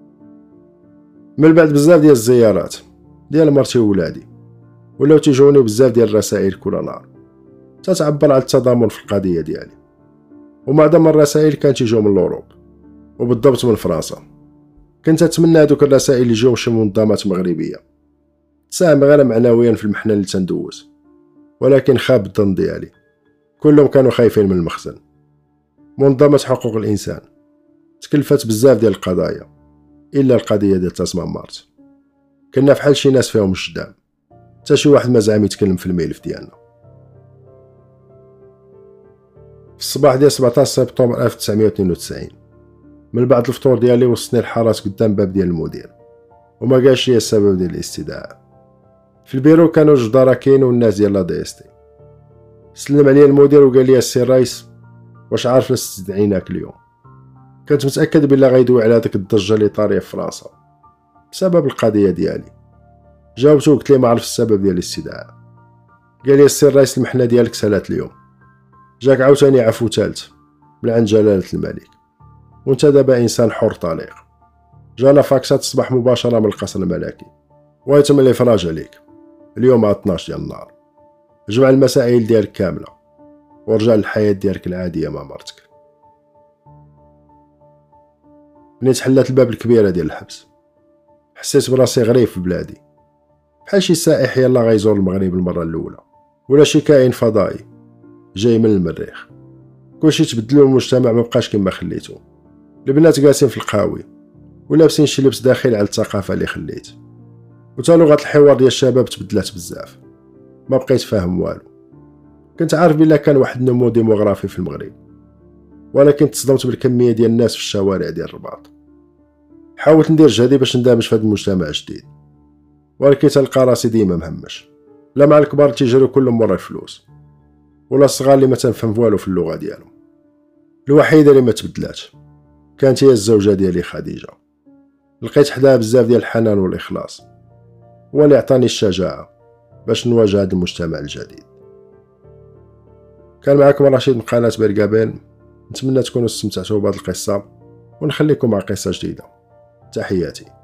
من بعد بزاف ديال الزيارات ديال مرتي وولادي ولاو تيجوني بزاف ديال الرسائل كل نهار تتعبر على التضامن في القضيه ديالي، ومعظم الرسائل كانت تيجيو من الاوروب وبالضبط من فرنسا. كنت اتمنى هذوك الرسائل يجيو شي منظمات مغربيه تساهم غير معنويا في المحنه اللي تندوز، ولكن خاب الظن ديالي، كلهم كانوا خايفين من المخزن. منظمه حقوق الانسان تكلفت بزاف ديال القضايا الا القضيه ديال تاسمان مارت. كنا فحال شي ناس فيهم الشدام، حتى شي واحد ما زعم يتكلم في الملف ديالنا. في الصباح ديال 17 سبتمبر 1992 من بعد الفطور ديالي وصلني الحراس قدام باب ديال المدير، وما قالش لي السبب ديال الاستدعاء. في البيرو كانوا جوج دراكين والناس ديال لا دي اس تي. سلم عليا المدير وقال لي السي الرئيس واش عارف استدعيناك اليوم؟ كنت متاكد بلي غيدوي على هذيك الضجه اللي طاريه في فرنسا بسبب القضيه ديالي. جاوبته وقلت لي ما عرف السبب ديال الاستدعاء. قال لي السي الرئيس المحنه ديالك سالات اليوم، جاك عاوتاني عفو ثالث من عند جلاله الملك، وانت دابا انسان حر طليق. جانا فاكسات الصباح مباشره من القصر الملكي ويتم الافراج عليك اليوم على 12 ديال النهار. جمع المسائل ديالك كامله ورجع للحياه ديالك العاديه مع مرتك. ملي تحلات الباب الكبيره ديال الحبس حسيت براسي غريب في بلادي، بحال شي سائح يلا غيزور المغرب المره الاولى، ولا شي كائن فضائي جاي من المريخ. كلشي تبدلو، المجتمع مبقاش كما خليتو. البنات جالسين في القهاوي ولابسين شي لبس داخل على الثقافه اللي خليت، وتا لغه الحوار ديال الشباب تبدلات بزاف. ما بقيت فاهم والو. كنت عارف بلا كان واحد النمو ديموغرافي في المغرب، ولكن تصدمت بالكميه ديال الناس في الشوارع ديال الرباط. حاولت ندير جهدي باش ندمج في هذا المجتمع الجديد، ولكن تلقى راسي ديما مهمش. لا مع الكبار تيجروا كلهم مورا الفلوس، ولا الصغار اللي ما تنفهم والو في اللغه ديالهم. الوحيده اللي ما تبدلاتش كانت هي الزوجه ديالي خديجه. لقيت حداها بزاف ديال الحنان والاخلاص، هو اللي عطاني الشجاعه باش نواجه هذا المجتمع الجديد. كان معكم رشيد من قناه برقابين. نتمنى تكونوا استمتعتوا بهذه القصه، ونخليكم مع قصه جديده. تحياتي.